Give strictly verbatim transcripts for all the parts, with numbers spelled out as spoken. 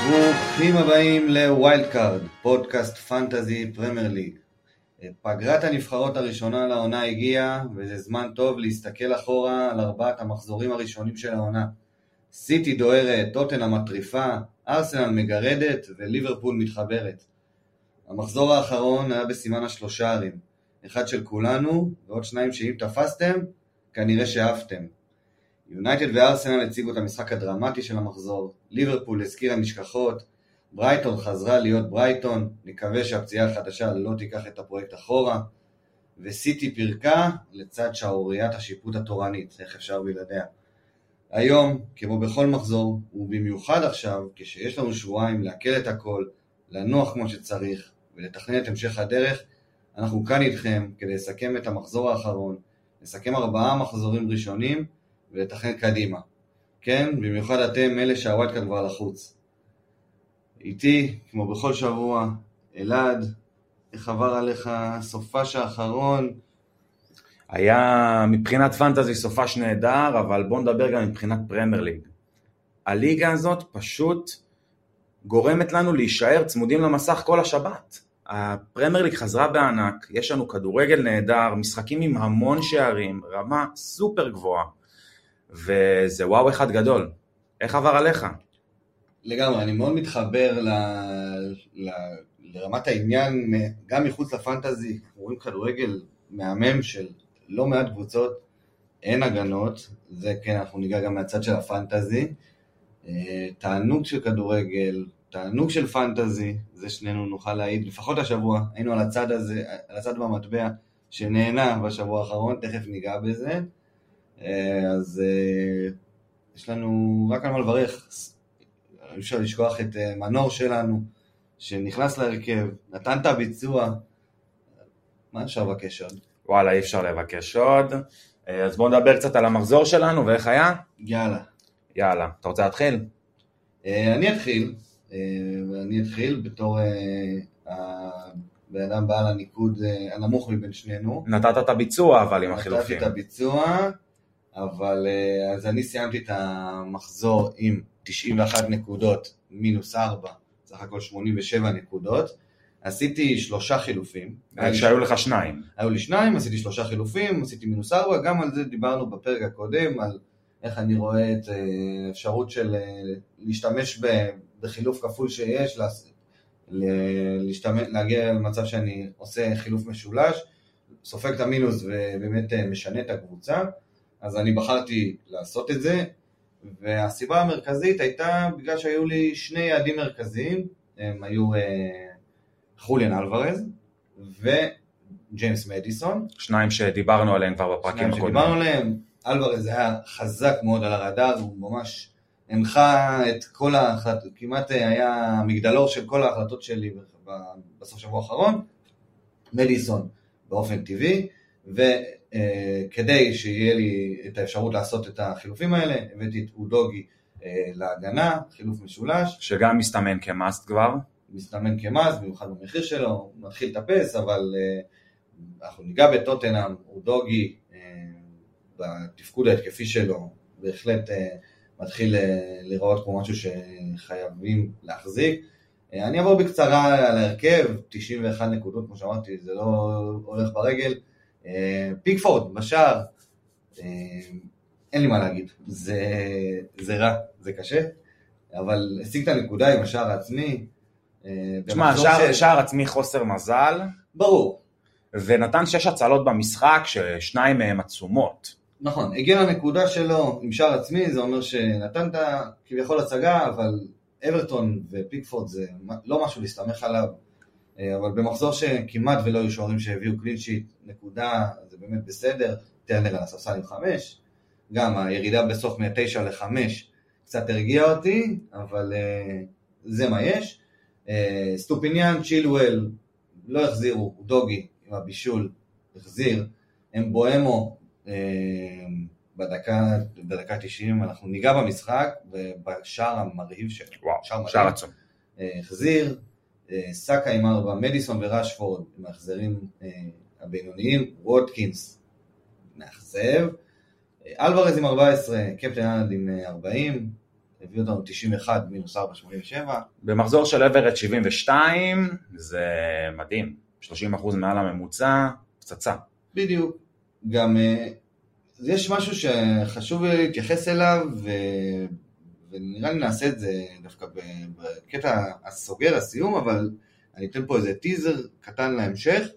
ברוכים הבאים לווילד קארד, פודקאסט פנטזי פרמייר ליג. פגרת הנבחרות הראשונה לעונה הגיעה, וזה זמן טוב להסתכל אחורה על ארבעת המחזורים הראשונים של העונה. סיטי דוהרת, טוטנהאם מטריפה, ארסנל מגרדת וליברפול מתחברת. המחזור האחרון היה בסימן השלושערים, אחד של כולנו ועוד שניים שאם תפסתם, כנראה שאהבתם. יונייטד וארסנל הציגו את המשחק הדרמטי של המחזור, ליברפול הזכירה נשכחות, ברייטון חזרה להיות ברייטון, נקווה שהפציעה החדשה לא תיקח את הפרויקט אחורה, וסיטי פירקה לצד שערוריית השיפוט התורנית, איך אפשר בלעדיה. היום, כמו בכל מחזור, ובמיוחד עכשיו, כשיש לנו שבועיים להקל את הכל, לנוח כמו שצריך, ולתכנן את המשך הדרך, אנחנו כאן איתכם כדי לסכם את המחזור האחרון, לסכם ארבעה מחזורים ראשונים, ולתכנן קדימה. כן, במיוחד אתם אלה שהווילד קארד כבר לחוץ. איתי, כמו בכל שבוע, אלעד, איך עבר עליך סופש האחרון? היה מבחינת פנטזי סופש נהדר, אבל בואו נדבר גם מבחינת פרמייר ליג. הליגה הזאת פשוט גורמת לנו להישאר צמודים למסך כל השבת. הפרמייר ליג חזרה בענק, יש לנו כדורגל נהדר, משחקים עם המון שערים, רמה סופר גבוהה. וזה וואו אחד גדול. איך עבר עליך? לגמרי, אני מאוד מתחבר ל... ל... לרמת העניין, גם מחוץ לפנטזי, רואים כדורגל מהמם של לא מעט קבוצות, אין הגנות, זה כן, אנחנו ניגע גם מהצד של הפנטזי, תענוג של כדורגל, תענוג של פנטזי, זה שנינו נוכל להעיד, לפחות השבוע, היינו על הצד הזה, על הצד במטבע, שנהנה בשבוע האחרון, תכף ניגע בזה, אז יש לנו רק על מה לברך, אי אפשר לשכוח את מנור שלנו, שנכנס להרכב, נתן את הביצוע, מה אפשר לבקש עוד? וואלה, אי אפשר לבקש עוד, אז בואו נדבר קצת על המחזור שלנו, ואיך היה? יאללה. יאללה, אתה רוצה להתחיל? אני אתחיל, ואני אתחיל בתור הבן אדם בעל הניקוד הנמוך מבין שנינו. נתת את הביצוע, אבל עם החילופים. נתתי את הביצוע, אבל אז אני סיימתי את המחזור עם תשעים ואחת נקודות, מינוס ארבע, סך הכל שמונים ושבע נקודות. עשיתי שלושה חילופים. שהיו לך שניים. היו לי שניים, עשיתי שלושה חילופים, עשיתי מינוס ארבע, גם על זה דיברנו בפרק הקודם, על איך אני רואה את אפשרות של להשתמש בחילוף כפול שיש, להשתמש, להגיע למצב שאני עושה חילוף משולש, סופג את המינוס ובאמת משנה את הקבוצה, אז אני בחרתי לעשות את זה, והסיבה המרכזית הייתה בגלל שהיו לי שני יעדים מרכזיים, הם היו חוליאן אלוורז וג'יימס מדיסון. שניים שדיברנו עליהם כבר בפרקים הקודמים. שניים שדיברנו עליהם, אלוורז היה חזק מאוד על הרדאר, הוא ממש הנחה את כל ההחלטות, כמעט היה מגדלור של כל ההחלטות שלי בסוף שבוע האחרון, מדיסון באופן טבעי, וכדי שיהיה לי את האפשרות לעשות את החילופים האלה, הבאתי את אודוגי להגנה, חילוף משולש. שגם מסתמן כמאסט כבר. מסתמן כמאסט, במיוחד במחיר שלו, הוא מתחיל לטפס, אבל אנחנו ניגע בטוטנהאם, אודוגי, בתפקוד ההתקפי שלו, בהחלט מתחיל לראות כמו משהו שחייבים להחזיק. אני אעבור בקצרה על ההרכב, תשעים ואחת נקודות, כמו שאמרתי, זה לא הולך ברגל. פיקפורד, בשער, אין לי מה להגיד, זה, זה רע, זה קשה, אבל השיג את הנקודה עם השער העצמי. תשמע, שער, ש... שער עצמי חוסר מזל. ברור. ונתן שש הצלות במשחק, ששניים מהם עצומות. נכון, הגיע לנקודה שלו עם שער עצמי, זה אומר שנתן את כביכול הצגה, אבל אברטון ופיקפורד זה לא משהו להסתמך עליו, אבל במחזור שכמעט ולא היו שוערים שהביאו קלין שיט, נקודה, זה באמת בסדר, טרנר על הספסל עם חמש, גם הירידה בסוף מ-תשע לחמש קצת הרגיעה אותי, אבל זה מה יש. סטופיניאן, צ'ילואל, לא החזירו, דוגי עם הבישול, החזיר, הם בואמו בדקה, בדקה תשעים, אנחנו ניגע במשחק, ובשער המרהיב שלו, וואו, שער עצום. החזיר, סאקה עם ארבע, מדיסון ורשפורד, עם ההחזרים הבינוניים, ווטקינס, מאכזב, אלוורז עם ארבע עשרה, קפטן אנד עם ארבעים, הביא אותנו תשעים ואחת מינוס ארבע שמונים ושבע. במחזור של אברד שבעים ושתיים, זה מדהים, שלושים אחוז מעל הממוצע, פצצה. בדיוק. גם יש משהו שחשוב להתייחס אליו, ו... ונראה לי נעשה את זה דווקא בקטע הסוגר, הסיום, אבל אני אתן פה איזה טיזר קטן להמשך.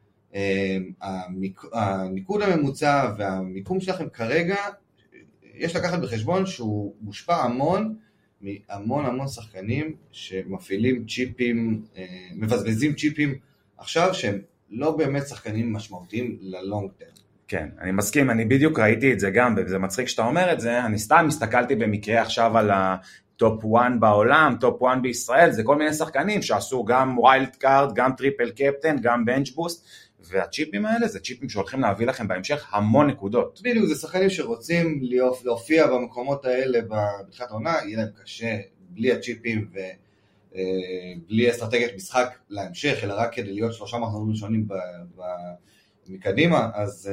הניקוד הממוצע והמיקום שלכם כרגע, יש לקחת בחשבון שהוא מושפע המון, מהמון המון שחקנים שמפעילים צ'יפים, מבזבזים צ'יפים עכשיו, שהם לא באמת שחקנים משמעותיים ללונג טרם. כן, אני מסכים, אני בדיוק ראיתי את זה גם, וזה מצחיק שאתה אומר את זה, אני סתם הסתכלתי במקרה עכשיו על הטופ אחת בעולם, טופ אחת בישראל, זה כל מיני שחקנים שעשו גם ווילד קארד, גם טריפל קפטן, גם בנץ' בוסט, והצ'יפים האלה זה צ'יפים שהולכים להביא לכם בהמשך המון נקודות. בדיוק, זה שחקנים שרוצים להופיע במקומות האלה בתחילת העונה, יהיה להם קשה בלי הצ'יפים ובלי אסטרטגיית משחק להמשך, אלא רק כדי להיות שלושה מחזורים ראשונים מקדימה, אז,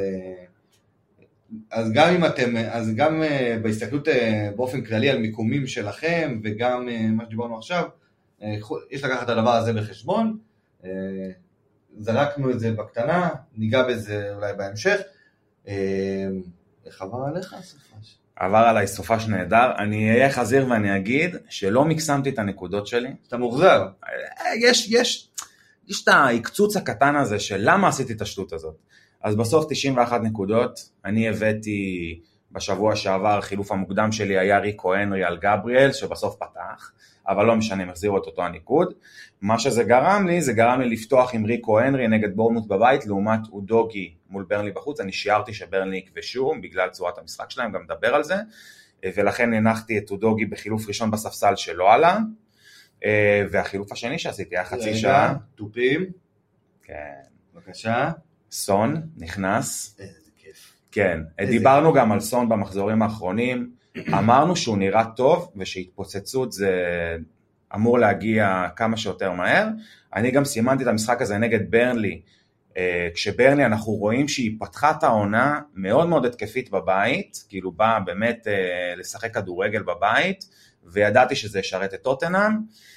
אז גם אם אתם, אז גם בהסתכלות באופן כללי על מיקומים שלכם, וגם מה שדיברנו עכשיו, יש לקחת את הדבר הזה בחשבון, זרקנו את זה בקטנה, ניגע בזה אולי בהמשך. איך עבר עליך הסופש? עבר עליי סופש נהדר, אני אהיה חזיר ואני אגיד שלא מקסמתי את הנקודות שלי. אתה מוחזר. יש, יש, יש את ההקצוץ הקטן הזה של למה עשיתי את השטות הזאת. אז בסוף תשעים ואחת נקודות, אני הבאתי בשבוע שעבר, חילוף המוקדם שלי היה ריקו הנרי על גבריאל, שבסוף פתח, אבל לא משנה, מחזירו את אותו הניקוד. מה שזה גרם לי, זה גרם לי לפתוח עם ריקו הנרי נגד בורנמוט בבית, לעומת אודוגי מול ברנלי בחוץ. אני שיערתי שברנלי יקבשו, בגלל צורת המשחק שלהם, גם מדבר על זה, ולכן הנחתי את אודוגי בחילוף ראשון בספסל שלא עלה, והחילוף השני שעשיתי היה חצי שעה. טופים. כן. בבקשה. סון נכנס. איזה כיף. כן, דיברנו גם על סון במחזורים האחרונים, אמרנו שהוא נראה טוב, ושהתפוצצות זה אמור להגיע כמה שיותר מהר. אני גם סימנתי את המשחק הזה נגד ברנלי, כשברנלי אנחנו רואים שהיא פתחה את העונה מאוד מאוד התקפית בבית, כאילו באה באמת לשחק כדורגל בבית, וידעתי שזה ישרת את טוטנהאם,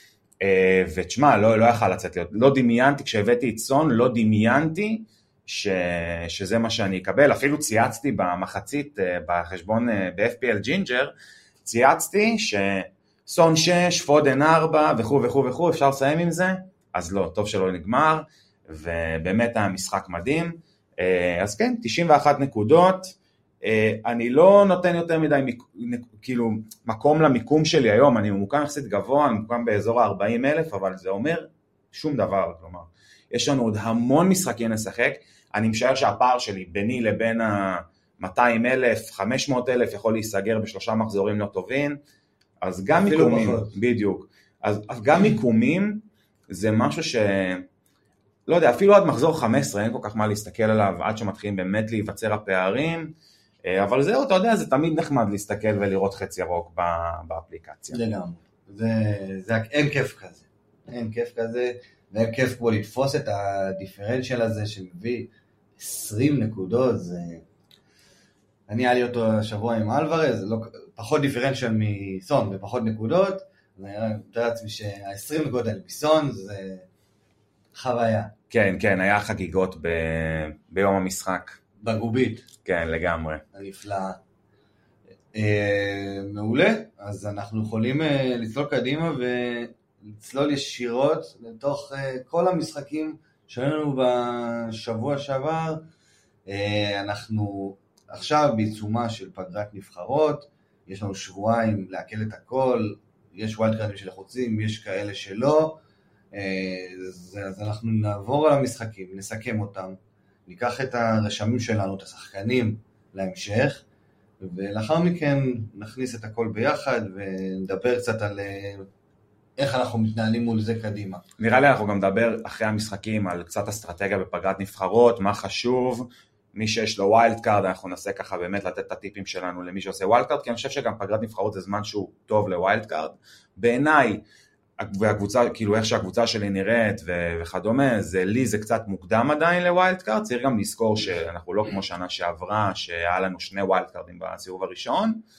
ותשמע, לא, לא יכל לצאת להיות, לא דמיינתי, כשהבאתי את סון, לא דמיינתי, ש... שזה מה שאני אקבל, אפילו צייצתי במחצית, בחשבון ב-אף פי אל ג'ינג'ר, צייצתי שסון שש, פודן ארבע וכו' וכו' וכו', אפשר לסיים עם זה? אז לא, טוב שלא נגמר, ובאמת המשחק מדהים. אז כן, תשעים ואחת נקודות, אני לא נותן יותר מדי כאילו מקום למיקום שלי היום, אני ממוקם יחסית גבוה, אני ממוקם באזור ה-ארבעים אלף, אבל זה אומר שום דבר, כלומר, יש לנו עוד המון משחקים לשחק, אני משער שהפער שלי ביני לבין ה-מאתיים אלף, חמש מאות אלף יכול להיסגר בשלושה מחזורים לא טובים, אז גם מיקומים, בדיוק, אז, אז גם מיקומים זה משהו ש... לא יודע, אפילו עד מחזור חמש עשרה אין כל כך מה להסתכל עליו, עד שמתחילים באמת להיווצר הפערים, אבל זהו, אתה יודע, זה תמיד נחמד להסתכל ולראות חץ ירוק באפליקציה. לגמרי, זה, זה, אין כיף כזה, אין כיף כזה, ואין כיף כמו לתפוס את הדיפרנציאל הזה שמביא עשרים נקודות, זה... אני היה לי אותו השבוע עם אלוורז, לא... פחות דיפרנציאל מסון ופחות נקודות, ואני מתאר לעצמי שה-עשרים נקודות האלה מסון זה חוויה. כן, כן, היה חגיגות ב... ביום המשחק. בגובית. כן, לגמרי. הנפלאה. אה, מעולה, אז אנחנו יכולים אה, לצלול קדימה ולצלול ישירות לתוך אה, כל המשחקים שהיו לנו בשבוע שעבר. אה, אנחנו עכשיו בעיצומה של פגרת נבחרות, יש לנו שבועיים להקל את הכל, יש ווילד קארדים שלחוצים, יש כאלה שלא, אה, אז, אז אנחנו נעבור על המשחקים, נסכם אותם, ניקח את הרשמים שלנו, את השחקנים להמשך, ולאחר מכן נכניס את הכל ביחד, ונדבר קצת על איך אנחנו מתנהלים מול זה קדימה. נראה לי אנחנו גם נדבר אחרי המשחקים על קצת אסטרטגיה בפגרת נבחרות, מה חשוב, מי שיש לו ווילד קארד, אנחנו ננסה ככה באמת לתת את הטיפים שלנו למי שעושה ווילד קארד, כי אני חושב שגם פגרת נבחרות זה זמן שהוא טוב לווילד קארד. בעיניי, והקבוצה, כאילו איך שהקבוצה שלי נראית ו- וכדומה, זה לי זה קצת מוקדם עדיין לווילד קארד, צריך גם לזכור שאנחנו לא כמו שנה שעברה, שהיה לנו שני ווילד קארדים בסיבוב הראשון,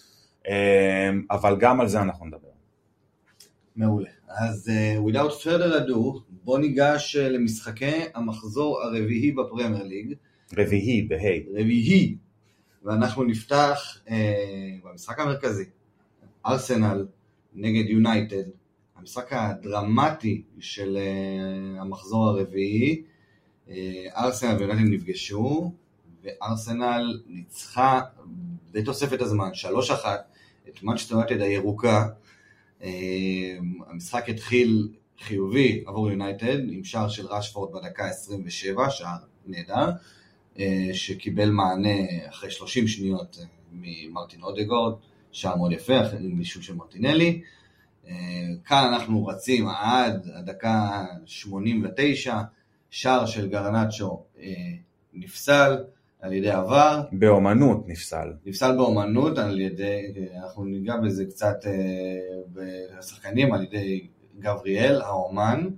אבל גם על זה אנחנו נדבר. מעולה. אז uh, without further ado, בוא ניגש uh, למשחקי המחזור הרביעי בפרמייר ליג. רביעי, בהי. רביעי. ואנחנו נפתח uh, במשחק המרכזי, ארסנל נגד יונייטד, המשחק הדרמטי של uh, המחזור הרביעי. uh, ארסנל ויונייטד נפגשו, וארסנל ניצחה בתוספת הזמן, שלוש אחת, את מנצ'סטר יונייטד הירוקה. Uh, המשחק התחיל חיובי עבור יונייטד, עם שער של רשפורד בדקה עשרים ושבע, שער נהדר, uh, שקיבל מענה אחרי שלושים שניות uh, ממרטין אודגורד, שער מאוד יפה, אחרי מישהו של מרטינלי. Uh, כאן אנחנו רצים עד הדקה שמונים ותשע, שער של גרנצ'ו uh, נפסל, על ידי עבר. באומנות נפסל. נפסל באומנות על ידי, אנחנו ניגע בזה קצת בשחקנים, על ידי גבריאל, האומן,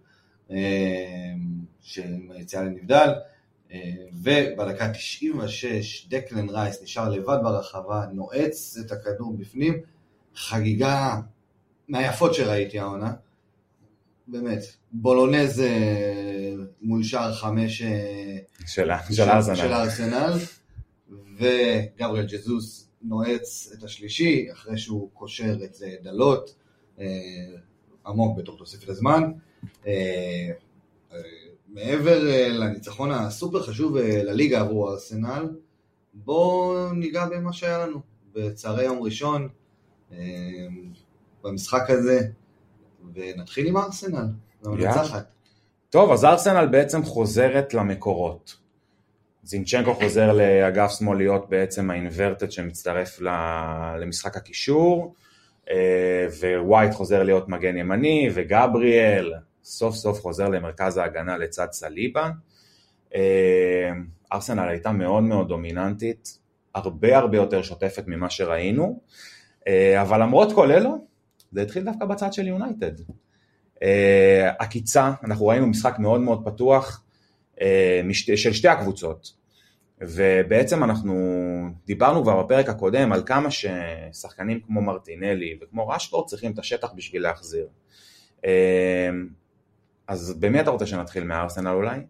שיציאה לנבדל, ובדקה תשעים ושש דקלן רייס נשאר לבד ברחבה, נועץ את הכדור בפנים, חגיגה מהיפות שראיתי העונה, באמת, בולונז מול שער חמש של ארסנל. של ארסנל, וגבריאל ג'זוס נועץ את השלישי, אחרי שהוא קושר את דלות, עמוק בתוך תוספת הזמן. מעבר לניצחון הסופר חשוב לליגה עבור ארסנל, בואו ניגע במה שהיה לנו בצהרי יום ראשון, במשחק הזה, ונתחיל עם ארסנל, למנצחת. טוב, אז ארסנל בעצם חוזרת למקורות. זינצ'נקו חוזר לאגף שמאל להיות בעצם האינברטד שמצטרף למשחק הקישור, ווייט חוזר להיות מגן ימני, וגבריאל סוף סוף חוזר למרכז ההגנה לצד סליבה. ארסנל הייתה מאוד מאוד דומיננטית, הרבה הרבה יותר שוטפת ממה שראינו, אבל למרות כל אלו, זה התחיל דווקא בצד של יונייטד. הקיצה, אנחנו ראינו משחק מאוד מאוד פתוח של שתי הקבוצות, ובעצם אנחנו דיברנו כבר בפרק הקודם על כמה ששחקנים כמו מרטינלי וכמו רשפורד צריכים את השטח בשביל להחזיר. אז במי אתה רוצה שנתחיל מהארסנל אולי?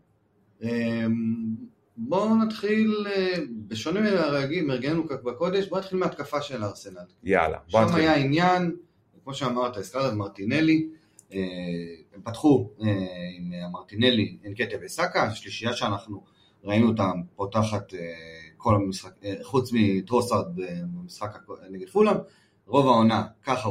בואו נתחיל, בשונה מהרגיל, מרגענו בקודש, בואו נתחיל מהתקפה של הארסנל. יאללה, בואו נתחיל. שם היה עניין, כמו שאמרת, הזכרת מרטינלי, הם פתחו עם מרטינלי, אנקטיה וסאקה, השלישייה שאנחנו ראינו אותם פותחת כל המשחק, חוץ מטרוסארד במשחק נגד פולאם, רוב העונה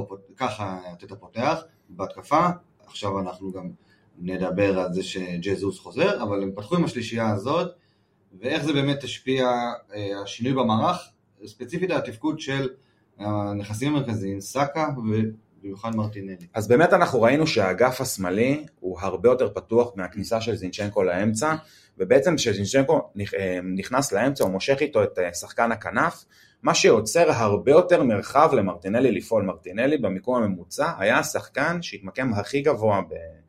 ככה אתה פותח בהתקפה, עכשיו אנחנו גם נדבר על זה שג'זוס חוזר, אבל הם פתחו עם השלישייה הזאת, ואיך זה באמת תשפיע השינוי במערך, ספציפית על התפקוד של הנכסים המרכזיים, סאקה ובמיוחד מרטינלי. אז באמת אנחנו ראינו שהאגף השמאלי הוא הרבה יותר פתוח מהכניסה של זינצ'נקו לאמצע, ובעצם כשזינצ'נקו נכנס לאמצע הוא מושך איתו את שחקן הכנף, מה שיוצר הרבה יותר מרחב למרטינלי לפעול. מרטינלי במיקום הממוצע היה השחקן שהתמקם הכי גבוה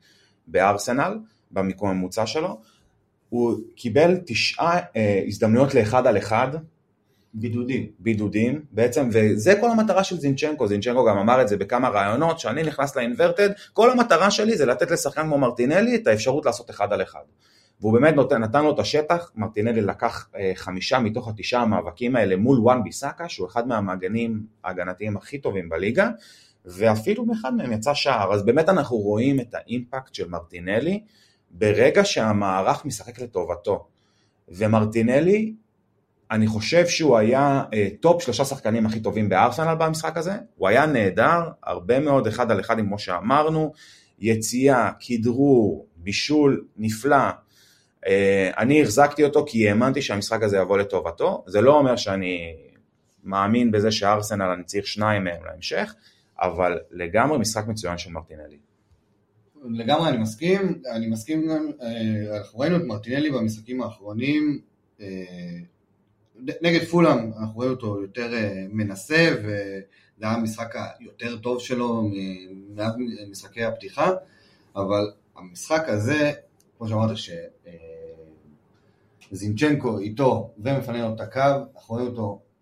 בארסנל, במיקום הממוצע שלו, הוא קיבל תשעה אה, הזדמנויות לאחד על אחד, בידודים. בידודים, בעצם, וזה כל המטרה של זינצ'נקו, זינצ'נקו גם אמר את זה בכמה רעיונות, שאני נכנס לאינברטד, כל המטרה שלי זה לתת לשחקן כמו מרטינלי את האפשרות לעשות אחד על אחד. והוא באמת נותן, נתן לו את השטח, מרטינלי לקח אה, חמישה מתוך התשעה המאבקים האלה מול וואן ביסאקה, שהוא אחד מהמגנים ההגנתיים הכי טובים בליגה, ואפילו מאחד מהם יצא שער, אז באמת אנחנו רואים את האימפקט של מרטינלי, ברגע שהמערך משחק לטובתו, ומרטינלי, אני חושב שהוא היה אה, טופ שלושה שחקנים הכי טובים בארסנל במשחק הזה, הוא היה נהדר, הרבה מאוד אחד על אחד עם כמו שאמרנו, יציאה, כדרור, בישול, נפלא, אה, אני החזקתי אותו כי האמנתי שהמשחק הזה יבוא לטובתו, זה לא אומר שאני מאמין בזה שארסנל אני צריך שניים מהם להמשך, אבל לגמרי משחק מצוין של מרטינלי. לגמרי אני מסכים, אני מסכים גם, אנחנו ראינו את מרטינלי במשחקים האחרונים, נגד פולאם אנחנו ראינו אותו יותר מנסה, וזה היה המשחק היותר טוב שלו מעט משחקי הפתיחה, אבל המשחק הזה, כמו שאמרת שזינצ'נקו איתו ומפנה לו את הקו, אנחנו רואים אותו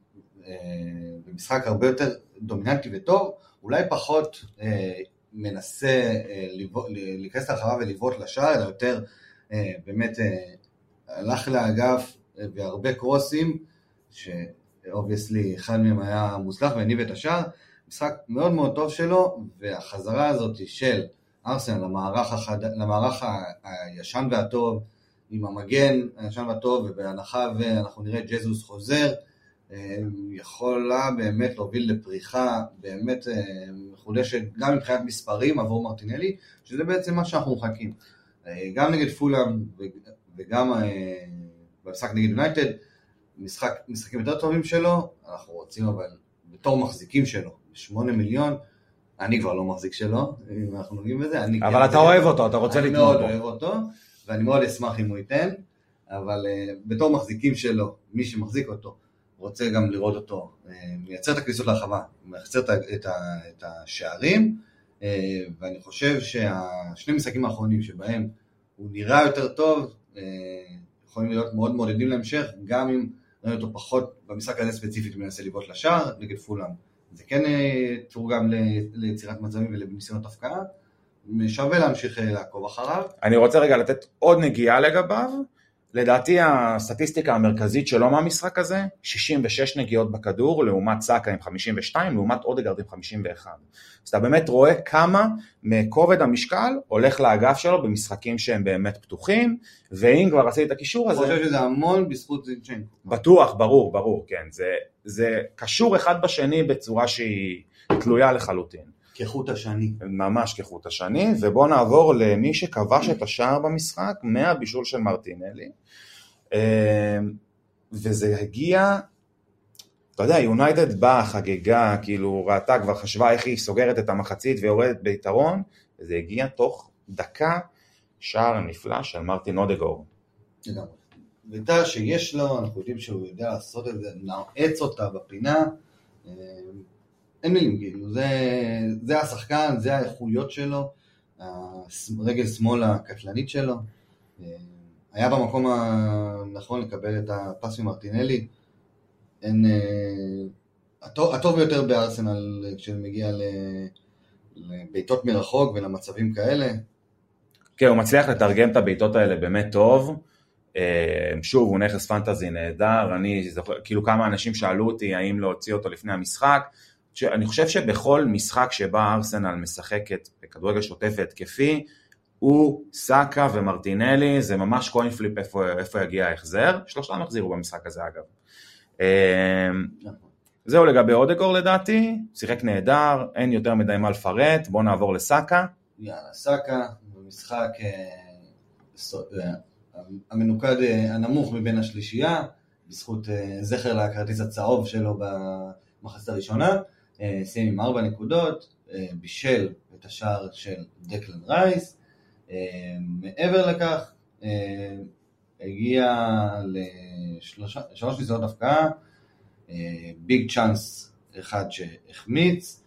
במשחק הרבה יותר דומיננטי וטוב, אולי פחות מנסה להיכנס להרחבה ולבעוט לשער, אלא יותר באמת הלך לאגף והרבה קרוסים, שאובייסלי אחד מהם היה מוצלח והניב את השער, משחק מאוד מאוד טוב שלו, והחזרה הזאת של ארסנל למערך, החד... למערך הישן והטוב, עם המגן הישן והטוב, ובהנחה ואנחנו נראה ג'זוס חוזר, יכולה באמת להוביל לפריחה באמת מחודשת, גם מבחינת מספרים עבור מרטינלי, שזה בעצם מה שאנחנו מחכים. גם נגד פולאם וגם במשחק נגד יונייטד, משחק, משחקים יותר טובים שלו, אנחנו רוצים אבל בתור מחזיקים שלו, שמונה מיליון, אני כבר לא מחזיק שלו, אם אנחנו נוגעים בזה. אני אבל אתה אוהב אותו, אתה רוצה לתמוך בו. אני מאוד אוהב אותו, ואני מאוד אשמח אם הוא ייתן, אבל בתור מחזיקים שלו, מי שמחזיק אותו, רוצה גם לראות אותו, מייצר את הכניסות להרחבה, מייצר את השערים, ואני חושב שהשני משחקים האחרונים שבהם הוא נראה יותר טוב, יכולים להיות מאוד מעודדים להמשך, גם אם ראינו אותו פחות במשחק הזה ספציפית מנסה לבעוט לשער, נגד פולאם. זה כן תורגם ליצירת מצבים ולניסיונות הפקעה, שווה להמשיך לעקוב אחריו. אני רוצה רגע לתת עוד נגיעה לגביו, לדעתי הסטטיסטיקה המרכזית שלו מהמשחק הזה, שישים ושש נגיעות בכדור, לעומת סאקה עם חמישים ושתיים, לעומת אודגרד עם חמישים ואחת. אז אתה באמת רואה כמה מכובד המשקל הולך לאגף שלו במשחקים שהם באמת פתוחים, ואם כבר עשית את הקישור הזה... אני חושב שזה המון בזכות זינצ'נקו. בטוח, ברור, ברור, כן. זה, זה קשור אחד בשני בצורה שהיא תלויה לחלוטין. כחוט השני. ממש כחוט השני, ובוא נעבור למי שכבש את השער במשחק, מהבישול של מרטינלי, וזה הגיע, אתה יודע, יונייטד באה, חגגה, כאילו ראתה, כבר חשבה איך היא סוגרת את המחצית ויורדת ביתרון, וזה הגיע תוך דקה, שער נפלא של מרטין אודגורד. ביתה שיש לו, אנחנו יודעים שהוא יודע לעשות את זה, נעץ אותה בפינה, אין מילים, כאילו, זה, זה השחקן, זה האיכויות שלו, רגל שמאל הקטלנית שלו, היה במקום הנכון לקבל את הפס ממרטינלי, אין, הטוב, הטוב ביותר בארסנל כשמגיע לביתות מרחוק ולמצבים כאלה. כן, הוא מצליח לתרגם את הביתות האלה באמת טוב, שוב, הוא נכס פנטזי נהדר, אני זוכר, כאילו כמה אנשים שאלו אותי האם להוציא אותו לפני המשחק, אני חושב שבכל משחק שבה ארסנל משחקת בכדורגל שוטף והתקפי, הוא סאקה ומרטינלי, זה ממש קוין פליפ איפה, איפה יגיע ההחזר, שלושתם החזירו במשחק הזה אגב. זהו לגבי אודגורד לדעתי, שיחק נהדר, אין יותר מדי מה לפרט, בואו נעבור לסאקה. יאללה, סאקה, במשחק המנוקד הנמוך מבין השלישייה, בזכות זכר לכרטיס הצהוב שלו במחצית הראשונה, סיים עם ארבע נקודות, בישל את השער של דקלן רייס, מעבר לכך, הגיע לשלוש ניסיונות הפקעה, ביג צ'אנס אחד שהחמיץ,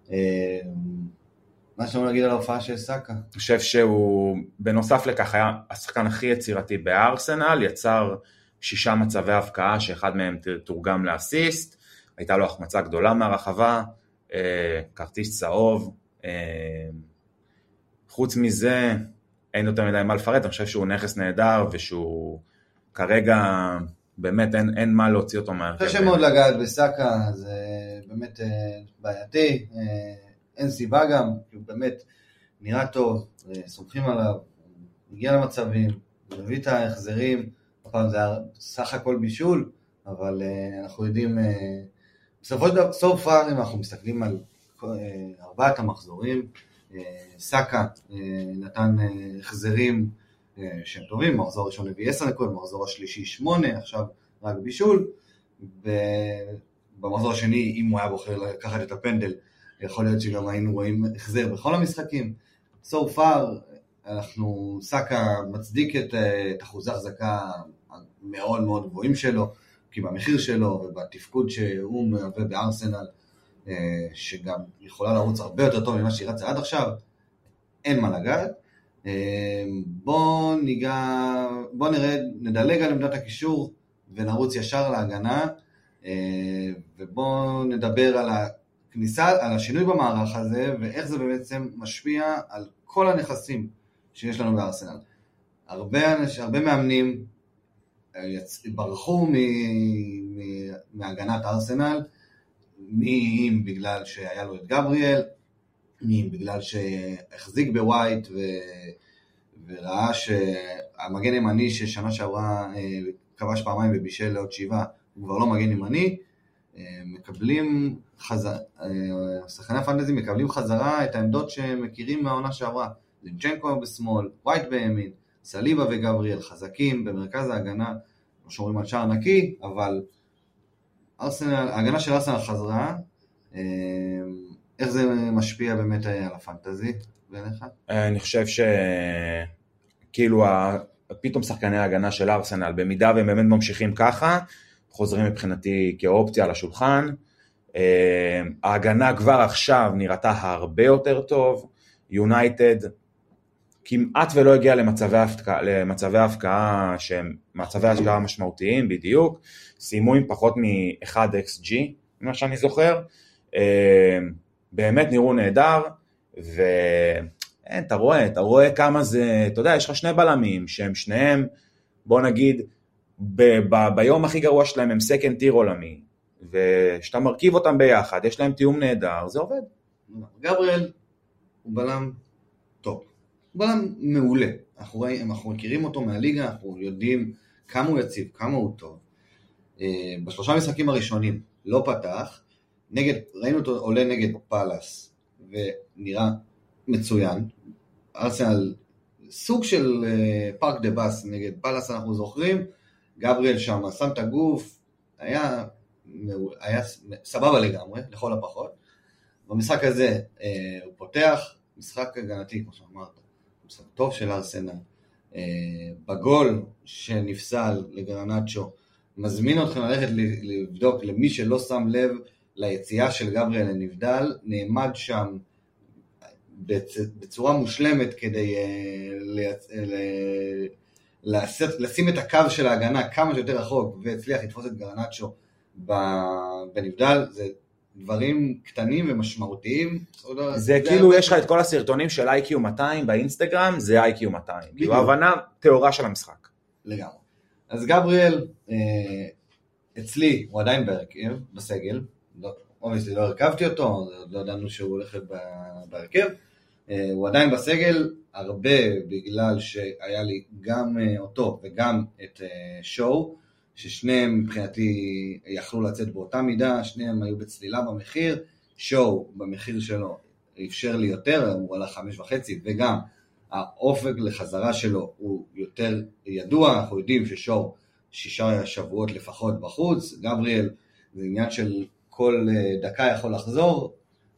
מה שאתה אומר להגיד על ההופעה של סאקה? אני חושב שהוא, בנוסף לכך, היה השחקן הכי יצירתי בארסנל, יצר שישה מצבי הפקעה, שאחד מהם תורגם לאסיסט, הייתה לו החמצה גדולה מהרחבה, כרטיס צהוב, חוץ מזה, אין יותר מדי מה לפרט, אני חושב שהוא נכס נהדר, ושהוא כרגע, באמת אין, אין מה להוציא אותו מהרכב. קשה מאוד לגעת בסאקה, זה באמת בעייתי, אין סיבה גם, כי הוא באמת נראה טוב, סומכים עליו, מגיע למצבים, מביא את ההחזרים, הפעם זה סך הכל בישול, אבל אנחנו יודעים, בסופו של דבר, סוף פעם, אם אנחנו מסתכלים על ארבעת המחזורים, סאקה נתן החזרים שהם טובים, מחזור ראשון הביא עשר נקודות, מחזור השלישי שמונה, עכשיו רק בישול, במחזור השני, אם הוא היה בוחר לקחת את הפנדל, יכול להיות שגם היינו רואים החזר בכל המשחקים. So far, אנחנו, סאקה מצדיק את, את אחוזי החזקה מאוד מאוד גבוהים שלו, כי במחיר שלו ובתפקוד שהוא מהווה בארסנל, שגם יכולה לרוץ הרבה יותר טוב ממה שהיא רצה עד עכשיו, אין מה לגעת. בוא ניגע, בוא נרד, נדלג על עמדת הקישור ונרוץ ישר להגנה. ובואו נדבר על הכניסה, על השינוי במערך הזה, ואיך זה בעצם משפיע על כל הנכסים שיש לנו בארסנל. הרבה, הרבה מאמנים ברחו מ, מ, מהגנת ארסנל, מי אם בגלל שהיה לו את גבריאל, מי אם בגלל שהחזיק בווייט ו, וראה שהמגן ימני ששנה שעברה כבש פעמיים ובישל לעוד שבעה, הוא כבר לא מגן ימני, מקבלים חזרה, שחקני הפנטזי מקבלים חזרה את העמדות שהם מכירים מהעונה שעברה, זינצ'נקו בשמאל, ווייט בימין, סליבה וגבריאל חזקים במרכז ההגנה, לא שומרים על שער נקי, אבל ארסנל, ההגנה של ארסנל חזרה, איך זה משפיע באמת על הפנטזי בעיניך? אני חושב שכאילו פתאום שחקני ההגנה של ארסנל, במידה והם באמת ממשיכים ככה, חוזרים מבחינתי כאופציה על השולחן, ההגנה כבר עכשיו נראתה הרבה יותר טוב, יונייטד כמעט ולא הגיע למצבי ההפקעה, למצבי ההפקעה שהם מצבי ההשקעה משמעותיים בדיוק, סיימו עם פחות מ-אחד אקס ג'י, מה שאני זוכר, באמת נראו נהדר, ואתה רואה, אתה רואה כמה זה, אתה יודע, יש לך שני בלמים, שהם שניהם, בוא נגיד, ב- ב- ביום הכי גרוע שלהם הם סקנד טיר עולמי, ושאתה מרכיב אותם ביחד, יש להם תיאום נהדר, זה עובד. גבריאל הוא בלם טוב, הוא בלם מעולה, אנחנו, רואים, אנחנו מכירים אותו מהליגה, אנחנו יודעים כמה הוא יציב, כמה הוא טוב. בשלושה משחקים הראשונים לא פתח, נגד, ראינו אותו עולה נגד פלאס, ונראה מצוין, ארסנל סוג של פארק דה באס נגד פלאס אנחנו זוכרים, גבריאל שם שם את הגוף, היה, היה סבבה לגמרי, לכל הפחות. במשחק הזה הוא פותח, משחק הגנתי, כמו שאמרת, משחק טוב של ארסנל. בגול שנפסל לגרנצ'ו, מזמין אתכם ללכת לבדוק למי שלא שם לב ליציאה של גבריאל לנבדל, נעמד שם בצורה מושלמת כדי לשים את הקו של ההגנה כמה שיותר רחוק, והצליח לתפוס את גרנצ'ו בנבדל. זה דברים קטנים ומשמעותיים. זה כאילו יש לך את כל הסרטונים של איי קיו מאתיים באינסטגרם, זה איי קיו מאתיים, כאילו הבנה תיאורה של המשחק. לגמרי. אז גבריאל, אצלי הוא עדיין בהרכב, בסגל, אובייסלי לא הרכבתי אותו, לא ידענו שהוא הולך בהרכב, הוא עדיין בסגל, הרבה בגלל שהיה לי גם אותו וגם את שואו, ששניהם מבחינתי יכלו לצאת באותה מידה, שניהם היו בצלילה במחיר, שואו במחיר שלו אפשר לי יותר, הוא עלה חמש וחצי, וגם האופק לחזרה שלו הוא יותר ידוע, אנחנו יודעים ששואו שישה שבועות לפחות בחוץ, גבריאל זה עניין של כל דקה יכול לחזור,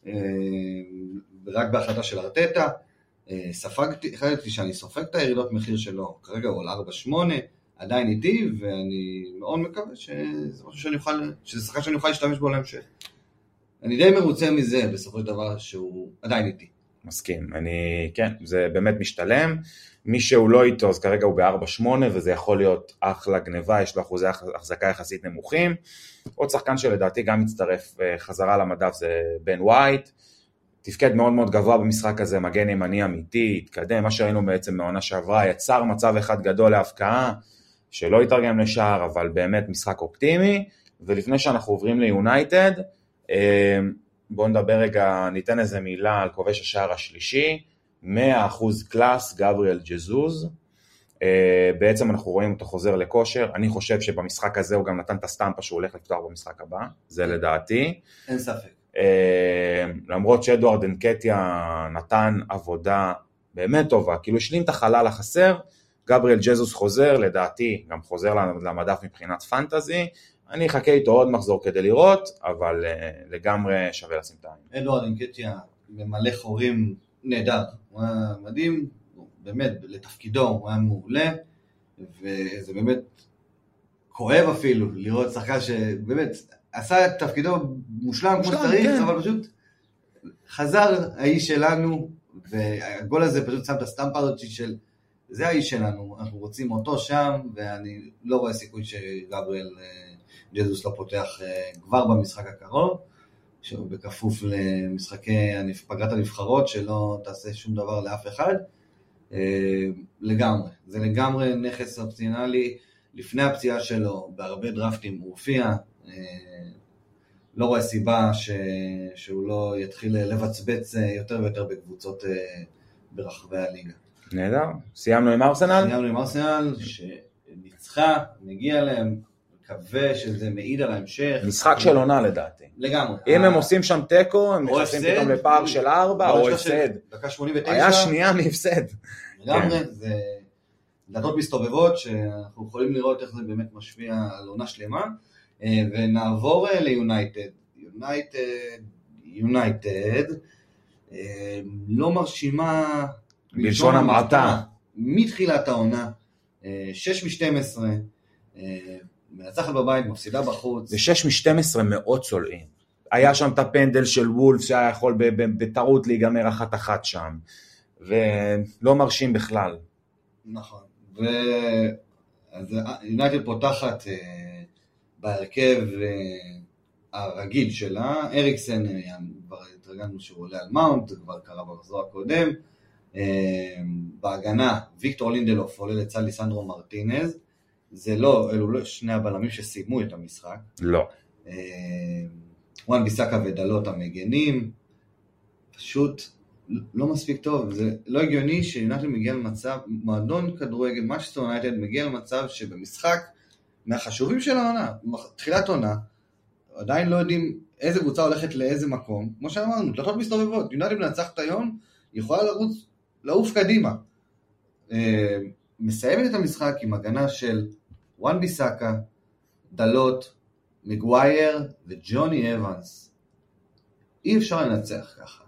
רק בהחלטה של ארטטה, ספגתי, החלטתי שאני סופג את הירידות מחיר שלו, כרגע הוא על ארבע שמונה, עדיין איתי, ואני מאוד מקווה שזה משהו שאני אוכל, שזה שחקן שאני אוכל להשתמש בו להמשך. אני די מרוצה מזה בסופו של דבר שהוא עדיין איתי. מסכים, אני, כן, זה באמת משתלם, מי שהוא לא איתו, אז כרגע הוא ב-ארבע שמונה, וזה יכול להיות אחלה גניבה, יש לו אחוזי החזקה יחסית נמוכים. עוד שחקן שלדעתי גם מצטרף חזרה למדף זה בן ווייט, תפקד מאוד מאוד גבוה במשחק הזה, מגן ימני אמיתי, התקדם, מה שראינו בעצם מעונה שעברה, יצר מצב אחד גדול להפקעה, שלא יתרגם לשער, אבל באמת משחק אופטימי. ולפני שאנחנו עוברים ליונייטד, בואו נדבר רגע, ניתן איזה מילה על כובש השער השלישי, מאה אחוז קלאס, גבריאל ג'זוז, בעצם אנחנו רואים אותו חוזר לכושר, אני חושב שבמשחק הזה הוא גם נתן את הסטמפה שהוא הולך לפתוח במשחק הבא, זה לדעתי. אין ספק. למרות שאדוארד אנקטיה נתן עבודה באמת טובה, כאילו השלים את החלל החסר, גבריאל ג'זוס חוזר, לדעתי גם חוזר למדף מבחינת פנטזי, אני אחכה איתו עוד מחזור כדי לראות, אבל לגמרי שווה לשים את העין. אדוארד אנקטיה ממלא חורים נהדר, הוא היה מדהים, באמת לתפקידו הוא היה מעולה, וזה באמת כואב אפילו לראות שחקן שבאמת עשה את תפקידו מושלם כמו שצריך, כן. אבל פשוט חזר האיש שלנו, והגול הזה פשוט שם את הסטמפה הזאת של זה האיש שלנו, אנחנו רוצים אותו שם, ואני לא רואה סיכוי שגבריאל ג'זוס לא פותח כבר במשחק הקרוב, שהוא בכפוף למשחקי פגרת הנבחרות, שלא תעשה שום דבר לאף אחד, לגמרי. זה לגמרי נכס אופציונלי, לפני הפציעה שלו, בהרבה דרפטים הוא הופיע, לא רואה סיבה ש... שהוא לא יתחיל לבצבץ יותר ויותר בקבוצות ברחבי הליגה. נהדר. סיימנו עם ארסנל? סיימנו עם ארסנל, שניצחה, נגיע להם, מקווה שזה מעיד על ההמשך. משחק של עונה לדעתי. לגמרי. אם הם עושים שם טקו, הם נכנסים פתאום לפער של ארבע, או הפסד. דקה שמונים ותשע. היה שנייה מהפסד. לגמרי, זה דלתות מסתובבות, שאנחנו יכולים לראות איך זה באמת משפיע על עונה שלמה. ונעבור ליונייטד. יונייטד, יונייטד, לא מרשימה בלשון המעטה. מתחילת העונה, שש משתים עשרה, מנצחת בבית, מפסידה בחוץ. זה שש משתים עשרה מאוד צולעים. היה שם את הפנדל של וולף שהיה יכול בטעות להיגמר אחת אחת שם, ולא מרשים בכלל. נכון, ויונייטד פותחת בהרכב הרגיל שלה, אריקסן, כבר התרגלנו שהוא עולה על מאונט, זה כבר קרה במחזור הקודם, בהגנה, ויקטור לינדלוף עולה לצד ליסנדרו מרטינז, זה לא, אלו לא שני הבלמים שסיימו את המשחק. לא. וואן ביסאקה ודלות המגנים, פשוט לא מספיק טוב, זה לא הגיוני שיונייטד מגיע למצב, מועדון כדורגל, מאנצ'סטר יונייטד מגיע למצב שבמשחק מהחשובים של העונה, תחילת עונה, עדיין לא יודעים איזה קבוצה הולכת לאיזה מקום, כמו שאמרנו, דלתות מסתובבות, יונייטד מנצח את היום, יכולה לרוץ, לעוף קדימה. מסיימת את המשחק עם הגנה של וואן ביסאקה, דלות, מגווייר וג'וני אבנס. אי אפשר לנצח ככה.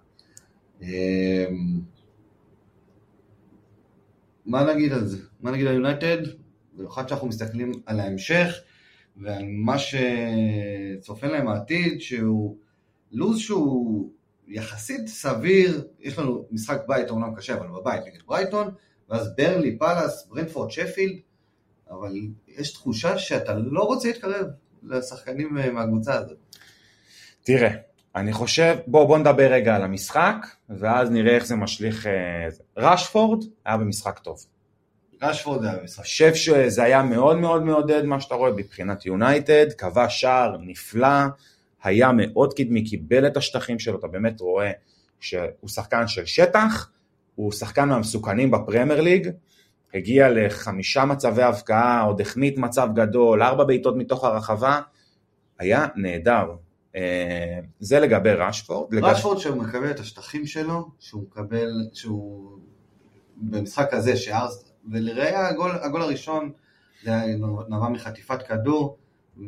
מה נגיד על זה? מה נגיד על יונייטד? במיוחד שאנחנו מסתכלים על ההמשך, ועל מה שצופן להם העתיד, שהוא לוז שהוא יחסית סביר, יש לנו משחק בית, אומנם קשה, אבל בבית נגד ברייטון, ואז ברלי, פלאס, ברנפורד, שפילד, אבל יש תחושה שאתה לא רוצה להתקרב לשחקנים מהקבוצה הזאת. תראה, אני חושב, בוא, בוא נדבר רגע על המשחק, ואז נראה איך זה משליך. רשפורד היה במשחק טוב. רשפורד היה במשחק. אני חושב שזה היה מאוד מאוד מעודד מה שאתה רואה בבחינת יונייטד, קבע שער נפלא, היה מאוד קדמי, קיבל את השטחים שלו, אתה באמת רואה שהוא שחקן של שטח, הוא שחקן מהמסוכנים בפרמייר ליג, הגיע לחמישה מצבי הבקעה, עוד החמיץ מצב גדול, ארבע בעיטות מתוך הרחבה, היה נהדר. זה לגבי רשפורד. רשפורד שהוא מקבל את השטחים שלו, שהוא מקבל, שהוא במשחק הזה, שארס, ולראה הגול, הגול הראשון, זה נבע מחטיפת כדור,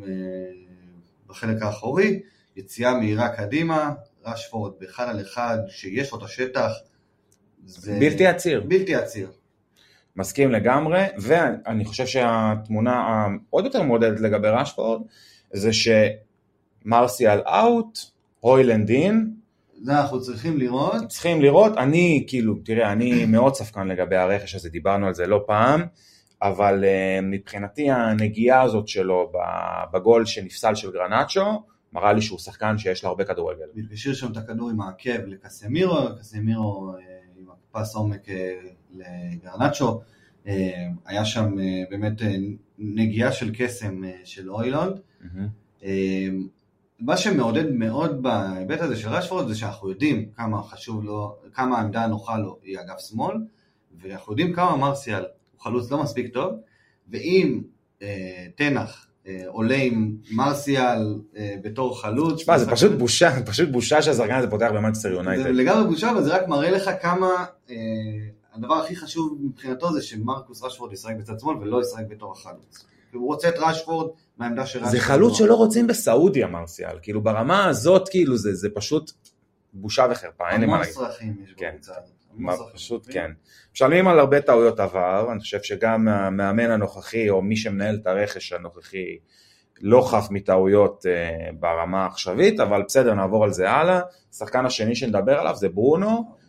בחלק האחורי, יציאה מהירה קדימה, רשפורד באחד על אחד, שיש לו את השטח, זה בלתי עציר. בלתי עציר. מסכים לגמרי, ואני חושב שהתמונה העוד יותר מעודדת לגבי רשפורד, זה שמרסיאל אאוט, הוילנד אין, זה אנחנו צריכים לראות. צריכים לראות, אני כאילו, תראה, אני מאוד ספקן לגבי הרכש הזה, דיברנו על זה לא פעם, אבל uh, מבחינתי הנגיעה הזאת שלו בגול שנפסל של גרנצ'ו, מראה לי שהוא שחקן שיש לו הרבה כדורגל. מתקשר שם את הכדור עם העקב לקסמירו, קסמירו uh, עם הפס עומק uh, לגרנצ'ו, uh, היה שם uh, באמת uh, נגיעה של קסם uh, של אוילנד. Mm-hmm. Uh, מה שמעודד מאוד בהיבט הזה של רשפורד, זה שאנחנו יודעים כמה חשוב לו, כמה העמדה הנוחה לו היא אגף שמאל, ואנחנו יודעים כמה מרסיאל הוא חלוץ לא מספיק טוב, ואם אה, תנח אה, עולה עם מרסיאל אה, בתור חלוץ... שמה, זה פשוט בושה, פשוט בושה שהזרגן הזה פותח במנצ'סטר יונייטד. זה לגמרי בושה, אבל זה רק מראה לך כמה, אה, הדבר הכי חשוב מבחינתו זה שמרקוס רשפורד ישחק בצד שמאל, ולא ישחק בתור החלוץ. הוא רוצה את רשפורד מהעמדה של רשפורד. זה חלוץ שלא רוצים בסעודיה, מרסיאל, כאילו ברמה הזאת, כאילו זה, זה פשוט בושה וחרפה, אין לי מה להגיד. המון צרכים יש בקבוצה הזאת. פשוט כן. משלמים על הרבה טעויות עבר, אני חושב שגם המאמן הנוכחי, או מי שמנהל את הרכש הנוכחי, לא חף מטעויות ברמה העכשווית, אבל בסדר, נעבור על זה הלאה. השחקן השני שנדבר עליו זה ברונו,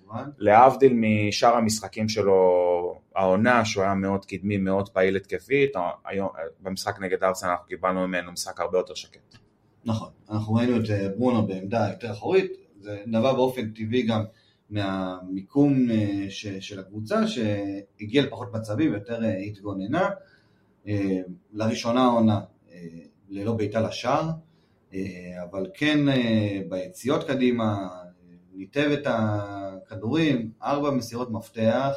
כמובן. להבדיל משאר המשחקים שלו, העונה, שהוא היה מאוד קדמי, מאוד פעיל התקפית, היום, במשחק נגד ארסנל אנחנו קיבלנו ממנו משחק הרבה יותר שקט. נכון, אנחנו ראינו את ברונו בעמדה יותר אחורית, זה נבע באופן טבעי גם מהמיקום ש, של הקבוצה, שהגיע לפחות מצבים ויותר התגוננה, לראשונה העונה ללא ביתה לשער, אבל כן ביציאות קדימה, ניתב את הכדורים, ארבע מסירות מפתח,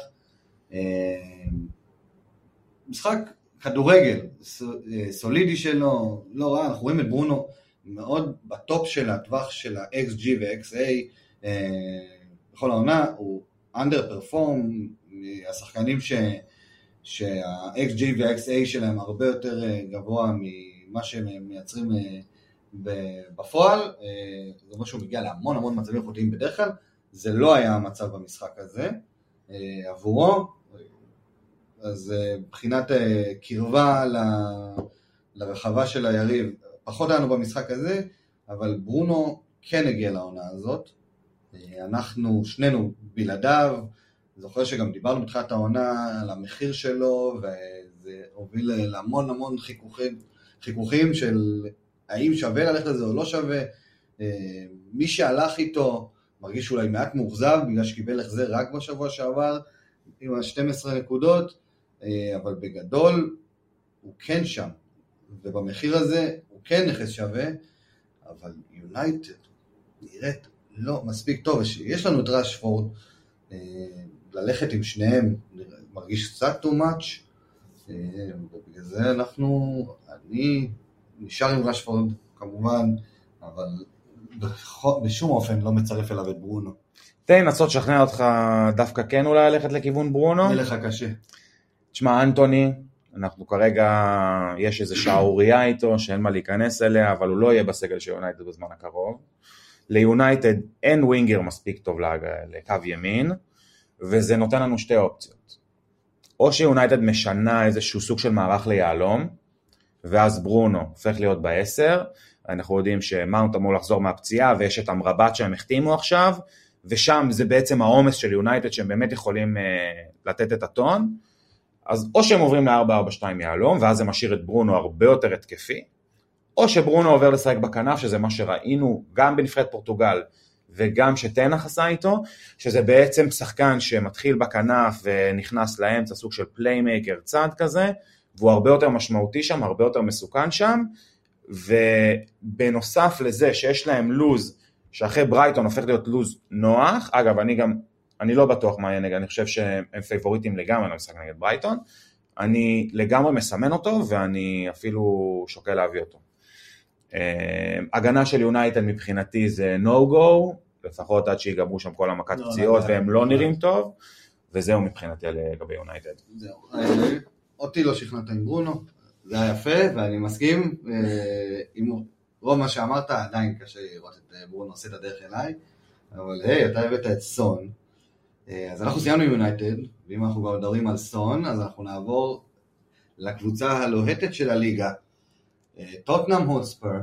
משחק כדורגל, סולידי שלו, לא רע, אנחנו רואים את ברונו מאוד בטופ של הטווח של ה-אקס ג'י ו-אקס איי, בכל העונה, הוא under perform, השחקנים ש... שה-אקס ג'י וה-אקס איי שלהם הרבה יותר גבוה ממה שהם מייצרים בפועל, זה אומר שהוא מגיע להמון המון מצבים איכותיים בדרך כלל, זה לא היה המצב במשחק הזה עבורו, אז מבחינת קרבה ל- לרחבה של היריב, פחות היינו במשחק הזה, אבל ברונו כן הגיע לעונה הזאת, אנחנו שנינו בלעדיו, זוכר שגם דיברנו בתחילת העונה על המחיר שלו, וזה הוביל להמון המון חיכוכים, חיכוכים של האם שווה ללכת לזה או לא שווה, מי שהלך איתו מרגיש אולי מעט מאוכזב, בגלל שקיבל החזר רק בשבוע שעבר, עם ה-שתים עשרה נקודות, אבל בגדול הוא כן שם, ובמחיר הזה הוא כן נכס שווה, אבל יונייטד נראית לא מספיק טוב, יש לנו את רשפורד, ללכת עם שניהם מרגיש קצת too much, ובגלל זה אנחנו, אני נשאר עם רשפורד כמובן, אבל בשום אופן לא מצרף אליו את ברונו. תן לנסות לשכנע אותך דווקא כן אולי ללכת לכיוון ברונו? זה לך קשה. תשמע, אנטוני, אנחנו כרגע, יש איזו שערוריה איתו, שאין מה להיכנס אליה, אבל הוא לא יהיה בסגל של יונייטד בזמן הקרוב. ליונייטד אין ווינגר מספיק טוב לקו ימין, וזה נותן לנו שתי אופציות. או שיונייטד משנה איזשהו סוג של מערך ליעלום, ואז ברונו הופך להיות בעשר, אנחנו יודעים שמאונט אמור לחזור מהפציעה, ויש את המרבט שהם החתימו עכשיו, ושם זה בעצם העומס של יונייטד, שהם באמת יכולים uh, לתת את הטון, אז או שהם עוברים ל-ארבע ארבע שתיים יעלום, ואז זה משאיר את ברונו הרבה יותר התקפי, או שברונו עובר לשחק בכנף, שזה מה שראינו גם בנבחרת פורטוגל, וגם שטנח עשה איתו, שזה בעצם שחקן שמתחיל בכנף ונכנס לאמצע, סוג של פליימייקר צד כזה, והוא הרבה יותר משמעותי שם, הרבה יותר מסוכן שם, ובנוסף לזה שיש להם לוז, שאחרי ברייטון הופך להיות לוז נוח, אגב אני גם, אני לא בטוח מה יהיה נגד, אני חושב שהם פייבוריטים לגמרי למשחק נגד ברייטון, אני לגמרי מסמן אותו, ואני אפילו שוקל להביא אותו. הגנה של יונייטד מבחינתי זה no-go, לפחות עד שיגמרו שם כל המכת פציעות, והם לא נראים טוב, וזהו מבחינתי לגבי יונייטד. זהו, אותי לא שכנעת עם ברונו, זה היה יפה, ואני מסכים, עם רוב מה שאמרת, עדיין קשה לראות את ברונו עושה את הדרך אליי, אבל היי, אתה הבאת את סון, אז אנחנו סיימנו עם יונייטד, ואם אנחנו כבר מדברים על סון, אז אנחנו נעבור לקבוצה הלוהטת של הליגה, טוטנהאם הוטספר,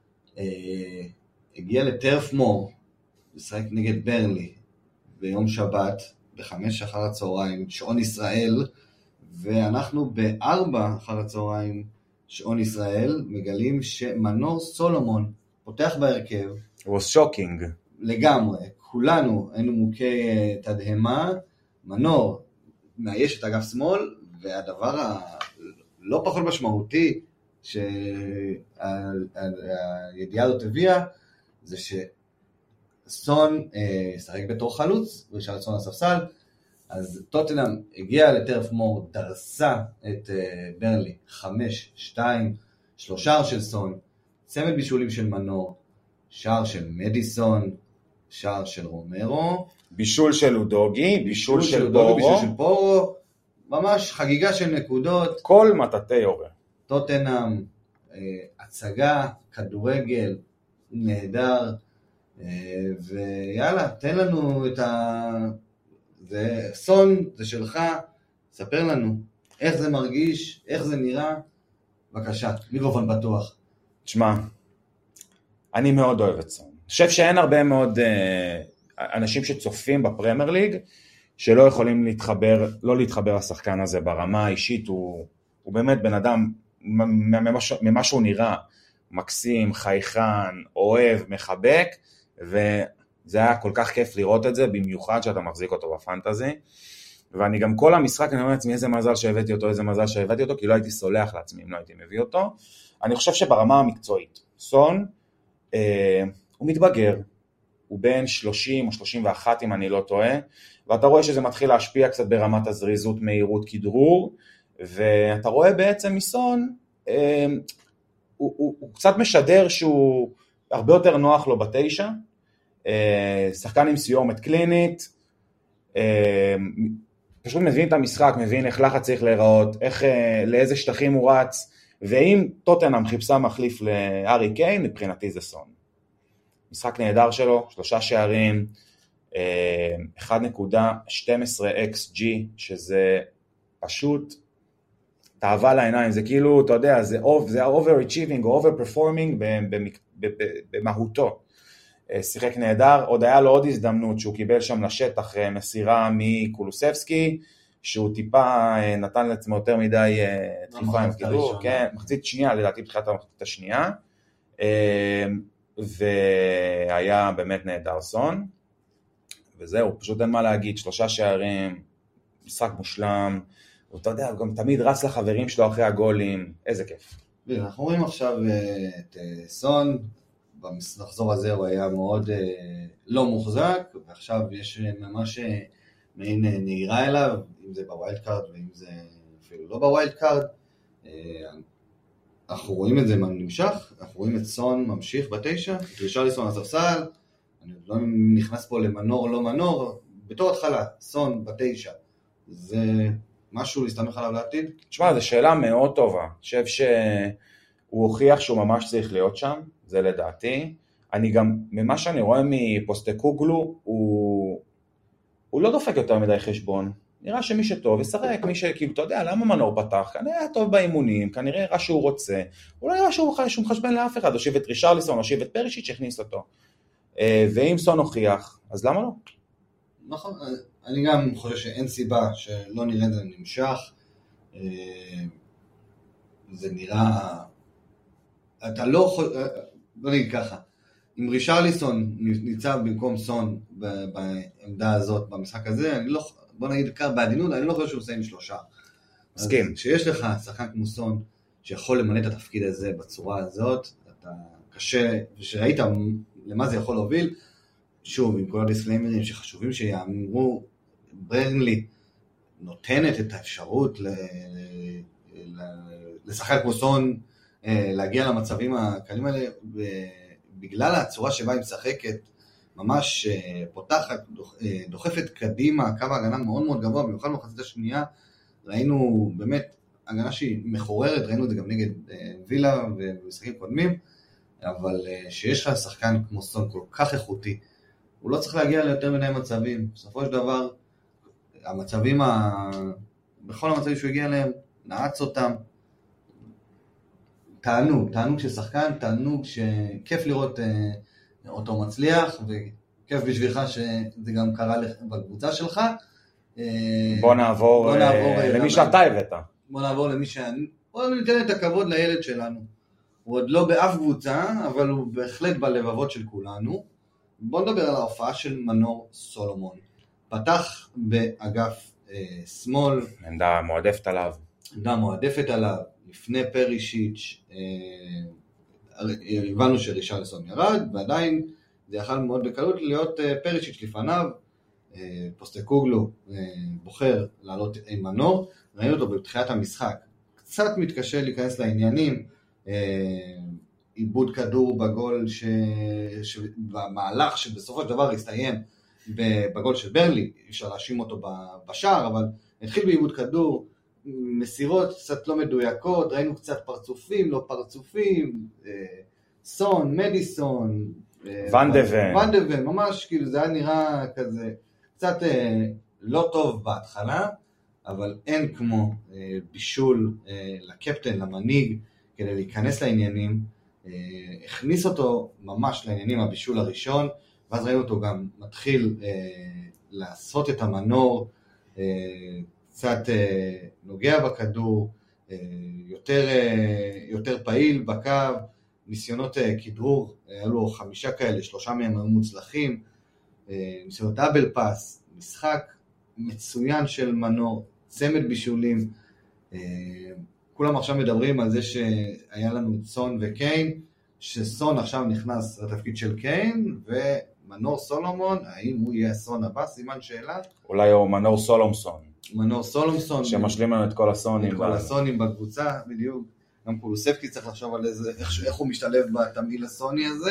הגיע לטרף מור, לשחק נגד ברנלי, ביום שבת, בחמש אחר הצהריים, שעון ישראל, ואנחנו בארבע אחר הצהריים, שעון ישראל, מגלים שמנור סולומון פותח בהרכב. It was shocking. לגמרי, כולנו היינו מוכי תדהמה, מנור מאייש את אגף שמאל, והדבר הלא פחות משמעותי, שהידיעה הזאת הביאה, זה שסון שחק בתור חלוץ, ושאר סון הספסל, אז טוטנהאם הגיעה לטרף מור, דרסה את ברנלי, חמש, שתיים, שלושה של סון, צמד בישולים של מנור, שער של מדיסון, שער של רומרו, בישול של אודוגי, בישול של בורו, בישול של פורו, ממש חגיגה של נקודות. כל מטאטי יורה. טוטנהאם, הצגה, כדורגל, נהדר, ויאללה, תן לנו את ה... זה סון, זה שלך, ספר לנו איך זה מרגיש, איך זה נראה, בבקשה, מיקרופון פתוח. תשמע, אני מאוד אוהב את סון. אני חושב שאין הרבה מאוד, אנשים שצופים בפרמייר ליג, שלא יכולים להתחבר, לא להתחבר לשחקן הזה ברמה האישית, הוא, הוא באמת בן אדם, ממה, ממה שהוא נראה, מקסים, חייכן, אוהב, מחבק, וזה היה כל כך כיף לראות את זה, במיוחד שאתה מחזיק אותו בפנטזי, ואני גם כל המשחק, אני אומר לעצמי, איזה מזל שהבאתי אותו, איזה מזל שהבאתי אותו, כי לא הייתי סולח לעצמי אם לא הייתי מביא אותו. אני חושב שברמה המקצועית, סון, אה, הוא מתבגר, הוא בין שלושים או שלושים ואחת אם אני לא טועה, ואתה רואה שזה מתחיל להשפיע קצת ברמת הזריזות, מהירות, כדרור, ואתה רואה בעצם מסון, אה, הוא, הוא, הוא קצת משדר שהוא הרבה יותר נוח לו בתשע, אה, שחקן עם סיומת קלינית, אה, פשוט מבין את המשחק, מבין איך לחץ צריך להיראות, איך, לאיזה שטחים הוא רץ, ואם טוטנהאם חיפשה מחליף להארי קיין, מבחינתי זה סון. משחק נהדר שלו, שלושה שערים, אחת נקודה שתים עשרה אקס ג'י, שזה פשוט תאווה לעיניים, זה כאילו, אתה יודע, זה, זה over-achieving או over-performing במהותו. שיחק נהדר, עוד היה לו עוד הזדמנות שהוא קיבל שם לשטח מסירה מקולוסבסקי, שהוא טיפה נתן לעצמו יותר מדי דחיפה עם כדור, כן, מחצית שנייה, לדעתי בתחילת המחצית השנייה, והיה באמת נהדר סון, וזהו, פשוט אין מה להגיד, שלושה שערים, משחק מושלם, ואתה יודע, גם תמיד רץ לחברים שלו אחרי הגולים, איזה כיף. אנחנו רואים עכשיו את סון, במחזור הזה הוא היה מאוד אה, לא מוחזק, ועכשיו יש ממש מעין נהירה אליו, אם זה בווילד קארד ואם זה אפילו לא בווילד קארד. אה, אנחנו רואים את זה נמשך, אנחנו רואים את סון ממשיך בתשע, את רישרליסון על הספסל, אני לא נכנס פה למנור לא מנור, בתור התחלה, סון בתשע, זה משהו להסתמך עליו לעתיד? תשמע, זו שאלה מאוד טובה, אני חושב שהוא הוכיח שהוא ממש צריך להיות שם, זה לדעתי. אני גם, ממה שאני רואה מפוסטקוגלו, הוא, הוא לא דופק יותר מדי חשבון. נראה שמי שטוב ישחק, מי שכאילו, אתה יודע, למה מנור פתח? כנראה היה טוב באימונים, כנראה ראה שהוא רוצה. הוא לא היה שהוא מחשבן לאף אחד, הושיב את רישרליסון, הושיב את פרישיץ' שהכניס אותו. ואם סון הוכיח, אז למה לא? נכון, אני גם חושב שאין סיבה שלא נראה את זה נמשך. זה נראה... אתה לא יכול... בוא נגיד ככה, אם רישרליסון ניצב במקום סון בעמדה הזאת, במשחק הזה, אני לא... בוא נגיד כך בעדינות, אני לא חושב שהוא עושה עם שלושה. מסכים. כשיש לך שחקן כמו סון, שיכול למלא את התפקיד הזה בצורה הזאת, אתה קשה, ושראית למה זה יכול להוביל, שוב, עם כל הדיסקליימרים שחשובים שיאמרו, ברנלי נותנת את האפשרות לשחקן כמו סון, להגיע למצבים הקלים האלה, בגלל הצורה שבה היא משחקת, ממש פותחת, דוחפת קדימה, קו ההגנה מאוד מאוד גבוה, במיוחד במחצית השנייה, ראינו באמת הגנה שהיא מחוררת, ראינו את זה גם נגד וילה ומשחקים קודמים, אבל שיש לך שחקן כמו סון כל כך איכותי, הוא לא צריך להגיע ליותר מדי מצבים, בסופו של דבר, המצבים, ה... בכל המצבים שהוא הגיע אליהם, נעץ אותם, תענוג, תענוג של שחקן, תענוג שכיף לראות אותו מצליח, וכיף בשבילך שזה גם קרה בקבוצה שלך. בוא נעבור, בוא נעבור למי שאתה הבאת. בוא נעבור למי שאני, בוא ניתן את הכבוד לילד שלנו. הוא עוד לא באף קבוצה, אבל הוא בהחלט בלבבות של כולנו. בוא נדבר על ההופעה של מנור סולומון. פתח באגף אה, שמאל. עמדה מועדפת עליו. עמדה מועדפת עליו. לפני פרישיץ', אה, הבנו שרישרליסון ירד, ועדיין זה יכול מאוד בקלות להיות אה, פרישיץ' לפניו. אה, פוסטקוגלו אה, בוחר לעלות עם מנור. ראינו אותו בתחילת המשחק. קצת מתקשה להיכנס לעניינים. איבוד כדור בגול ש... ש... במהלך שבסופו של דבר הסתיים בגול של ברלי, אפשר להאשים אותו בשער, אבל התחיל באיבוד כדור, מסירות קצת לא מדויקות, ראינו קצת פרצופים, לא פרצופים, סון, מדיסון, ון דוון, ון דוון, ממש כאילו זה היה נראה כזה, קצת לא טוב בהתחלה, אבל אין כמו בישול לקפטן, למנהיג, כדי להיכנס לעניינים, הכניס אותו ממש לעניינים הבישול הראשון, ואז ראינו אותו גם מתחיל אה, לעשות את המנור, אה, קצת אה, נוגע בכדור, אה, יותר, אה, יותר פעיל בקו, ניסיונות אה, כדרור, היה לו חמישה כאלה, שלושה מהם היו מוצלחים, אה, ניסיונות דאבל פאס, משחק מצוין של מנור, צמד בישולים, אה, כולם עכשיו מדברים על זה שהיה לנו סון וקיין, שסון עכשיו נכנס לתפקיד של קיין, ומנור סולומון, האם הוא יהיה סון הבא? סימן שאלה. אולי הוא מנור סולומסון. מנור סולומסון. שמשלים לנו את כל הסונים. את כל הסונים בקבוצה, בדיוק. גם קולוספקי צריך לחשוב על איזה, איך, איך הוא משתלב בתמהיל הסוני הזה.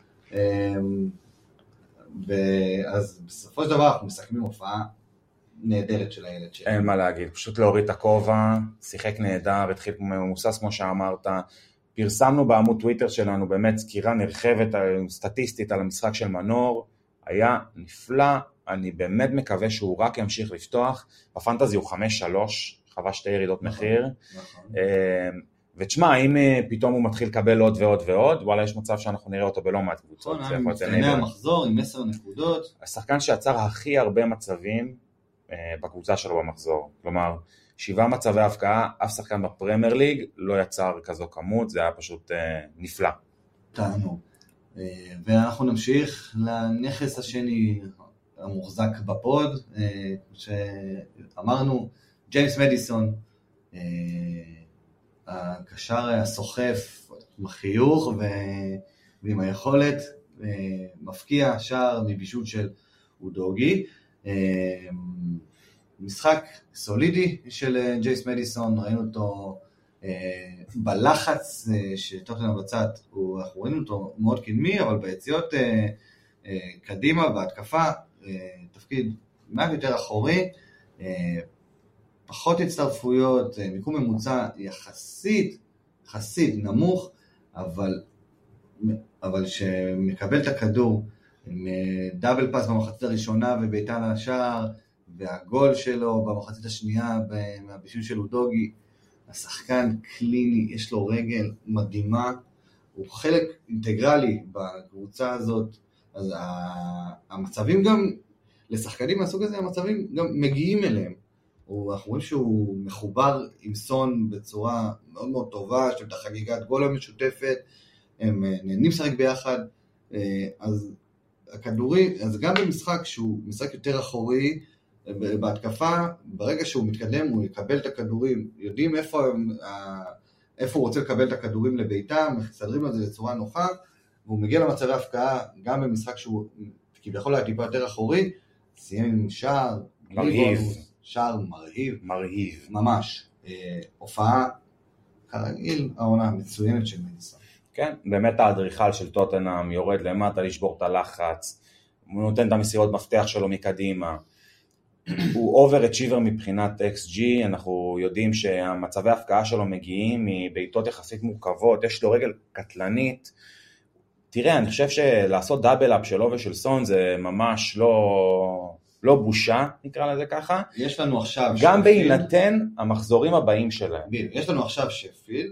ואז בסופו של דבר אנחנו מסכמים הופעה נהדרת של הילד שלי. אין מה להגיד, פשוט להוריד את הכובע, שיחק נהדר, התחיל ממוסס כמו שאמרת, פרסמנו בעמוד טוויטר שלנו באמת סקירה נרחבת סטטיסטית על המשחק של מנור, היה נפלא, אני באמת מקווה שהוא רק ימשיך לפתוח, בפנטזי הוא חמש שלוש, חווה שתי ירידות מחיר, ותשמע, אם פתאום הוא מתחיל לקבל עוד ועוד ועוד, וואלה יש מצב שאנחנו נראה אותו בלא מעט קבוצות. מצטייני המחזור עם עשר נקודות. השחקן שיצר הכי הרבה מצבים בקבוצה שלו במחזור, כלומר, שבעה מצבי הפקעה, אף שחקן בפרמייר ליג לא יצר כזו כמות, זה היה פשוט אה, נפלא. תענו. אה, ואנחנו נמשיך לנכס השני המוחזק בפוד, אה, שאמרנו, ג'יימס מדיסון, אה, הקשר הסוחף, עם החיוך ו... ועם היכולת, אה, מפקיע שער מבישול של אודוגי, אה, משחק סולידי של ג'ייס מדיסון, ראינו אותו אה, בלחץ אה, שטוטנהאם מבצעת, אנחנו ראינו אותו מאוד קדמי, אבל ביציאות אה, אה, קדימה, בהתקפה, אה, תפקיד מעט יותר אחורי, אה, פחות הצטרפויות, אה, מיקום ממוצע יחסית, יחסית נמוך, אבל, אבל שמקבל את הכדור, עם דאבל פאס במחצית הראשונה וביתה לשער, והגול שלו במחצית השנייה מהבישול של אודוגי, השחקן קליני, יש לו רגל מדהימה, הוא חלק אינטגרלי בקבוצה הזאת, אז המצבים גם, לשחקנים מהסוג הזה, המצבים גם מגיעים אליהם, אנחנו רואים שהוא מחובר עם סון בצורה מאוד מאוד טובה, יש להם את החגיגת גול המשותפת, הם נהנים לשחק ביחד, אז הכדורי, אז גם במשחק שהוא משחק יותר אחורי, בהתקפה, ברגע שהוא מתקדם, הוא יקבל את הכדורים, יודעים איפה, איפה הוא רוצה לקבל את הכדורים לביתם, מסדרים את זה לצורה נוחה, והוא מגיע למצבי הפקעה, גם במשחק שהוא כביכול היה טיפה יותר אחורי, סיים עם שער, מרהיב, שער מרהיב, מרהיב, ממש, אה, הופעה, כרגיל, העונה מצוינת של מדיסון. כן, באמת האדריכל של טוטנהאם יורד למטה לשבור את הלחץ, הוא נותן את המסירות מפתח שלו מקדימה, הוא אובר-אצ'יבר מבחינת אקס ג'י, אנחנו יודעים שהמצבי ההפקעה שלו מגיעים מבעיטות יחסית מורכבות, יש לו רגל קטלנית, תראה, אני חושב שלעשות דאבל-אפ שלו ושל סון זה ממש לא, לא בושה, נקרא לזה ככה. יש לנו עכשיו גם בהינתן המחזורים הבאים שלהם. יש לנו עכשיו שפילד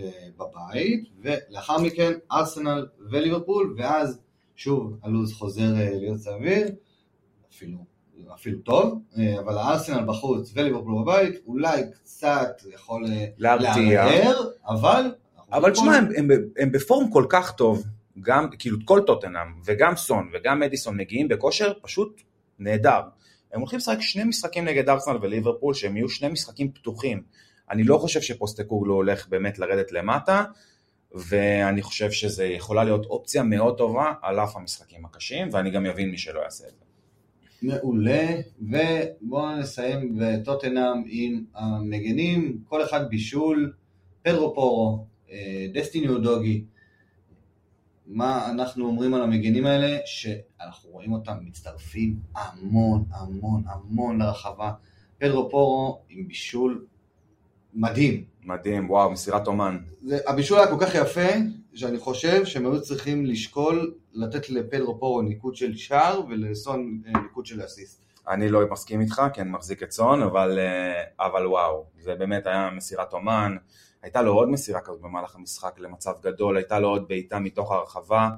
בבית, ולאחר מכן ארסנל וליברפול, ואז שוב הלוז חוזר להיות סביר, אפילו אפילו טוב, אבל הארסנל בחוץ וליברפול בבית, אולי קצת יכול להרהר, אבל... אבל תשמע, הם, הם, הם בפורם כל כך טוב, גם, כאילו כל טוטנהאם, וגם סון, וגם מדיסון מגיעים בכושר פשוט נהדר. הם הולכים לשחק שני משחקים נגד ארסנל וליברפול, שהם יהיו שני משחקים פתוחים. אני לא חושב שפוסטקוגלו הולך באמת לרדת למטה, ואני חושב שזה יכולה להיות אופציה מאוד טובה, על אף המשחקים הקשים, ואני גם יבין מי שלא יעשה את זה. מעולה, ובואו נסיים בטוטנהאם עם המגנים, כל אחד בישול, פדרו פורו, דסטיני אודוגי. מה אנחנו אומרים על המגנים האלה? שאנחנו רואים אותם מצטרפים המון המון המון לרחבה. פדרו פורו עם בישול מדהים. מדהים, וואו, מסירת אומן. זה, הבישול היה כל כך יפה, שאני חושב שהם היו צריכים לשקול לתת לפדרו פורו ניקוד של שער, ולסון ניקוד של אסיסט. אני לא מסכים איתך, כי אני מחזיק את סון, אבל, אבל וואו, זה באמת היה מסירת אומן. הייתה לו עוד מסירה כזאת במהלך המשחק למצב גדול, הייתה לו עוד בעיטה מתוך הרחבה,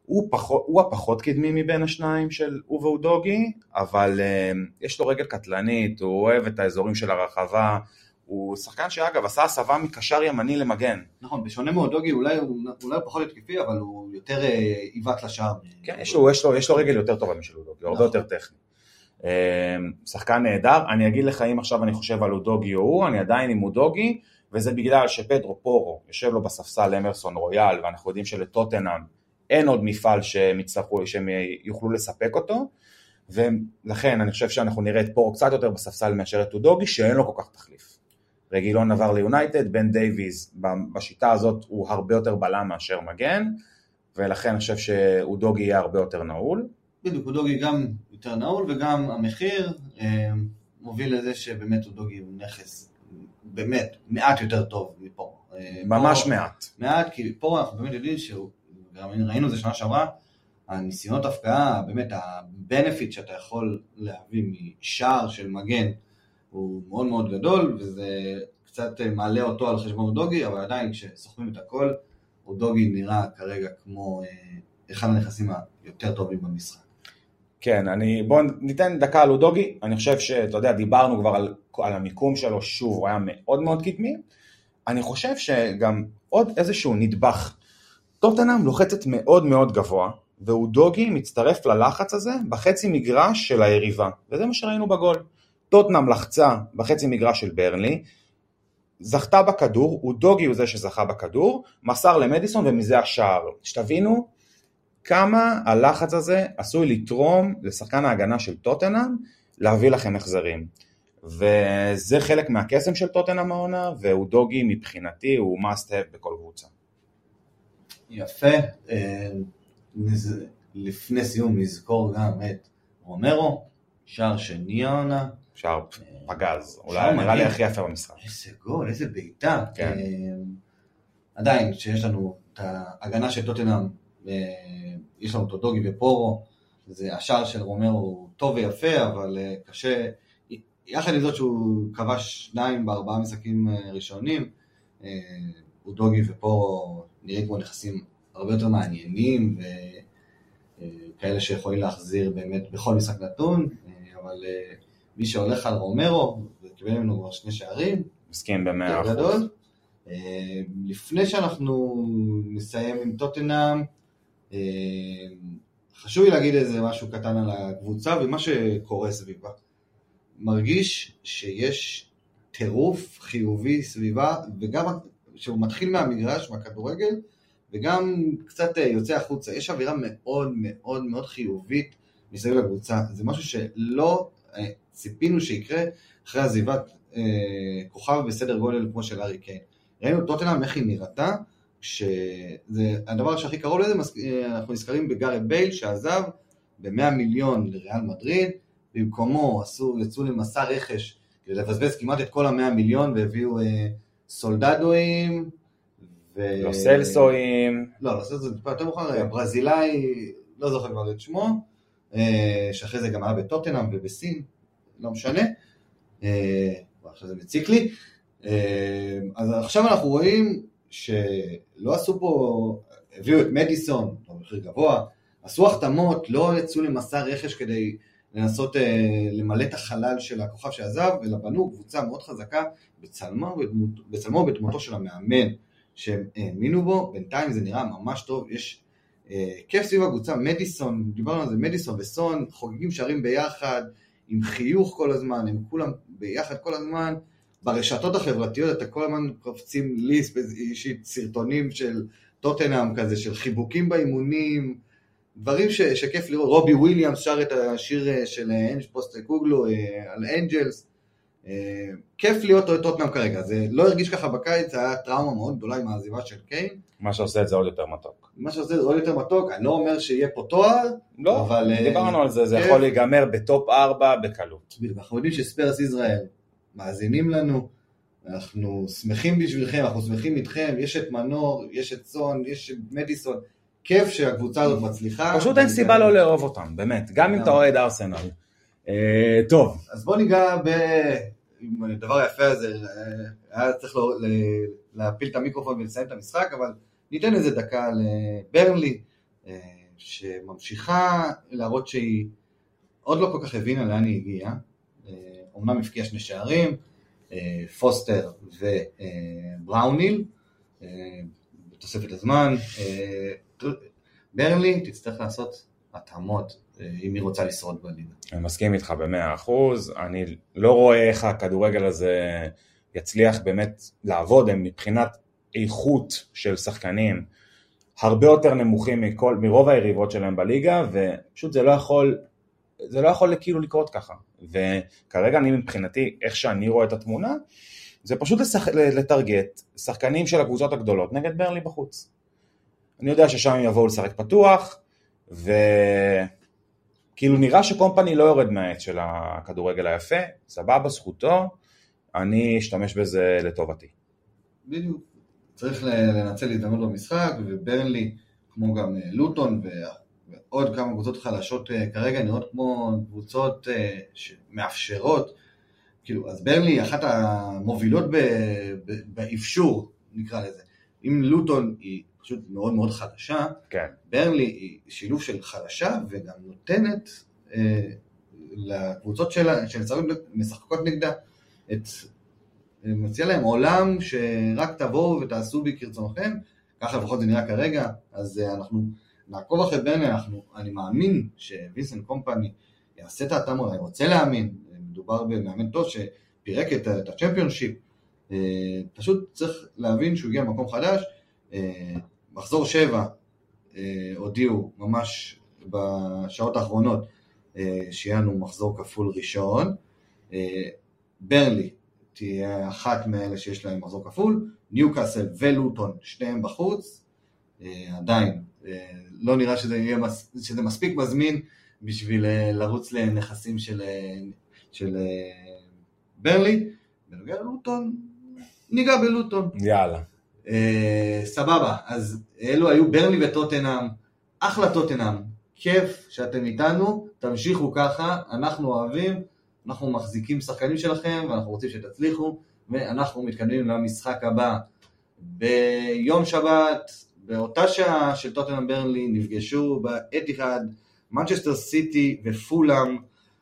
הוא, פחות, הוא הפחות קדמי מבין השניים של הוא ואודוגי, אבל uh, יש לו רגל קטלנית, הוא אוהב את האזורים של הרחבה, הוא שחקן שאגב עשה הסבה מקשר ימני למגן. נכון, בשונה מאודוגי אולי הוא אולי פחות התקפי, אבל הוא יותר עיוות לשער. כן, יש לו, יש לו, יש לו רגל יותר טובה משל אודוגי, הרבה יותר טכני. שחקן נהדר, אני אגיד לך אם עכשיו אני חושב על אודוגי או הוא, אני עדיין עם אודוגי, וזה בגלל שפדרו פורו יושב לו בספסל אמרסון רויאל, ואנחנו יודעים שלטוטנהאם אין עוד מפעל שהם יצטרכו, שהם יוכלו לספק אותו, ולכן אני חושב שאנחנו נראה את פורו קצת יותר בספסל מאשר את אודוגי, שאין לו כל כך תחליף. רגילון עבר ליונייטד, בן דייביז בשיטה הזאת הוא הרבה יותר בלם מאשר מגן, ולכן אני חושב שאודוגי יהיה הרבה יותר נעול. בדיוק, אודוגי גם יותר נעול, וגם המחיר אה, מוביל לזה שבאמת אודוגי הוא נכס באמת מעט יותר טוב מפורו. אה, ממש פורו, מעט. מעט, כי פורו אנחנו באמת יודעים שהוא, גם ראינו זה שנה שעברה, הניסיונות הפקעה, באמת הבנפיט שאתה יכול להביא משער של מגן, הוא מאוד מאוד גדול, וזה קצת מעלה אותו על חשבון אודוגי, אבל עדיין כשסוכמים את הכל, אודוגי נראה כרגע כמו אה, אחד הנכסים היותר טובים במשחק. כן, אני, בואו ניתן דקה על אודוגי, אני חושב שאתה יודע, דיברנו כבר על, על המיקום שלו, שוב, הוא היה מאוד מאוד קדמי, אני חושב שגם עוד איזשהו נדבך, טוטנהאם לוחצת מאוד מאוד גבוה, ואודוגי מצטרף ללחץ הזה בחצי מגרש של היריבה, וזה מה שראינו בגול. טוטנהאם לחצה בחצי מגרש של ברנלי, זכתה בכדור, אודוגי הוא זה שזכה בכדור, מסר למדיסון ומזה השער. שתבינו כמה הלחץ הזה עשוי לתרום לשחקן ההגנה של טוטנהאם להביא לכם החזרים. וזה חלק מהקסם של טוטנהאם העונה, ואודוגי מבחינתי הוא must have בכל קבוצה. יפה, לפני סיום נזכור גם את רומרו, שער שני העונה. שער פגז, אולי נראה לי הכי יפה במשחק. איזה גול, איזה בעיטה. כן. עדיין, שיש לנו את ההגנה של טוטנהאם, יש לנו את אודוגי ופורו, זה השער של רומרו טוב ויפה, אבל קשה, יחד עם זאת שהוא כבש שניים בארבעה משחקים ראשונים, אודוגי ופורו נראים כמו נכסים הרבה יותר מעניינים, וכאלה שיכולים להחזיר באמת בכל משחק נתון, אבל מי שהולך על רומרו, וקיבל ממנו כבר שני שערים, מסכים במאה אחוז. לפני שאנחנו נסיים עם טוטנהאם, חשוב לי להגיד איזה משהו קטן על הקבוצה ומה שקורה סביבה. מרגיש שיש טירוף חיובי סביבה, וגם שהוא מתחיל מהמגרש, מהכדורגל, וגם קצת יוצא החוצה. יש אווירה מאוד מאוד מאוד חיובית מסביב לקבוצה. זה משהו שלא ציפינו שיקרה אחרי עזיבת כוכב בסדר גודל כמו של הארי קיין. ראינו טוטנהאם איך היא נראתה, שזה הדבר שהכי קרוב לזה, אנחנו נזכרים בגארד בייל שעזב ב-מאה מיליון לריאל מדריד, במקומו עשו, יצאו למסע רכש כדי לבזבז כמעט את כל ה-מאה מיליון, והביאו אה, סולדדואים, ו... לא סלסואים. לא, לא סלסואים, זה יותר מאוחר, הברזילאי, לא זוכר כבר את שמו, אה, שאחרי זה גם היה בטוטנהאם ובסין, לא משנה, אה, עכשיו זה מציק לי, אה, אז עכשיו אנחנו רואים שלא עשו פה, הביאו את מדיסון, במחיר גבוה, עשו החתמות, לא יצאו למסע רכש כדי לנסות אה, למלא את החלל של הכוכב שעזב, אלא בנו קבוצה מאוד חזקה בצלמו, בצלמו ובדמותו של המאמן שהם האמינו בו. בינתיים זה נראה ממש טוב, יש אה, כיף סביב הקבוצה. מדיסון, דיברנו על זה, מדיסון וסון חוגגים שערים ביחד, עם חיוך כל הזמן, הם כולם ביחד כל הזמן, ברשתות החברתיות אתה כל הזמן קופצים ליסט אישית סרטונים של טוטנהאם כזה, של חיבוקים באימונים, דברים ש, שכיף לראות. רובי וויליאמס שר את השיר של אנג' פוסט קוגלו על אנג'לס, כיף להיות טוטנהאם כרגע, זה לא הרגיש ככה בקיץ, זה היה טראומה מאוד גדולה עם העזיבה של קיין. מה שעושה את זה עוד יותר מתוק. מה שעושה את זה עוד יותר מתוק, אני לא אומר שיהיה פה תואר, לא, אבל... דיברנו על זה, זה יכול להיגמר בטופ ארבע בקלות. אנחנו יודעים שספרס ישראל מאזינים לנו, אנחנו שמחים בשבילכם, אנחנו שמחים איתכם, יש את מנור, יש את סון, יש את מדיסון, כיף שהקבוצה הזאת מצליחה. פשוט אין סיבה לא לאהוב אותם, באמת, גם אם אתה אוהד ארסנל. טוב. אז בוא ניגע בדבר היפה הזה, היה צריך להפיל את המיקרופון ולסיים את המשחק, אבל ניתן איזה דקה לברנלי, שממשיכה להראות שהיא עוד לא כל כך הבינה לאן היא הגיעה, אומנם הפקיע שני שערים, פוסטר ובראוניל, בתוספת הזמן, ברנלי תצטרך לעשות התאמות אם היא רוצה לשרוד בליגה. אני מסכים איתך ב-מאה אחוז, אני לא רואה איך הכדורגל הזה יצליח באמת לעבוד, הם מבחינת איכות של שחקנים הרבה יותר נמוכים מכל, מרוב היריבות שלהם בליגה, ופשוט זה לא יכול, זה לא יכול כאילו לקרות ככה. וכרגע אני מבחינתי, איך שאני רואה את התמונה, זה פשוט לשח... לטרגט שחקנים של הקבוצות הגדולות נגד ברנלי בחוץ. אני יודע ששם הם יבואו לשחק פתוח, וכאילו נראה שקומפני לא יורד מהעץ של הכדורגל היפה, סבבה, זכותו, אני אשתמש בזה לטובתי. בדיוק, צריך לנצל הזדמנות במשחק, וברנלי, כמו גם לוטון, ועוד כמה קבוצות חלשות כרגע, נראות כמו קבוצות שמאפשרות, כאילו, אז ברנלי היא אחת המובילות באפשור, נקרא לזה. אם לוטון היא פשוט מאוד מאוד חדשה, כן. ברנלי היא שילוב של חדשה, וגם נותנת אה, לקבוצות שלה, שמשחקות נגדה, את, מציע להם עולם שרק תבואו ותעשו בי כרצונכם, ככה לפחות זה נראה כרגע, אז אה, אנחנו נעקוב אחרי ברנלי, אנחנו, אני מאמין שווינסנט קומפני יעשה את התאמות, אני רוצה להאמין, מדובר במאמן טוב שפירק את, את הצ'מפיונשיפ, אה, פשוט צריך להבין שהוא הגיע למקום חדש, אה, מחזור שבע, אה, הודיעו ממש בשעות האחרונות, אה, שיהיה לנו מחזור כפול ראשון, אה, ברנלי תהיה אחת מאלה שיש להם מחזור כפול, ניוקאסל ולוטון שניהם בחוץ, אה, עדיין אה, לא נראה שזה, יהיה מס, שזה מספיק מזמין בשביל אה, לרוץ לנכסים של, אה, של אה, ברנלי, בנוגע ללוטון, ניגע בלוטון. יאללה. אה, סבבה, אז אלו היו ברנלי וטוטנהאם, אחלה טוטנהאם, כיף שאתם איתנו, תמשיכו ככה, אנחנו אוהבים, אנחנו מחזיקים שחקנים שלכם, ואנחנו רוצים שתצליחו, ואנחנו מתקדמים למשחק הבא. ביום שבת, באותה שעה של טוטנהאם ברנלי, נפגשו באתיחאד, מנצ'סטר סיטי ופולאם,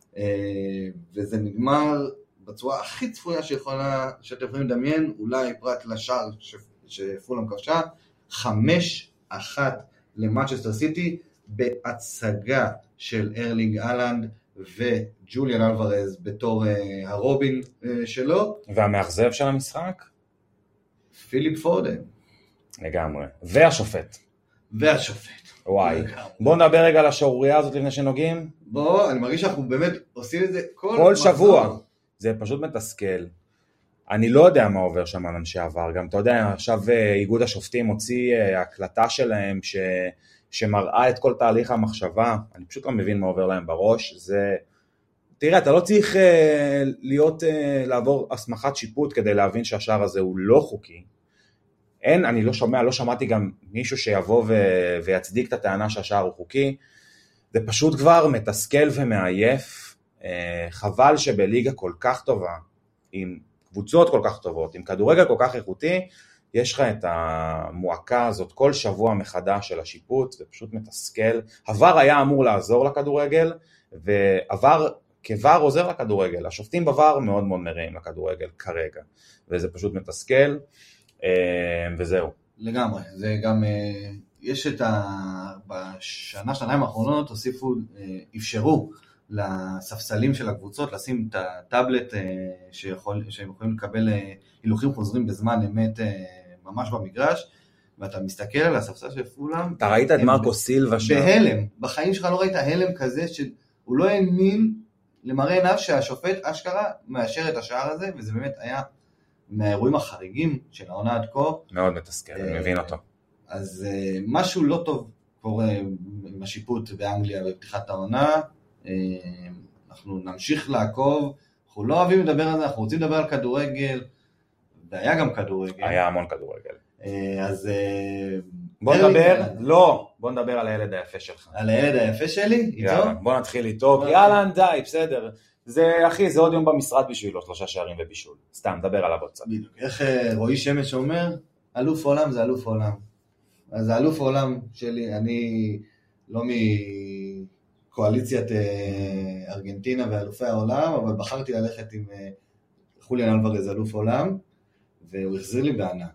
וזה נגמר בצורה הכי צפויה שיכולה, שאתם יכולים לדמיין, אולי פרט לשער שפולאם כבשה, חמש אחת למנצ'סטר סיטי, בהצגה של ארלינג הלנד וג'וליאן אלוורז בתור uh, הרובין uh, שלו. והמאכזב של המשחק? פיליפ פודן. לגמרי. והשופט. והשופט. וואי. בואו נדבר רגע על השערורייה הזאת לפני שנוגעים. בואו, אני מרגיש שאנחנו באמת עושים את זה כל, כל שבוע. זה פשוט מתסכל. אני לא יודע מה עובר שם על אנשי עבר. גם אתה יודע, עכשיו איגוד השופטים הוציא הקלטה שלהם ש... שמראה את כל תהליך המחשבה, אני פשוט לא מבין מה עובר להם בראש, זה, תראה, אתה לא צריך uh, להיות, uh, לעבור הסמכת שיפוט כדי להבין שהשער הזה הוא לא חוקי, אין, אני לא שומע, לא שמעתי גם מישהו שיבוא ו- ויצדיק את הטענה שהשער הוא חוקי, זה פשוט כבר מתסכל ומעייף, uh, חבל שבליגה כל כך טובה, עם קבוצות כל כך טובות, עם כדורגל כל כך איכותי, יש לך את המועקה הזאת כל שבוע מחדש של השיפוט, זה פשוט מתסכל. עבר היה אמור לעזור לכדורגל, ועבר כבר עוזר לכדורגל. השופטים בעבר מאוד מאוד מראים לכדורגל כרגע, וזה פשוט מתסכל, וזהו. לגמרי, זה גם, יש את ה... בשנה, שנתיים האחרונות, הוסיפו, אפשרו לספסלים של הקבוצות, לשים את הטאבלט שיכול, שהם יכולים לקבל הילוכים חוזרים בזמן אמת ממש במגרש, ואתה מסתכל על הספסל של פולאם. אתה ראית את מרקו סילבה שם? בהלם, בחיים שלך לא ראית הלם כזה, שהוא לא האמין למראה עיניו שהשופט אשכרה מאשר את השער הזה, וזה באמת היה מהאירועים החריגים של העונה עד כה. מאוד מתסכל, אני מבין אותו. אז משהו לא טוב קורה עם השיפוט באנגליה בפתיחת העונה, אנחנו נמשיך לעקוב, אנחנו לא אוהבים לדבר על זה, אנחנו רוצים לדבר על כדורגל, והיה גם כדורגל. היה המון כדורגל. אז בוא נדבר, לא, בוא נדבר על הילד היפה שלך. על הילד היפה שלי? יאללה, בוא נתחיל איתו, יאללה, די, בסדר. זה, אחי, זה עוד יום במשרד בשבילו, שלושה שערים ובישול. סתם, דבר עליו עוד קצת. בדיוק, איך רועי שמש אומר, אלוף עולם זה אלוף עולם. אז האלוף עולם שלי, אני לא מקואליציית ארגנטינה ואלופי העולם, אבל בחרתי ללכת עם חוליאן אלוורז אלוף עולם, והוא החזיר לי בענק.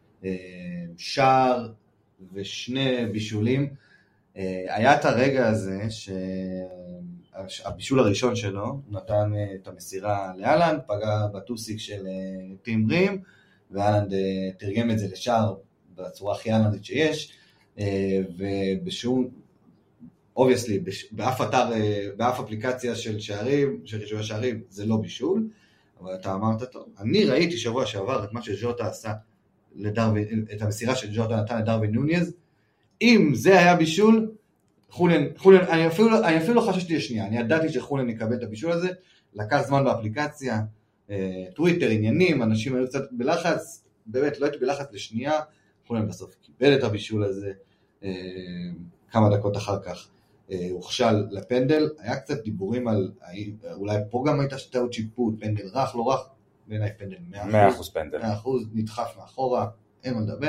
שער ושני בישולים. היה את הרגע הזה שהבישול הראשון שלו נתן את המסירה לאלנד, פגע בטוסיק של טים רים, ואלנד תרגם את זה לשער בצורה הכי אלנדית שיש, ובשום, obviously, באף אתר, באף אפליקציה של שערים, של חישובי שערים, זה לא בישול, אבל אתה אמרת טוב. אני ראיתי שבוע שעבר את מה שג'וטה עשה, לדרווין, את המסירה של ג'וטה נתן לדרווין נוניז, אם זה היה בישול, חולן, חולן, אני אפילו, אני אפילו לא חששתי לשנייה, אני ידעתי שחולן יקבל את הבישול הזה, לקח זמן באפליקציה, טוויטר, עניינים, אנשים היו קצת בלחץ, באמת לא הייתי בלחץ לשנייה, חולן בסוף קיבל את הבישול הזה, כמה דקות אחר כך הוכשל לפנדל, היה קצת דיבורים על, אולי פה גם הייתה טעות שיפוט, פנדל רך, לא רך, בעיניי פנדל מאה אחוז פנדל. מאה אחוז, נדחף מאחורה, אין מה לדבר.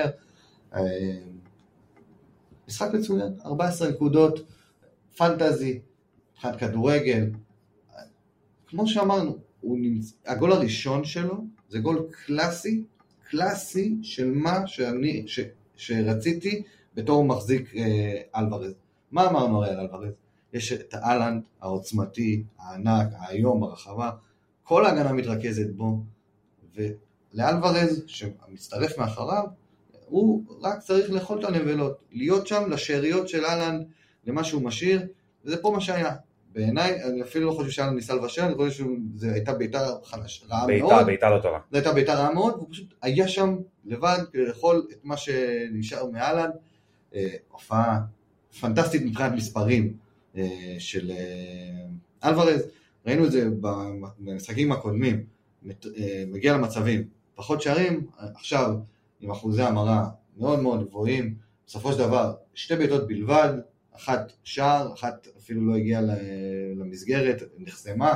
משחק מצוין, ארבע עשרה נקודות, פנטזי, אחד כדורגל. כמו שאמרנו, הגול הראשון שלו, זה גול קלאסי, קלאסי של מה שאני, ש, שרציתי בתור מחזיק אלוורז. מה אמרנו הרי על אלוורז? יש את האלנד, העוצמתי, הענק, היום ברחבה, כל ההגנה מתרכזת בו, ולאלוורז, שמצטרף מאחריו, הוא רק צריך לאכול את הנבלות, להיות שם לשאריות של אלנד, למה שהוא משאיר, וזה פה מה שהיה. בעיניי, אני אפילו לא חושב שאלנד ניסה לבשל, אני חושב שזה הייתה ביתה חלש, רעה ביתה, מאוד. ביתה לא טובה. זו הייתה ביתה רעה מאוד, והוא פשוט היה שם לבד, כדי לאכול את מה שנשאר מאלנד. הופעה פנטסטית מבחינת מספרים של אלוורז. ראינו את זה במשחקים הקודמים, מגיע למצבים, פחות שערים, עכשיו עם אחוזי המרה מאוד מאוד גבוהים, בסופו של דבר שתי ביתות בלבד, אחת שער, אחת אפילו לא הגיעה למסגרת, נחסמה,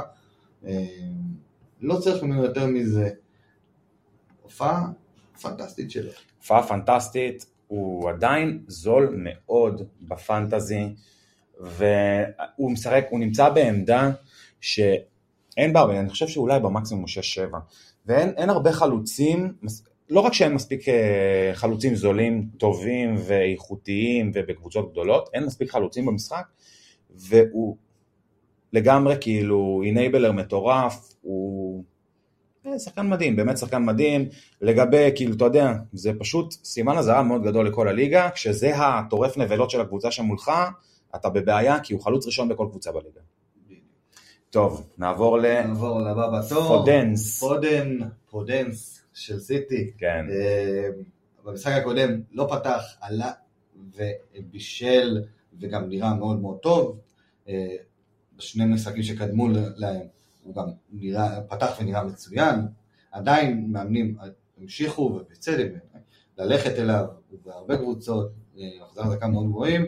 לא צריך ממנו יותר מזה. הופעה פנטסטית שלו. הופעה פנטסטית, הוא עדיין זול מאוד בפנטזי, והוא משחק, הוא נמצא בעמדה שאין בה, אני חושב שאולי במקסימום הוא שש שבע, ואין אין הרבה חלוצים, לא רק שאין מספיק חלוצים זולים, טובים ואיכותיים ובקבוצות גדולות, אין מספיק חלוצים במשחק, והוא לגמרי כאילו אינבלר מטורף, הוא שחקן מדהים, באמת שחקן מדהים, לגבי כאילו אתה יודע, זה פשוט סימן הזהב מאוד גדול לכל הליגה, כשזה הטורף נבלות של הקבוצה שמולך, אתה בבעיה כי הוא חלוץ ראשון בכל קבוצה בליגה. טוב, נעבור ל... נעבור לבא בתור. פודנס. פודן, פודנס של סיטי. כן. במשחק הקודם לא פתח, עלה ובישל, וגם נראה מאוד מאוד טוב. בשני משחקים שקדמו להם, הוא גם נראה, פתח ונראה מצוין. עדיין מאמנים המשיכו ובצדק ללכת אליו, ובהרבה קבוצות, החזר דקה מאוד גבוהים.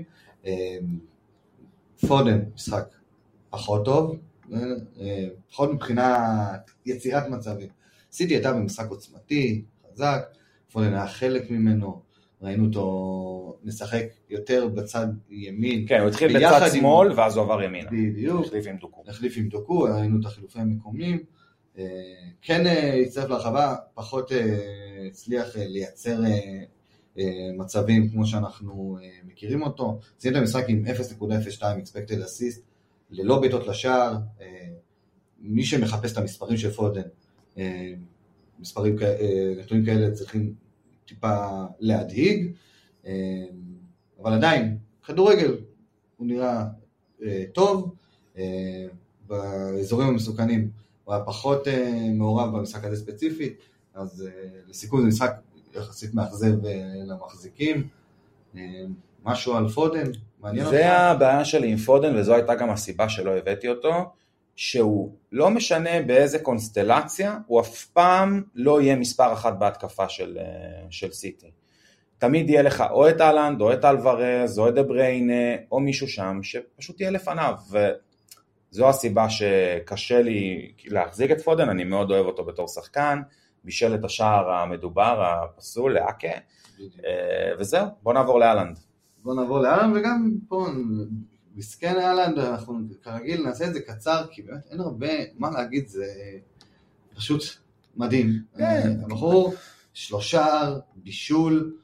פודן, משחק פחות טוב, פחות מבחינת יצירת מצבים. סיטי הייתה במשחק עוצמתי, חזק, פודן היה חלק ממנו, ראינו אותו משחק יותר בצד ימין. כן, הוא התחיל בצד שמאל, עם... ואז הוא עבר ימינה. בדיוק. החליף עם דוקו. החליף עם דוקו, ראינו את החילופי המקומים. כן הצטרף להרחבה, פחות הצליח לייצר מצבים כמו שאנחנו מכירים אותו. סיים את המשחק עם אפס נקודה אפס שתיים expected assist, ללא ביתות לשער. מי שמחפש את המספרים של פודן, מספרים, נתונים כאלה צריכים טיפה להדהיג, אבל עדיין, כדורגל הוא נראה טוב, באזורים המסוכנים הוא היה פחות מעורב במשחק הזה ספציפית, אז לסיכום זה משחק יחסית מאכזב למחזיקים. משהו על פודן, מעניין אותך? זה הבעיה שלי עם פודן, וזו הייתה גם הסיבה שלא הבאתי אותו, שהוא לא משנה באיזה קונסטלציה, הוא אף פעם לא יהיה מספר אחת בהתקפה של, של סיטי. תמיד יהיה לך או את אלנד, או את אלוורז, או את דבריינה, או מישהו שם, שפשוט יהיה לפניו, וזו הסיבה שקשה לי להחזיק את פודן, אני מאוד אוהב אותו בתור שחקן, בישל את השער המדובר, הפסול, לאקה, וזהו, בוא נעבור לאלנד. בוא נעבור לאלן, וגם פה מסכן אלן, אנחנו כרגיל נעשה את זה קצר, כי באמת אין הרבה מה להגיד, זה פשוט מדהים. הבחור, שלושה, בישול,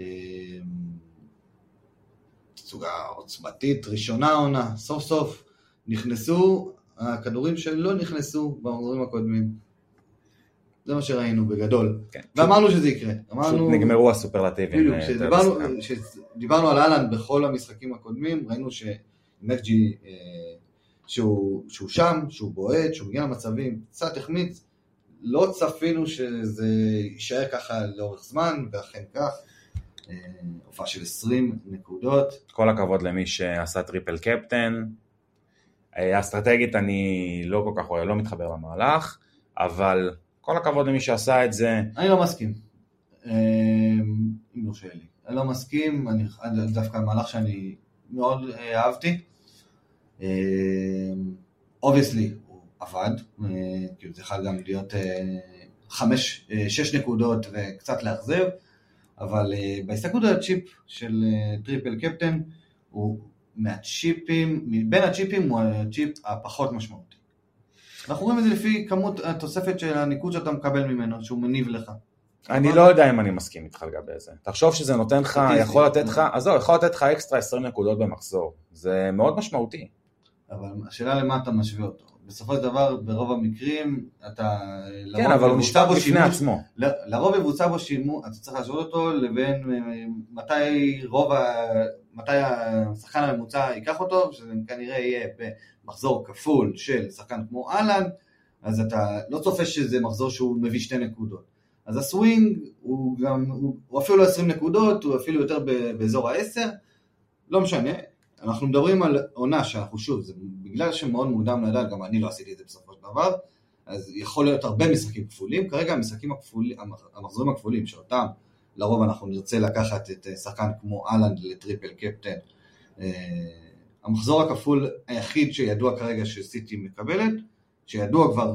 סוגה עוצמתית, ראשונה עונה, סוף סוף נכנסו הכדורים שלא נכנסו במחזורים הקודמים. זה מה שראינו בגדול. כן, ואמרנו שזה יקרה. פשוט נגמרו הסופרלטיבים. כשדיברנו על אלן בכל המשחקים הקודמים, ראינו שמקג'י, שהוא, שהוא שם, שהוא בועט, שהוא מגיע למצבים, קצת החמיץ, לא צפינו שזה יישאר ככה לאורך זמן, ואכן כך. הופעה של עשרים נקודות. כל הכבוד למי שעשה טריפל קפטן. האסטרטגית אני לא כל כך רואה, לא מתחבר למהלך, אבל כל הכבוד למי שעשה את זה. אני לא מסכים. אם יורשה לי. אני לא מסכים, אני דווקא המהלך שאני מאוד אהבתי. Obviously, הוא עבד, כי הוא צריך גם להיות חמש, שש נקודות וקצת להחזב, אבל בהסתכלות על הצ'יפ של טריפל קפטן, הוא מהצ'יפים, מבין הצ'יפים הוא הצ'יפ הפחות משמעותי. אנחנו רואים את זה לפי כמות התוספת של הניקוד שאתה מקבל ממנו, שהוא מניב לך. אני לא יודע אם אני מסכים איתך לגבי זה. תחשוב שזה נותן לך, יכול לתת לך, אז זהו, יכול לתת לך אקסטרה עשרים נקודות במחזור. זה מאוד משמעותי. אבל השאלה למה אתה משווה אותו. בסופו של דבר, ברוב המקרים, אתה... כן, אבל הוא נשתר בפני עצמו. לרוב מבוצע בו שימוש, אתה צריך להשוות אותו לבין מתי רוב ה... מתי השחקן הממוצע ייקח אותו, שזה כנראה יהיה במחזור כפול של שחקן כמו אלן, אז אתה לא צופה שזה מחזור שהוא מביא שתי נקודות. אז הסווינג הוא גם, הוא, הוא אפילו לא עשרים נקודות, הוא אפילו יותר באזור ה-עשר, לא משנה. אנחנו מדברים על עונה שאנחנו שוב, זה בגלל שמאוד מוקדם לדעת, גם אני לא עשיתי את זה בסופו של דבר, אז יכול להיות הרבה משחקים כפולים, כרגע המשחקים הכפולים, המחזורים הכפולים שאותם, לרוב אנחנו נרצה לקחת את שחקן כמו אלן לטריפל קפטן, המחזור הכפול היחיד שידוע כרגע שסיטי מקבלת, שידוע כבר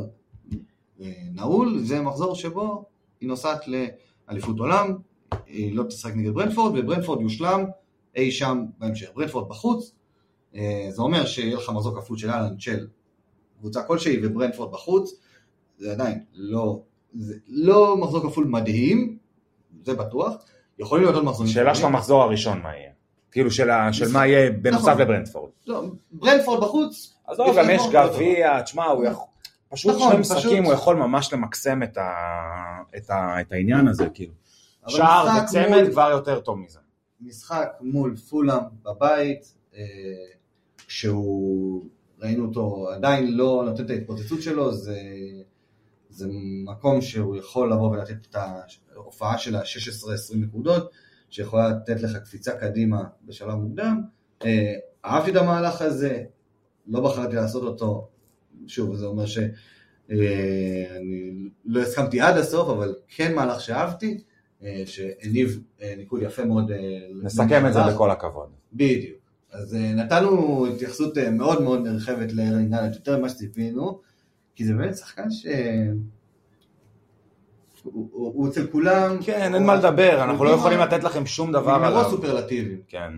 נעול, זה מחזור שבו היא נוסעת לאליפות עולם, היא לא תשחק נגד ברנפורד, וברנפורד יושלם אי שם בהמשך. ברנפורד בחוץ, זה אומר שיהיה לך מחזור כפול של אלן של קבוצה כלשהי וברנפורד בחוץ, זה עדיין לא, זה לא מחזור כפול מדהים, זה בטוח, יכולים להיות עוד מחזורים. שאלה של המחזור הראשון מה יהיה? כאילו של, של מה יהיה בנוסף לברנפורד. לא, ברנפורד בחוץ. אז לא, גם יש גביע, תשמע, הוא יכול, פשוט שני משחקים הוא יכול ממש למקסם את, ה, את, ה, את העניין הזה, כאילו. שער וצמד כבר יותר טוב מזה. משחק מול פולאם בבית, שהוא, ראינו אותו, עדיין לא נותן את ההתפוצצות שלו, זה, זה מקום שהוא יכול לבוא ולתת את ההופעה של ה-שש עשרה עשרים נקודות, שיכולה לתת לך קפיצה קדימה בשלב מוקדם. אהבתי את המהלך הזה, לא בחרתי לעשות אותו, שוב, זה אומר שאני לא הסכמתי עד הסוף, אבל כן מהלך שאהבתי, שהניב ניקוד יפה מאוד. נסכם את זה בכל הכבוד. בדיוק. אז נתנו התייחסות מאוד מאוד נרחבת לארלינג האלנד, יותר ממה שציפינו, כי זה באמת שחקן ש... הוא אצל כולם... כן, אין מה לדבר, אנחנו לא יכולים לתת לכם שום דבר עליו. נגמרו סופרלטיבים. כן.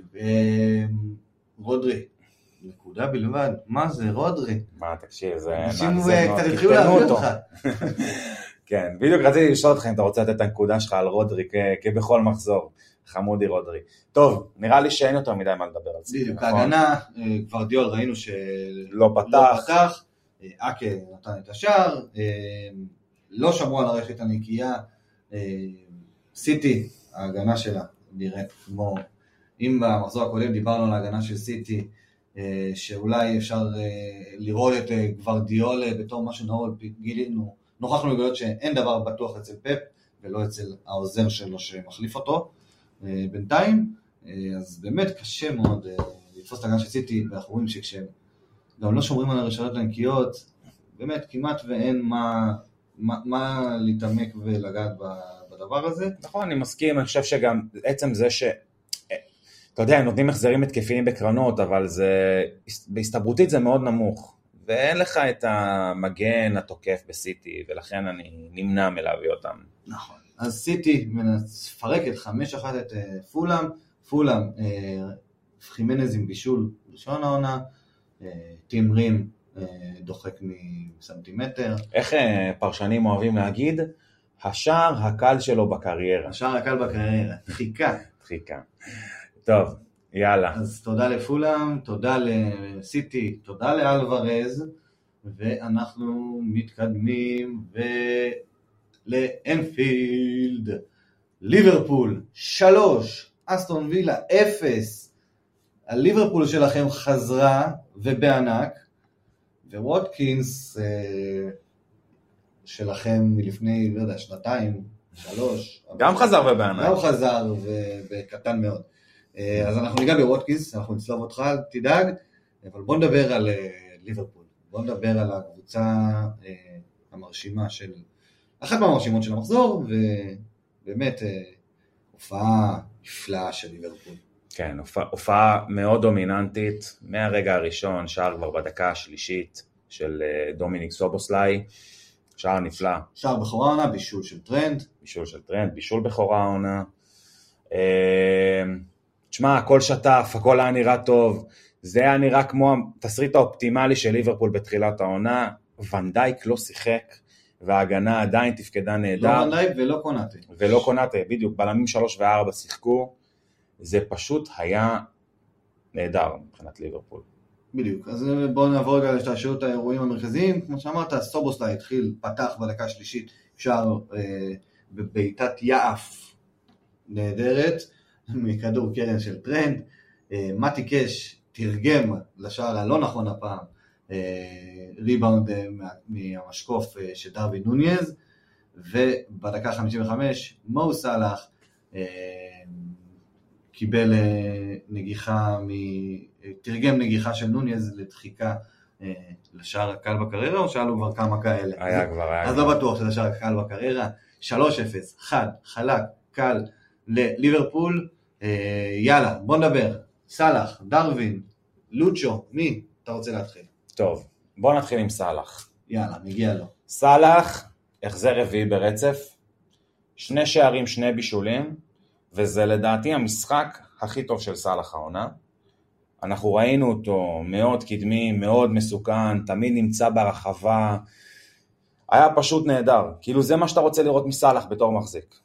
רודרי, נקודה בלבד, מה זה רודרי? מה, תקשיב, זה... אנשים קצת התחילו להבין אותך. כן, בדיוק רציתי לשאול אותך אם אתה רוצה לתת את הנקודה שלך על רודרי, כבכל מחזור, חמודי רודרי. טוב, נראה לי שאין יותר מדי מה לדבר על זה. בדיוק, ההגנה, כבר דיול ראינו שלא פתח, אקה נתן את השער, לא שמרו על הרשת הנקייה, סיטי, ההגנה שלה נראית כמו, אם במחזור הקודם דיברנו על ההגנה של סיטי, שאולי אפשר לראות את גוורדיולה בתור משהו נעול, גילינו, נוכחנו לגלות שאין דבר בטוח אצל פפ, ולא אצל העוזר שלו שמחליף אותו בינתיים, אז באמת קשה מאוד לתפוס את ההגנה של סיטי, ואנחנו רואים שכשהם גם לא שומרים על הרשתות הנקיות, באמת כמעט ואין מה... מה, מה להתעמק ולגעת בדבר הזה. נכון, אני מסכים, אני חושב שגם עצם זה ש... אתה יודע, הם נותנים מחזרים התקפיים בקרנות, אבל זה... בהסתברותית זה מאוד נמוך, ואין לך את המגן התוקף בסיטי, ולכן אני נמנע מלהביא אותם. נכון. אז סיטי מפרקת חמש אחת את פולאם, פולאם, חימנז עם בישול ראשון העונה, טים רים דוחק מסנטימטר. איך פרשנים אוהבים להגיד? השער הקל שלו בקריירה. השער הקל בקריירה, דחיקה. דחיקה. טוב, יאללה. אז תודה לפולאם, תודה לסיטי, תודה לאלוורז, ואנחנו מתקדמים לאנפילד. ליברפול, שלוש, אסטון וילה, אפס. הליברפול שלכם חזרה ובענק, וווטקינס אה, שלכם מלפני, לא יודע, שנתיים, שלוש. גם חזר ובענק. גם חזר ובקטן מאוד. אה, אז אנחנו ניגע בווטקינס, אנחנו נצלוב אותך, תדאג, אבל בוא נדבר על אה, ליברפול. בוא נדבר על הקבוצה אה, המרשימה של, אחת מהמרשימות של המחזור, ובאמת אה, הופעה נפלאה של ליברפול. כן, הופעה, הופעה מאוד דומיננטית, מהרגע הראשון, שער כבר בדקה השלישית של דומיניק סובוסליי, שער נפלא. שער בכורה עונה, בישול של טרנד. בישול של טרנד, בישול בכורה עונה. תשמע, הכל שטף, הכל היה נראה טוב, זה היה נראה כמו התסריט האופטימלי של ליברפול בתחילת העונה, ונדייק לא שיחק, וההגנה עדיין תפקדה נהדר. לא ונדייק ולא קונאטה. ולא קונאטה, בדיוק, בלמים שלוש וארבע שיחקו, זה פשוט היה נהדר מבחינת ליברפול. בדיוק, אז בואו נעבור רגע להשתעשעות האירועים המרכזיים. כמו שאמרת, סובוסליי התחיל, פתח בדקה השלישית, אפשר אה, בביתת יעף נהדרת, מכדור קרן של טרנד, אה, מתי קש תרגם לשער הלא נכון הפעם, אה, ריבאונד אה, מהמשקוף אה, של דרווין נוניז, ובדקה חמישים וחמש מו סלאח, אה, קיבל נגיחה, תרגם נגיחה של נוניז לדחיקה לשער הקל בקריירה, או שאלו כבר כמה כאלה? היה כבר, היה. אז לא בטוח שזה שער הקל בקריירה. שלוש אפס, חד, חלק, קל לליברפול. יאללה, בוא נדבר. סלאח, דרווין, לוצ'ו, מי אתה רוצה להתחיל? טוב, בוא נתחיל עם סלאח. יאללה, מגיע לו. סלאח, החזר רביעי ברצף, שני שערים, שני בישולים, וזה לדעתי המשחק הכי טוב של סלאח העונה. אנחנו ראינו אותו מאוד קדמי, מאוד מסוכן, תמיד נמצא ברחבה, היה פשוט נהדר. כאילו זה מה שאתה רוצה לראות מסלאח בתור מחזיק.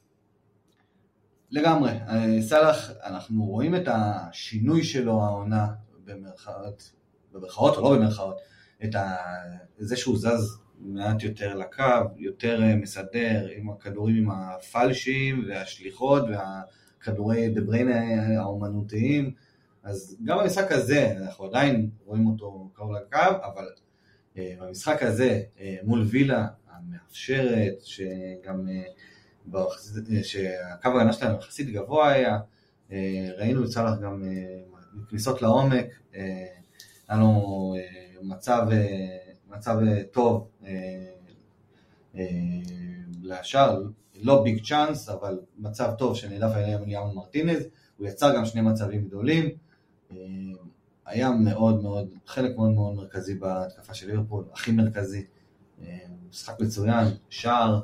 לגמרי, סלאח, אנחנו רואים את השינוי שלו העונה, במרכאות, במרכאות או לא במרכאות, את ה... זה שהוא זז מעט יותר לקו, יותר מסדר, עם הכדורים עם הפלשים והשליחות והכדורי דבריין האומנותיים. אז גם במשחק הזה, אנחנו עדיין רואים אותו קרוב לקו, אבל uh, במשחק הזה, uh, מול וילה המאפשרת, שגם uh, שהקו ההגנה שלנו יחסית גבוה היה, uh, ראינו את סלאח גם uh, כניסות לעומק, uh, היה לו uh, מצב, uh, מצב uh, טוב uh, uh, לשער, לא ביג צ'אנס, אבל מצב טוב שנעדף על אליאמו מרטינז, הוא יצר גם שני מצבים גדולים, היה מאוד מאוד, חלק מאוד מאוד מרכזי בהתקפה של ליברפול, הכי מרכזי, משחק מצוין, שער.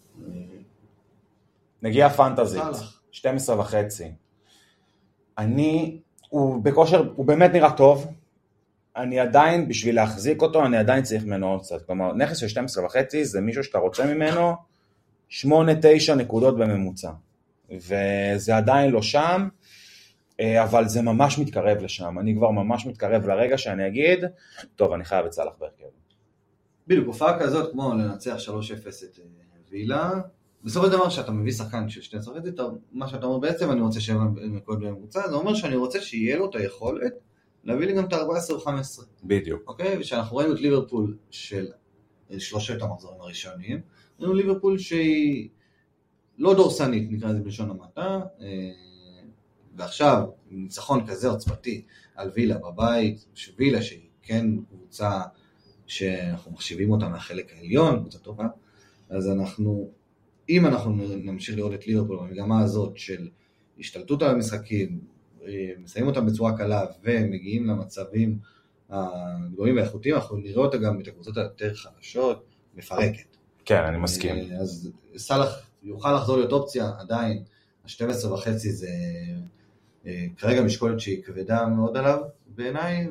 נגיע פנטזית, שתים עשרה וחצי. אני, הוא בכושר, הוא באמת נראה טוב, אני עדיין, בשביל להחזיק אותו, אני עדיין צריך ממנו עוד קצת. כלומר, נכס של שתים עשרה וחצי זה מישהו שאתה רוצה ממנו, שמונה תשע נקודות בממוצע. וזה עדיין לא שם, אבל זה ממש מתקרב לשם. אני כבר ממש מתקרב לרגע שאני אגיד, טוב, אני חייב את סלאח בהרכב. בדיוק, הופעה כזאת, כמו לנצח שלוש אפס את וילה, בסופו של דבר שאתה מביא שחקן של שתי עשרה וחצי, מה שאתה אומר בעצם, אני רוצה שבע נקודות בממוצע, זה אומר שאני רוצה שיהיה לו את היכולת, להביא לי גם את ה-ארבע עשרה וחמש עשרה. בדיוק. אוקיי? ושאנחנו ראינו את ליברפול של שלושת המחזורים הראשונים, ראינו ליברפול שהיא לא דורסנית, נקרא לזה בלשון המעטה, ועכשיו, ניצחון כזה עוצמתי על וילה בבית, שווילה שהיא כן קבוצה שאנחנו מחשיבים אותה מהחלק העליון, קבוצה טובה, אז אנחנו, אם אנחנו נמשיך לראות את ליברפול במגמה הזאת של השתלטות על המשחקים, מסיים אותם בצורה קלה ומגיעים למצבים הגדולים והאיכותיים, אנחנו נראה אותה גם את הקבוצות היותר חלשות, מפרקת. כן, אני מסכים. אז סלאח יוכל לחזור להיות אופציה, עדיין, ה-שתים עשרה וחצי זה כרגע משקולת שהיא כבדה מאוד עליו בעיניי,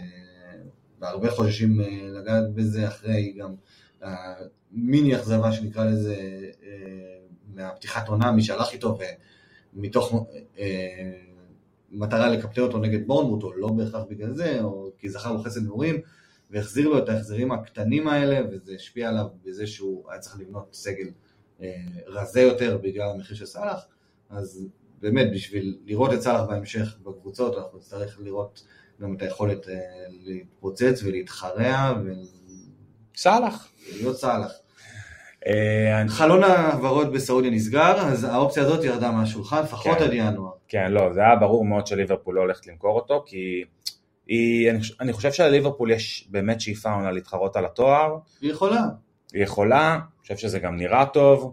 והרבה חוששים לגעת בזה אחרי גם מיני אכזבה שנקרא לזה מהפתיחת עונה, מי שהלך איתו ומתוך מטרה לקפטר אותו נגד בורנמוט, או לא בהכרח בגלל זה, או כי זכר לו חסד נעורים, והחזיר לו את ההחזרים הקטנים האלה, וזה השפיע עליו בזה שהוא היה צריך לבנות סגל רזה יותר בגלל המחיר של סלאח. אז באמת בשביל לראות את סלאח בהמשך בקבוצות, אנחנו נצטרך לראות גם את היכולת להתפוצץ ולהתחרע סלאח להיות סלאח. חלון העברות בסעודיה נסגר, אז האופציה הזאת ירדה מהשולחן, לפחות עד ינואר. כן, לא, זה היה ברור מאוד שליברפול לא הולכת למכור אותו, כי היא, אני חושב שלליברפול יש באמת שאיפה עונה להתחרות על התואר. היא יכולה. היא יכולה, אני חושב שזה גם נראה טוב,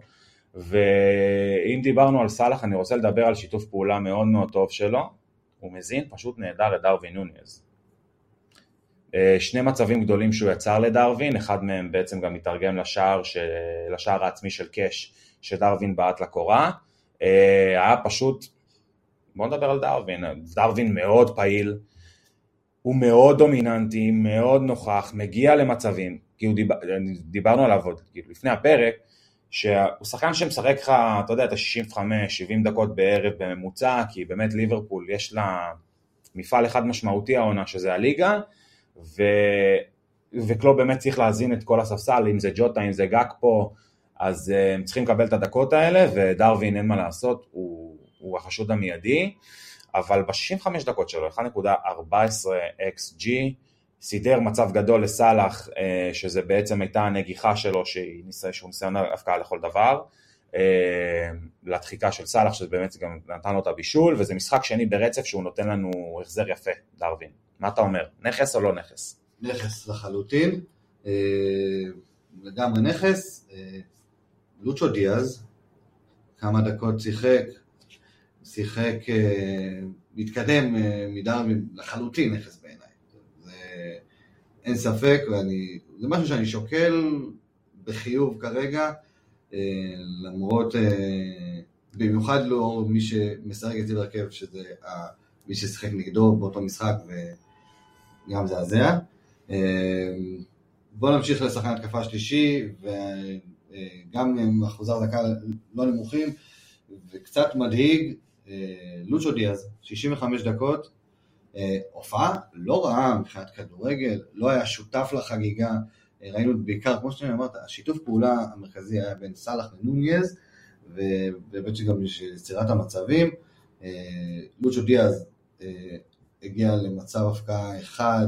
ואם דיברנו על סלאח, אני רוצה לדבר על שיתוף פעולה מאוד מאוד טוב שלו, הוא מזין פשוט נהדר את דרווין נוניז. שני מצבים גדולים שהוא יצר לדרווין, אחד מהם בעצם גם מתרגם לשער, לשער העצמי של קש, שדרווין בעט לקורה, היה פשוט, בואו נדבר על דרווין, דרווין מאוד פעיל, הוא מאוד דומיננטי, מאוד נוכח, מגיע למצבים, כי הוא דיבר, דיברנו עליו עוד לפני הפרק, שהוא שחקן שמשחק לך, אתה יודע, את ה-שישים וחמש שבעים דקות בערב בממוצע, כי באמת ליברפול יש לה מפעל אחד משמעותי העונה, שזה הליגה, ו... וקלוב באמת צריך להזין את כל הספסל, אם זה ג'וטה, אם זה גאק פה, אז הם צריכים לקבל את הדקות האלה, ודרווין אין מה לעשות, הוא, הוא החשוד המיידי, אבל ב-שישים וחמש דקות שלו, אחת נקודה ארבע עשרה אקס ג'י, סידר מצב גדול לסלאח, שזה בעצם הייתה הנגיחה שלו, שהוא ניסיון הפקעה לכל דבר, לדחיקה של סלאח, שזה באמת גם נתן לו את הבישול, וזה משחק שני ברצף שהוא נותן לנו החזר יפה, דרווין. מה אתה אומר? נכס או לא נכס? נכס לחלוטין, לגמרי נכס. לוצ'ו דיאז, כמה דקות שיחק, שיחק, מתקדם מדרווין לחלוטין נכס בעיניי. זה אין ספק, ואני, זה משהו שאני שוקל בחיוב כרגע, למרות, במיוחד לא מי שמשחק אצלי ברכב, שזה מי ששיחק נגדו באותו משחק, וגם זה הזע. בואו נמשיך לשחקן התקפה שלישי, וגם עם אחוזר דקה לא נמוכים, וקצת מדהיג, לוצ'ו דיאז, שישים וחמש דקות, הופעה לא רעה מבחינת כדורגל, לא היה שותף לחגיגה, ראינו בעיקר, כמו שאני אמרת, השיתוף פעולה המרכזי היה בין סלאח לנוניז, ובאמת שגם יצירת המצבים, לוצ'ו דיאז הגיע למצב הפקעה אחד,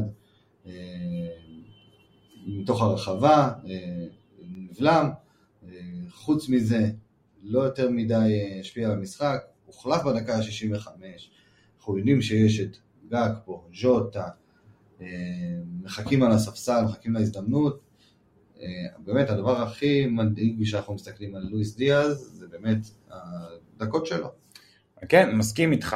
מתוך הרחבה, נבלם, חוץ מזה, לא יותר מדי השפיע על המשחק, הוחלף בדקה ה-שישים וחמש, אנחנו יודעים שיש את גאק פה, ז'וטה, מחכים על הספסל, מחכים להזדמנות, באמת הדבר הכי מדאיג שאנחנו מסתכלים על לואיס דיאז, זה באמת הדקות שלו. כן, מסכים איתך,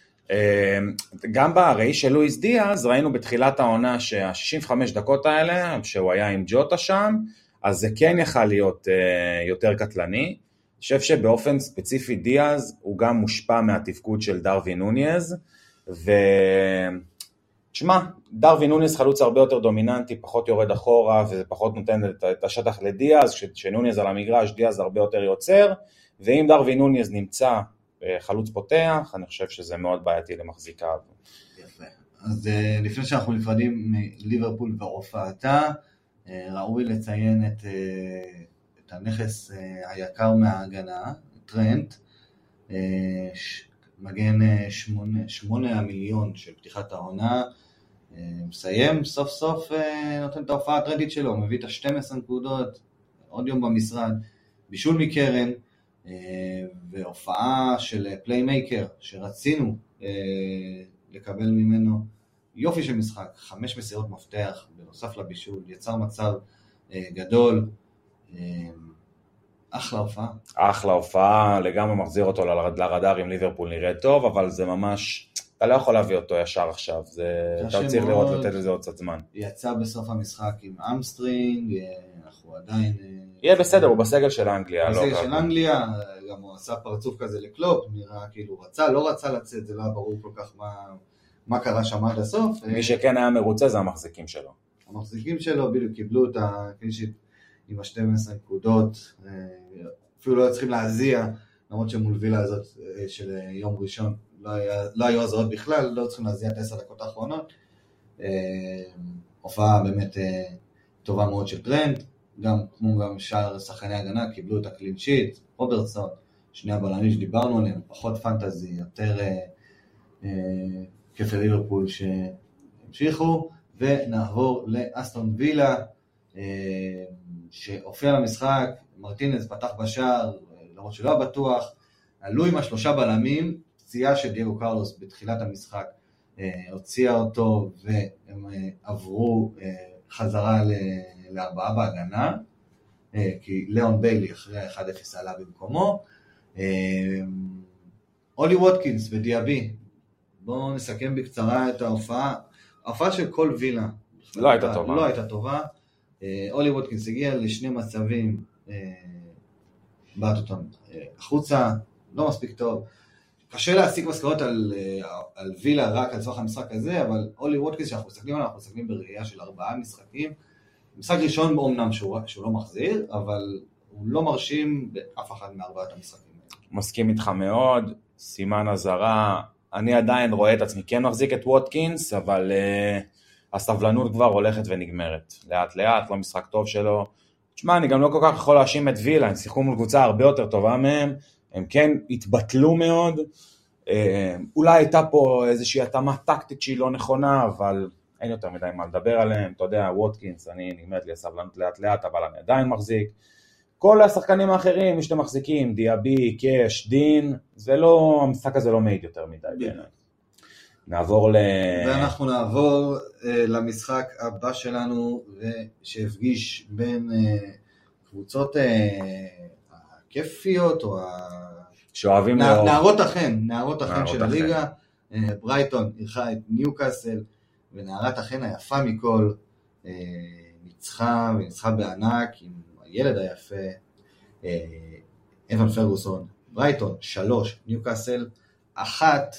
גם בראי של לואיס דיאז, ראינו בתחילת העונה שה-שישים וחמש דקות האלה, שהוא היה עם ג'וטה שם, אז זה כן יכל להיות יותר קטלני, אני חושב שבאופן ספציפי דיאז, הוא גם מושפע מהתפקוד של דרווין נוניז, ו... תשמע, דרווין נוניז חלוץ הרבה יותר דומיננטי, פחות יורד אחורה, וזה פחות נותן את השטח לדיאז, כשנוניז על המגרש, דיאז הרבה יותר יוצר, ואם דרווין נוניז נמצא חלוץ פותח, אני חושב שזה מאוד בעייתי למחזיקה. יפה. אז לפני שאנחנו נפרדים מליברפול והופעתה, ראוי לציין את, את הנכס היקר מההגנה, טרנט, מגן שמונה, שמונה המיליון של פתיחת העונה, מסיים סוף סוף, נותן את ההופעה הטרנדית שלו, מביא את ה-שתים עשרה נקודות, עוד יום במשרד, בישול מקרן, והופעה של פליימייקר שרצינו לקבל ממנו, יופי של משחק, חמש מסירות מפתח, בנוסף לבישול, יצר מצב גדול, אחלה הופעה. אחלה הופעה, לגמרי מחזיר אותו לרדאר עם ליברפול נראה טוב, אבל זה ממש, אתה לא יכול להביא אותו ישר עכשיו, אתה צריך לראות לתת לזה עוד קצת זמן. יצא בסוף המשחק עם אמסטרינג, אנחנו עדיין... יהיה בסדר, הוא בסגל של אנגליה. בסגל של אנגליה, גם הוא עשה פרצוף כזה לקלופ, נראה כאילו רצה, לא רצה לצאת, זה לא היה ברור כל כך מה קרה שם עד הסוף. מי שכן היה מרוצה זה המחזיקים שלו. המחזיקים שלו בדיוק קיבלו את הקלישית עם ה-שתים עשרה נקודות, אפילו לא צריכים להזיע, למרות שמול וילה הזאת של יום ראשון לא, היה, לא היו הזרות בכלל, לא צריכים להזיע את עשר דקות האחרונות. הופעה באמת טובה מאוד של טרנט, גם כמו גם שאר שחקני הגנה קיבלו את הקלין שיט, רוברטסון, שני הבלמים שדיברנו עליהם, פחות פנטזי, יותר כיף ליברפול שהמשיכו, ונעבור לאסטון וילה, שהופיע למשחק, מרטינז פתח בשער, למרות שלא בטוח, עלו עם השלושה בלמים, פציעה של דייגו קרלוס בתחילת המשחק, הוציאה אותו והם עברו חזרה לארבעה בהגנה, כי ליאון ביילי אחרי אחד אפס עלה במקומו, אולי ווטקינס ודיאבי, בואו נסכם בקצרה את ההופעה, ההופעה של כל וילה, לא הייתה טובה. לא הייתה טובה, אולי ווטקינס הגיע לשני מצבים, בעט אותם החוצה, לא מספיק טוב, קשה להסיק מסקנות על, על וילה רק על סוף המשחק הזה, אבל אולי ווטקינס שאנחנו מסתכלים עליו, אנחנו מסתכלים בראייה של ארבעה משחקים, משחק ראשון באומנם שהוא, שהוא לא מחזיר, אבל הוא לא מרשים באף אחד מארבעת המשחקים. מסכים איתך מאוד, סימן הזרה, אני עדיין רואה את עצמי כן מחזיק את ווטקינס, אבל uh, הסבלנות כבר הולכת ונגמרת, לאט לאט, לא משחק טוב שלו, תשמע, אני גם לא כל כך יכול להאשים את וילה, הם שיחקו מול קבוצה הרבה יותר טובה מהם, הם כן התבטלו מאוד, אולי הייתה פה איזושהי התאמה טקטית שהיא לא נכונה, אבל אין יותר מדי מה לדבר עליהם, אתה יודע, ווטקינס, אני נגמרת לי הסבלנות לאט לאט, אבל אני עדיין מחזיק, כל השחקנים האחרים, מי שאתם מחזיקים, דיאבי, קש, דין, זה לא, המשחק הזה לא מעיד יותר מדי בעיניי. נעבור ל... ואנחנו נעבור uh, למשחק הבא שלנו, שהפגיש בין uh, קבוצות uh, הכיפיות, או ה... שאוהבים נע... לאור. נערות החן, נערות החן של החן. הליגה, uh, ברייטון אירחה את ניוקאסל, ונערת החן היפה מכל, uh, ניצחה, וניצחה בענק, עם הילד היפה, uh, אבן פרגוסון, ברייטון, שלוש, ניוקאסל, אחת,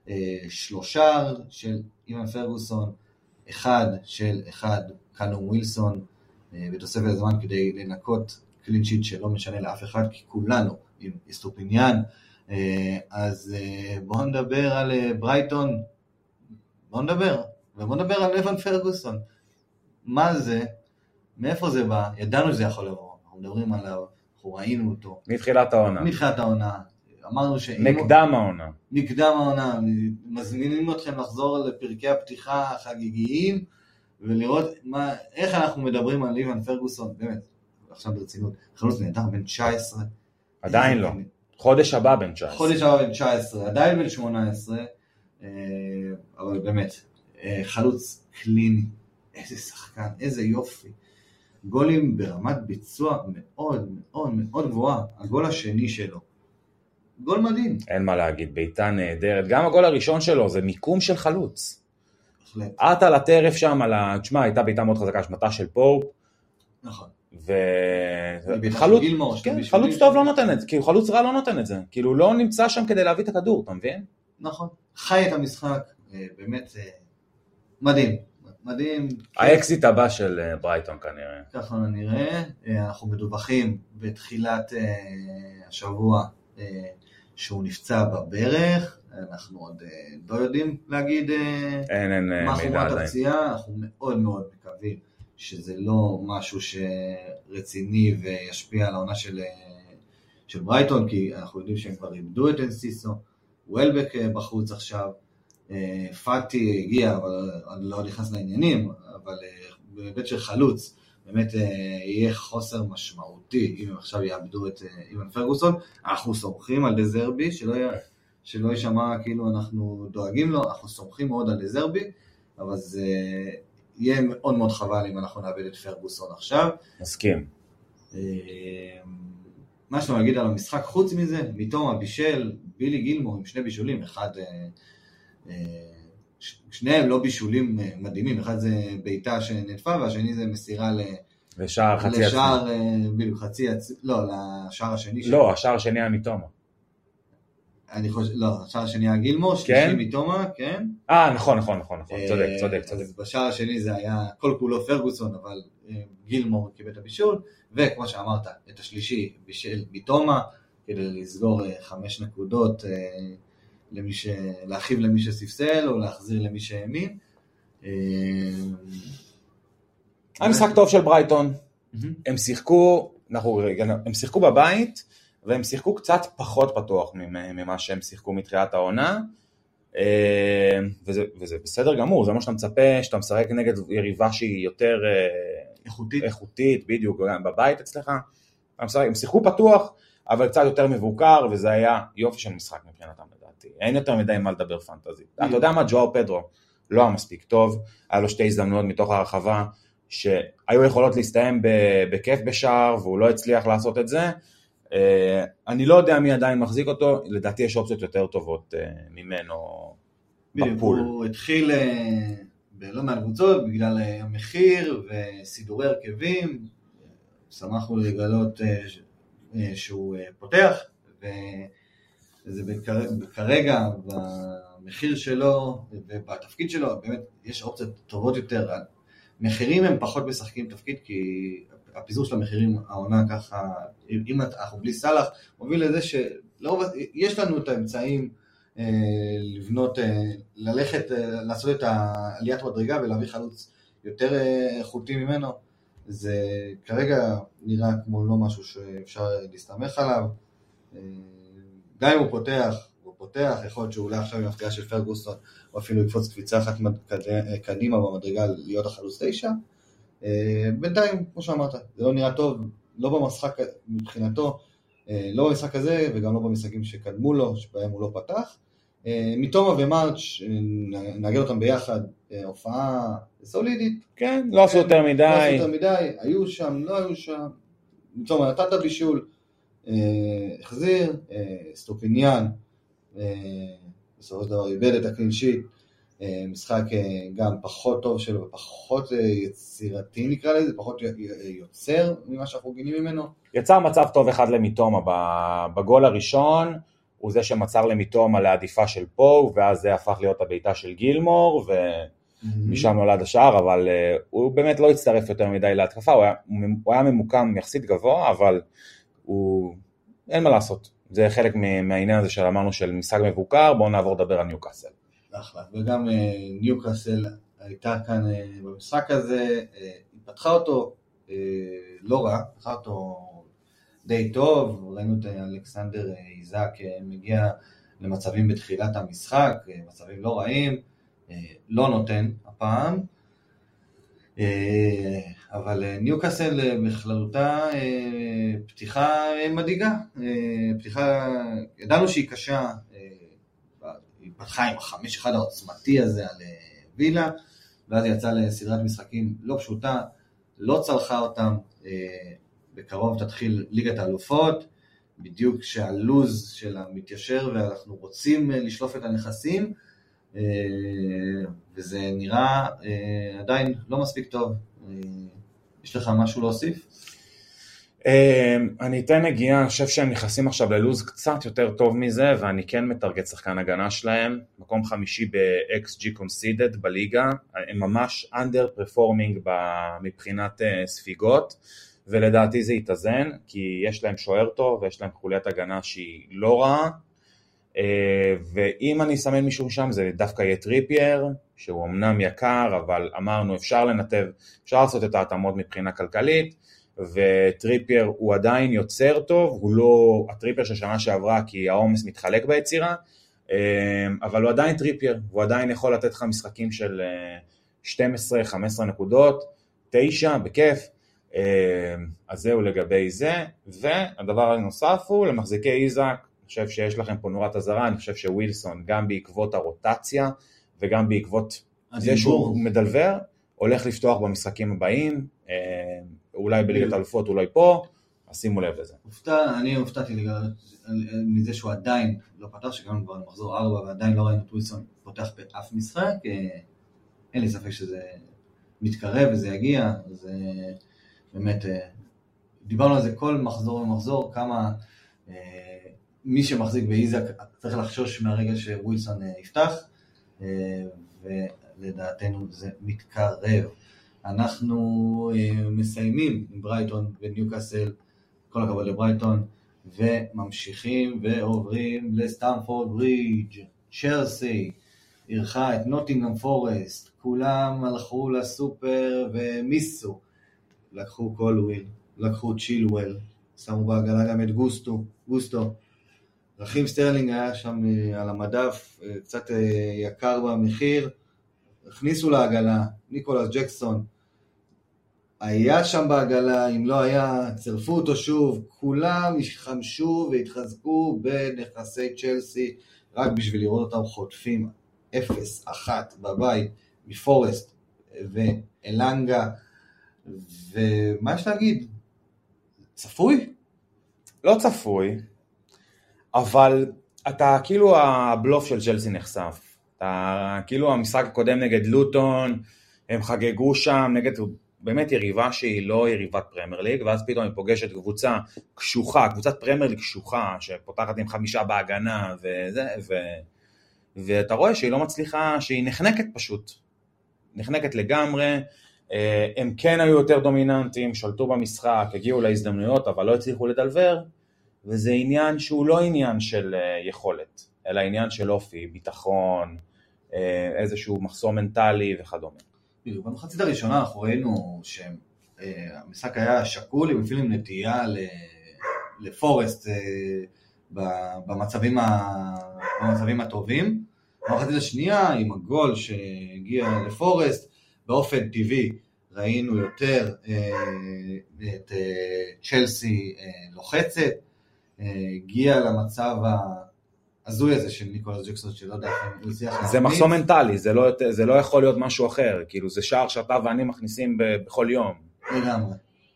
שלושה של איוון פרגוסון, אחד של אחד קלום ווילסון, בתוספת הזמן כדי לנקות קלינצ'יט שלא משנה לאף אחד, כי כולנו עם אסטופיניאן. אז בואו נדבר על ברייטון, בואו נדבר, ובואו נדבר על איוון פרגוסון. מה זה? מאיפה זה בא? ידענו שזה יכול לבוא, אנחנו מדברים עליו, אנחנו ראינו אותו. מתחילת העונה. מתחילת העונה. אמרנו ש... מקדם העונה. מקדם העונה, מזמינים אתכם לחזור לפרקי הפתיחה החגיגיים, ולראות מה, איך אנחנו מדברים על איוון פרגוסון, באמת, עכשיו ברצינות, חלוץ נהדר בן תשע עשרה. עדיין לא. חודש הבא בן תשע עשרה. חודש הבא בן תשע עשרה, עדיין בן שמונה עשרה, אבל באמת, חלוץ קליני, איזה שחקן, איזה יופי. גולים ברמת ביצוע מאוד מאוד מאוד גבוהה, הגול השני שלו. גול מדהים. אין מה להגיד, ביתה נהדרת. גם הגול הראשון שלו זה מיקום של חלוץ. עט על הטרף שם, על ה... תשמע, הייתה ביתה מאוד חזקה, שמתה של פורפ. נכון. וחלוץ כן, חלוץ טוב לא נותן את זה, כאילו חלוץ רע לא נותן את זה. כאילו לא נמצא שם כדי להביא את הכדור, אתה מבין? נכון. חי את המשחק, באמת מדהים. מדהים. האקזיט הבא של ברייטון כנראה. ככה נראה. אנחנו מדווחים בתחילת השבוע שהוא נפצע בברך, אנחנו עוד לא יודעים להגיד אין, אין, מה חומרת הפציעה, אנחנו מאוד מאוד מקווים שזה לא משהו שרציני וישפיע על העונה של, של ברייטון, כי אנחנו יודעים שהם כבר איבדו את אנסיסו, וולבק בחוץ עכשיו, פאטי הגיע, אבל לא נכנס לעניינים, אבל בבית של חלוץ, באמת יהיה חוסר משמעותי אם הם עכשיו יאבדו את איוון פרגוסון. אנחנו סומכים על דזרבי, שלא, שלא יישמע כאילו אנחנו דואגים לו, אנחנו סומכים מאוד על דזרבי, אבל זה יהיה מאוד מאוד חבל אם אנחנו נאבד את פרגוסון עכשיו. מסכים. מה שאתה להגיד על המשחק חוץ מזה, מתום הבישל, בילי גילמור עם שני בישולים, אחד שניהם לא בישולים מדהימים, אחד זה ביתה שנדפה, והשני זה מסירה לשער חצי לשער, בדיוק, חצי, לא, לשער השני. לא, השער השני היה מתומה. אני חושב, לא, השער השני היה גילמור, שלישי מתומה, כן? אה, נכון, נכון, נכון, נכון, צודק, צודק, צודק. אז בשער השני זה היה כל כולו פרגוסון, אבל גילמור קיבל את הבישול, וכמו שאמרת, את השלישי בישל מתומה, כדי לסגור חמש נקודות, למי ש... להרחיב למי שספסל, או להחזיר למי שהאמין. היה משחק טוב של ברייטון. הם שיחקו, אנחנו, הם שיחקו בבית, והם שיחקו קצת פחות פתוח ממה שהם שיחקו מתחילת העונה, וזה, וזה בסדר גמור, זה מה שאתה מצפה, שאתה משחק נגד יריבה שהיא יותר איכותית, איכותית בדיוק, גם בבית אצלך. הם שיחקו פתוח, אבל קצת יותר מבוקר, וזה היה יופי של משחק מבחינתם לדעתי. אין יותר מדי מה לדבר פנטזי. אתה יודע מה, ג'ואר פדרו לא היה מספיק טוב, היה לו שתי הזדמנויות מתוך הרחבה, שהיו יכולות להסתיים בכיף בשער, והוא לא הצליח לעשות את זה. אני לא יודע מי עדיין מחזיק אותו, לדעתי יש אופציות יותר טובות ממנו בפול. הוא התחיל בלא מהקבוצות, בגלל המחיר וסידורי הרכבים, שמחנו לגלות שהוא פותח, וזה כרגע במחיר שלו ובתפקיד שלו, באמת יש אופציות טובות יותר. מחירים הם פחות משחקים תפקיד, כי הפיזור של המחירים העונה ככה, אם אנחנו בלי סלח, מוביל לזה שיש לנו את האמצעים לבנות, ללכת, לעשות את העליית מדרגה ולהביא חלוץ יותר איכותי ממנו. זה כרגע נראה כמו לא משהו שאפשר להסתמך עליו. גם אם הוא פותח, הוא פותח, יכול להיות שאולי עכשיו עם הפתיעה של פרגוסון, או אפילו יקפוץ קפיצה אחת קדימה במדרגה להיות החלוץ תשע. בינתיים, כמו שאמרת, זה לא נראה טוב, לא במשחק מבחינתו, לא במשחק הזה וגם לא במשחקים שקדמו לו, שבהם הוא לא פתח. מתומה ומרץ' נאגל אותם ביחד, הופעה סולידית. כן, לא עשו יותר מדי. לא עשו יותר מדי, היו שם, לא היו שם. מתומה נתת בישול, החזיר, סטופיניאן, בסופו של דבר איבד את הקלין שיט, משחק גם פחות טוב שלו, ופחות יצירתי נקרא לזה, פחות יוצר ממה שאנחנו גינים ממנו. יצר מצב טוב אחד למיתומה, בגול הראשון, הוא זה שמצר למיתומה לעדיפה של פו, ואז זה הפך להיות הביתה של גילמור, ומשם נולד השער, אבל הוא באמת לא הצטרף יותר מדי להתקפה, הוא היה, הוא היה ממוקם יחסית גבוה, אבל הוא, אין מה לעשות. זה חלק מהעניין הזה שאמרנו של משחק מבוקר, בואו נעבור לדבר על ניוקאסל. אחלה, וגם ניוקאסל הייתה כאן במשחק הזה, היא פתחה אותו לא רע, פתחה אותו די טוב, ראינו את אלכסנדר איזק מגיע למצבים בתחילת המשחק, מצבים לא רעים, לא נותן הפעם, אבל ניוקאסל בכללותה פתיחה מדאיגה, פתיחה, ידענו שהיא קשה, היא פתחה עם החמש אחד העוצמתי הזה על וילה, ואז היא יצאה לסדרת משחקים לא פשוטה, לא צלחה אותם, בקרוב תתחיל ליגת האלופות, בדיוק שהלוז שלה מתיישר ואנחנו רוצים לשלוף את הנכסים, וזה נראה עדיין לא מספיק טוב. יש לך משהו להוסיף? אני אתן נגיעה, אני חושב שהם נכנסים עכשיו ללוז קצת יותר טוב מזה, ואני כן מטרגט שחקן הגנה שלהם, מקום חמישי ב-אקס ג'י Conceded בליגה, הם ממש under performing מבחינת ספיגות, ולדעתי זה יתאזן, כי יש להם שוער טוב, ויש להם חוליית הגנה שהיא לא רעה, ואם אני אסמן מישהו שם, זה דווקא יהיה טריפייר, שהוא אמנם יקר, אבל אמרנו אפשר לנתב, אפשר לעשות את ההתאמות מבחינה כלכלית, וטריפייר הוא עדיין יוצר טוב, הוא לא הטריפייר של שנה שעברה, כי העומס מתחלק ביצירה, אבל הוא עדיין טריפייר, הוא עדיין יכול לתת לך משחקים של שתים עשרה חמש עשרה נקודות, תשע, בכיף, אז זהו לגבי זה, והדבר הנוסף הוא למחזיקי איזק, אני חושב שיש לכם פה נורת הזרה, אני חושב שווילסון גם בעקבות הרוטציה, וגם בעקבות זה שהוא מדלבר, הולך לפתוח במשחקים הבאים, אולי בליגת האלופות, אולי פה, אז שימו לב לזה. הופתע, אני הופתעתי מזה שהוא עדיין לא פתח, שגם כבר מחזור ארבע ועדיין לא ראינו את ווילסון פותח באף משחק, אין לי ספק שזה מתקרב וזה יגיע, אז באמת דיברנו על זה כל מחזור ומחזור, כמה מי שמחזיק באיזק צריך לחשוש מהרגע שווילסון יפתח, ולדעתנו זה מתקרב. אנחנו מסיימים עם ברייטון וניוקאסל, כל הכבוד לברייטון, וממשיכים ועוברים לסטמפורד ברידג'. צ'לסי אירחה את נוטינגהאם פורסט, כולם הלכו לסופר ומיסו, לקחו קולוויל, לקחו צ'ילואל, שמו בעגלה גם את גוסטו, גוסטו. רכים סטרלינג היה שם על המדף, קצת יקר במחיר, הכניסו לעגלה, ניקולס ג'קסון, היה שם בעגלה, אם לא היה, צרפו אותו שוב, כולם יחמשו והתחזקו בנכסי צ'לסי, רק בשביל לראות אותם חוטפים אפס אחת בבית מפורסט ואלנגה, ומה יש להגיד? צפוי? לא צפוי, אבל אתה כאילו הבלוף של צ'לסי נחשף, אתה כאילו המשחק הקודם נגד לוטון, הם חגגו שם נגד באמת יריבה שהיא לא יריבת פרמייר ליג, ואז פתאום היא פוגשת קבוצה קשוחה, קבוצת פרמייר ליג קשוחה, שפותחת עם חמישה בהגנה, וזה, ו... ואתה רואה שהיא לא מצליחה, שהיא נחנקת פשוט, נחנקת לגמרי, הם כן היו יותר דומיננטיים, שלטו במשחק, הגיעו להזדמנויות, אבל לא הצליחו לדלבר, וזה עניין שהוא לא עניין של יכולת, אלא עניין של אופי, ביטחון, איזשהו מחסום מנטלי וכדומה. במחצית הראשונה אנחנו ראינו שהמשחק היה שקול, עם אפילו עם נטייה לפורסט במצבים הטובים. במחצית השנייה, עם הגול שהגיע לפורסט, באופן טבעי ראינו יותר את צ'לסי לוחצת, הגיע למצב הזוי הזה של ניקולס ג'קסון, שלא יודע איך הוא הצליח להכניס. זה מחסום מנטלי, זה לא, זה לא יכול להיות משהו אחר, כאילו זה שער שאתה ואני מכניסים בכל יום. לגמרי.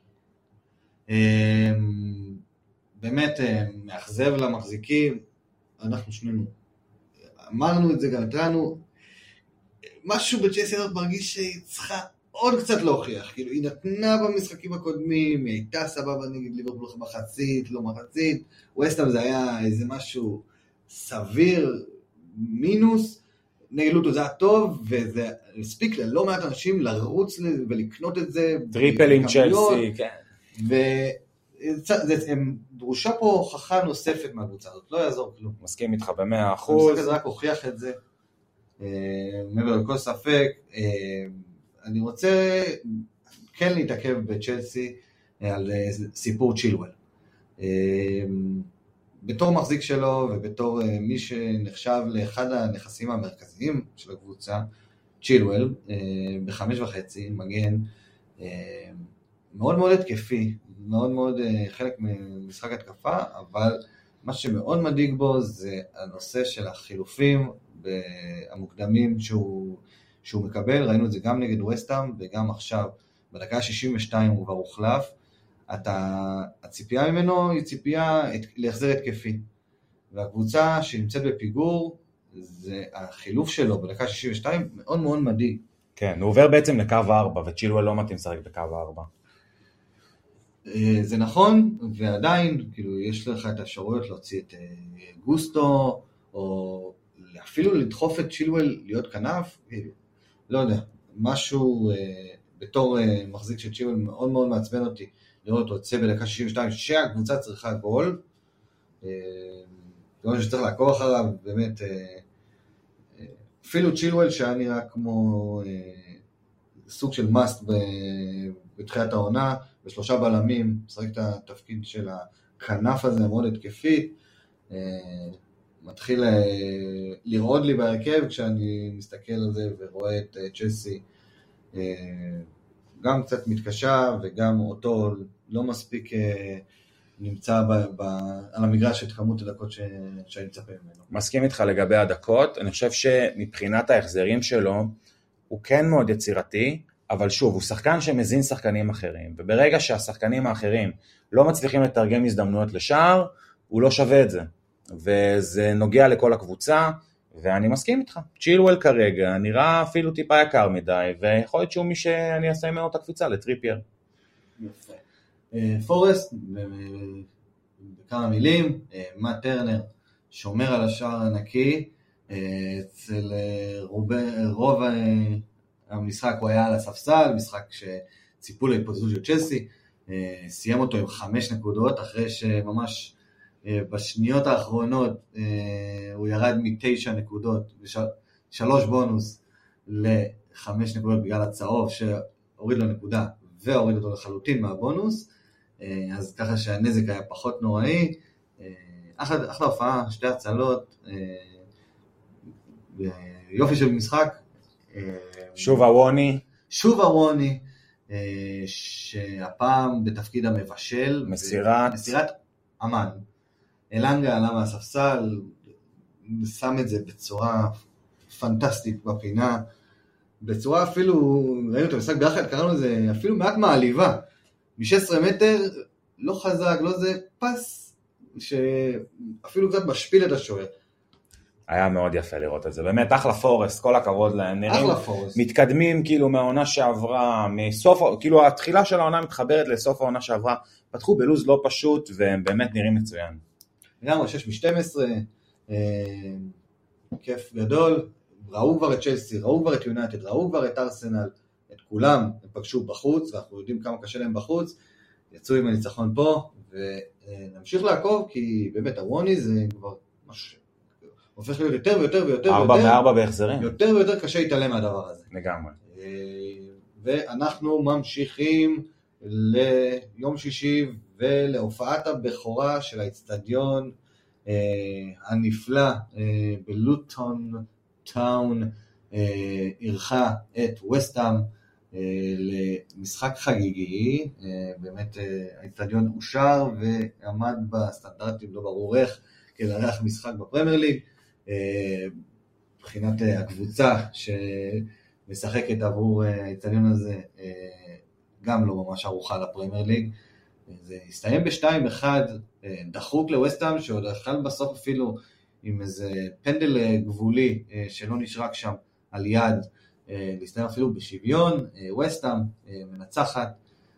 באמת מאכזב למחזיקים, אנחנו שנינו אמרנו את זה גם אתנו, משהו בצ'לסי הזאת מרגיש שהיא צריכה עוד קצת להוכיח, כאילו היא נתנה במשחקים הקודמים, היא הייתה סבבה נגד ליברפול מחצית, לא מחצית, ווסטהאם זה היה איזה משהו סביר, מינוס, נגד לוטו זה היה טוב, וזה הספיק ללא מעט אנשים לרוץ ולקנות את זה. טריפל עם צ'לסי, כן. והם דרושה פה הוכחה נוספת מהקבוצה הזאת, לא יעזור כלום. מסכים איתך במאה אחוז. המשחק הזה רק הוכיח את זה, מעבר לכל ספק. אני רוצה כן להתעכב בצ'לסי על סיפור צ'ילואל. בתור מחזיק שלו ובתור מי שנחשב לאחד הנכסים המרכזיים של הקבוצה, צ'ילואל, בחמש וחצי, מגן מאוד מאוד התקפי, מאוד מאוד חלק ממשחק התקפה, אבל מה שמאוד מדאיג בו זה הנושא של החילופים המוקדמים שהוא, שהוא מקבל, ראינו את זה גם נגד ווסטהאם וגם עכשיו, בדקה שישים ושתיים הוא כבר הוחלף, אתה, הציפייה ממנו היא ציפייה להחזר התקפי, והקבוצה שנמצאת בפיגור, זה החילוף שלו בדקה שישים ושתיים מאוד מאוד מדאיג. כן, הוא עובר בעצם לקו ארבע, וצ'ילואל לא מתאים לשחק בקו ארבע. זה נכון, ועדיין, כאילו, יש לך את האפשרויות להוציא את גוסטו, או אפילו לדחוף את צ'ילואל להיות כנף, לא יודע, משהו בתור מחזיק של צ'ילואל מאוד מאוד מעצבן אותי, לראות אותו יוצא בדקה שישים ושתיים, שהקבוצה צריכה גול, זה משהו שצריך לעקוב אחריו, באמת, אפילו צ'ילואל שהיה נראה כמו סוג של מאסט בתחילת העונה, בשלושה בלמים, משחק את התפקיד של הכנף הזה, מאוד התקפית, מתחיל לרעוד לי בהרכב כשאני מסתכל על זה ורואה את צ'לסי גם קצת מתקשה וגם אותו לא מספיק נמצא ב- ב- על המגרש את כמות הדקות ש- שאני מצפה ממנו. מסכים איתך לגבי הדקות, אני חושב שמבחינת ההחזרים שלו הוא כן מאוד יצירתי, אבל שוב, הוא שחקן שמזין שחקנים אחרים, וברגע שהשחקנים האחרים לא מצליחים לתרגם הזדמנויות לשער, הוא לא שווה את זה, וזה נוגע לכל הקבוצה, ואני מסכים איתך. צ'ילואל כרגע נראה אפילו טיפה יקר מדי, ויכול להיות שהוא מי שאני אעשה ממנו את הקפיצה לטריפייר. יפה. פורסט, בכמה מילים, מאט טרנר שומר על השער הנקי, אצל רוב המשחק הוא היה על הספסל, משחק שציפו להתפוצצות של צ'לסי, סיים אותו עם חמש נקודות, אחרי שממש בשניות האחרונות הוא ירד מתשע נקודות, שלוש בונוס לחמש נקודות בגלל הצהוב שהוריד לו נקודה והוריד אותו לחלוטין מהבונוס, אז ככה שהנזק היה פחות נוראי. אחלה, אחלה הופעה, שתי הצלות, יופי של משחק. שוב הווני. שוב הווני, שהפעם בתפקיד המבשל. מסירת. מסירת אמן. אלנגה עלה מהספסל, שם את זה בצורה פנטסטית בפינה, בצורה אפילו, ראינו את המשחק ביחד, קראנו לזה אפילו מעט מעליבה, מ-שש עשרה מטר, לא חזק, לא זה, פס, שאפילו קצת משפיל את השוער. היה מאוד יפה לראות את זה, באמת אחלה פורסט, כל הכבוד להם, אחלה פורסט. מתקדמים כאילו מהעונה שעברה, מסוף, כאילו התחילה של העונה מתחברת לסוף העונה שעברה, פתחו בלוז לא פשוט, והם באמת נראים מצוין. נראה שש מ-שתים עשרה, כיף גדול, ראו כבר את צ'לסי, ראו כבר את יונייטד, ראו כבר את ארסנל, את כולם, הם פגשו בחוץ, ואנחנו יודעים כמה קשה להם בחוץ, יצאו עם הניצחון פה, ונמשיך לעקוב, כי באמת הווני זה כבר משהו, הופך להיות יותר ויותר ויותר, ארבע מארבע בהחזרים. יותר ויותר קשה להתעלם מהדבר הזה. לגמרי. ואנחנו ממשיכים ליום שישי, ולהופעת הבכורה של האצטדיון הנפלא בלוטון טאון, ערכה את ווסטהאם למשחק חגיגי, באמת האצטדיון אושר ועמד בסטנדרטים, לא ברור איך, כדי לארח משחק בפרמייר ליג, מבחינת הקבוצה שמשחקת עבור האצטדיון הזה, גם לא ממש ערוכה לפרמייר ליג, זה הסתיים ב-שתיים אחד, דחוק לווסטהאם, שעוד אכל בסוף אפילו עם איזה פנדל גבולי שלא נשרק שם על יד, להסתיים אפילו בשוויון, ווסטהאם מנצחת,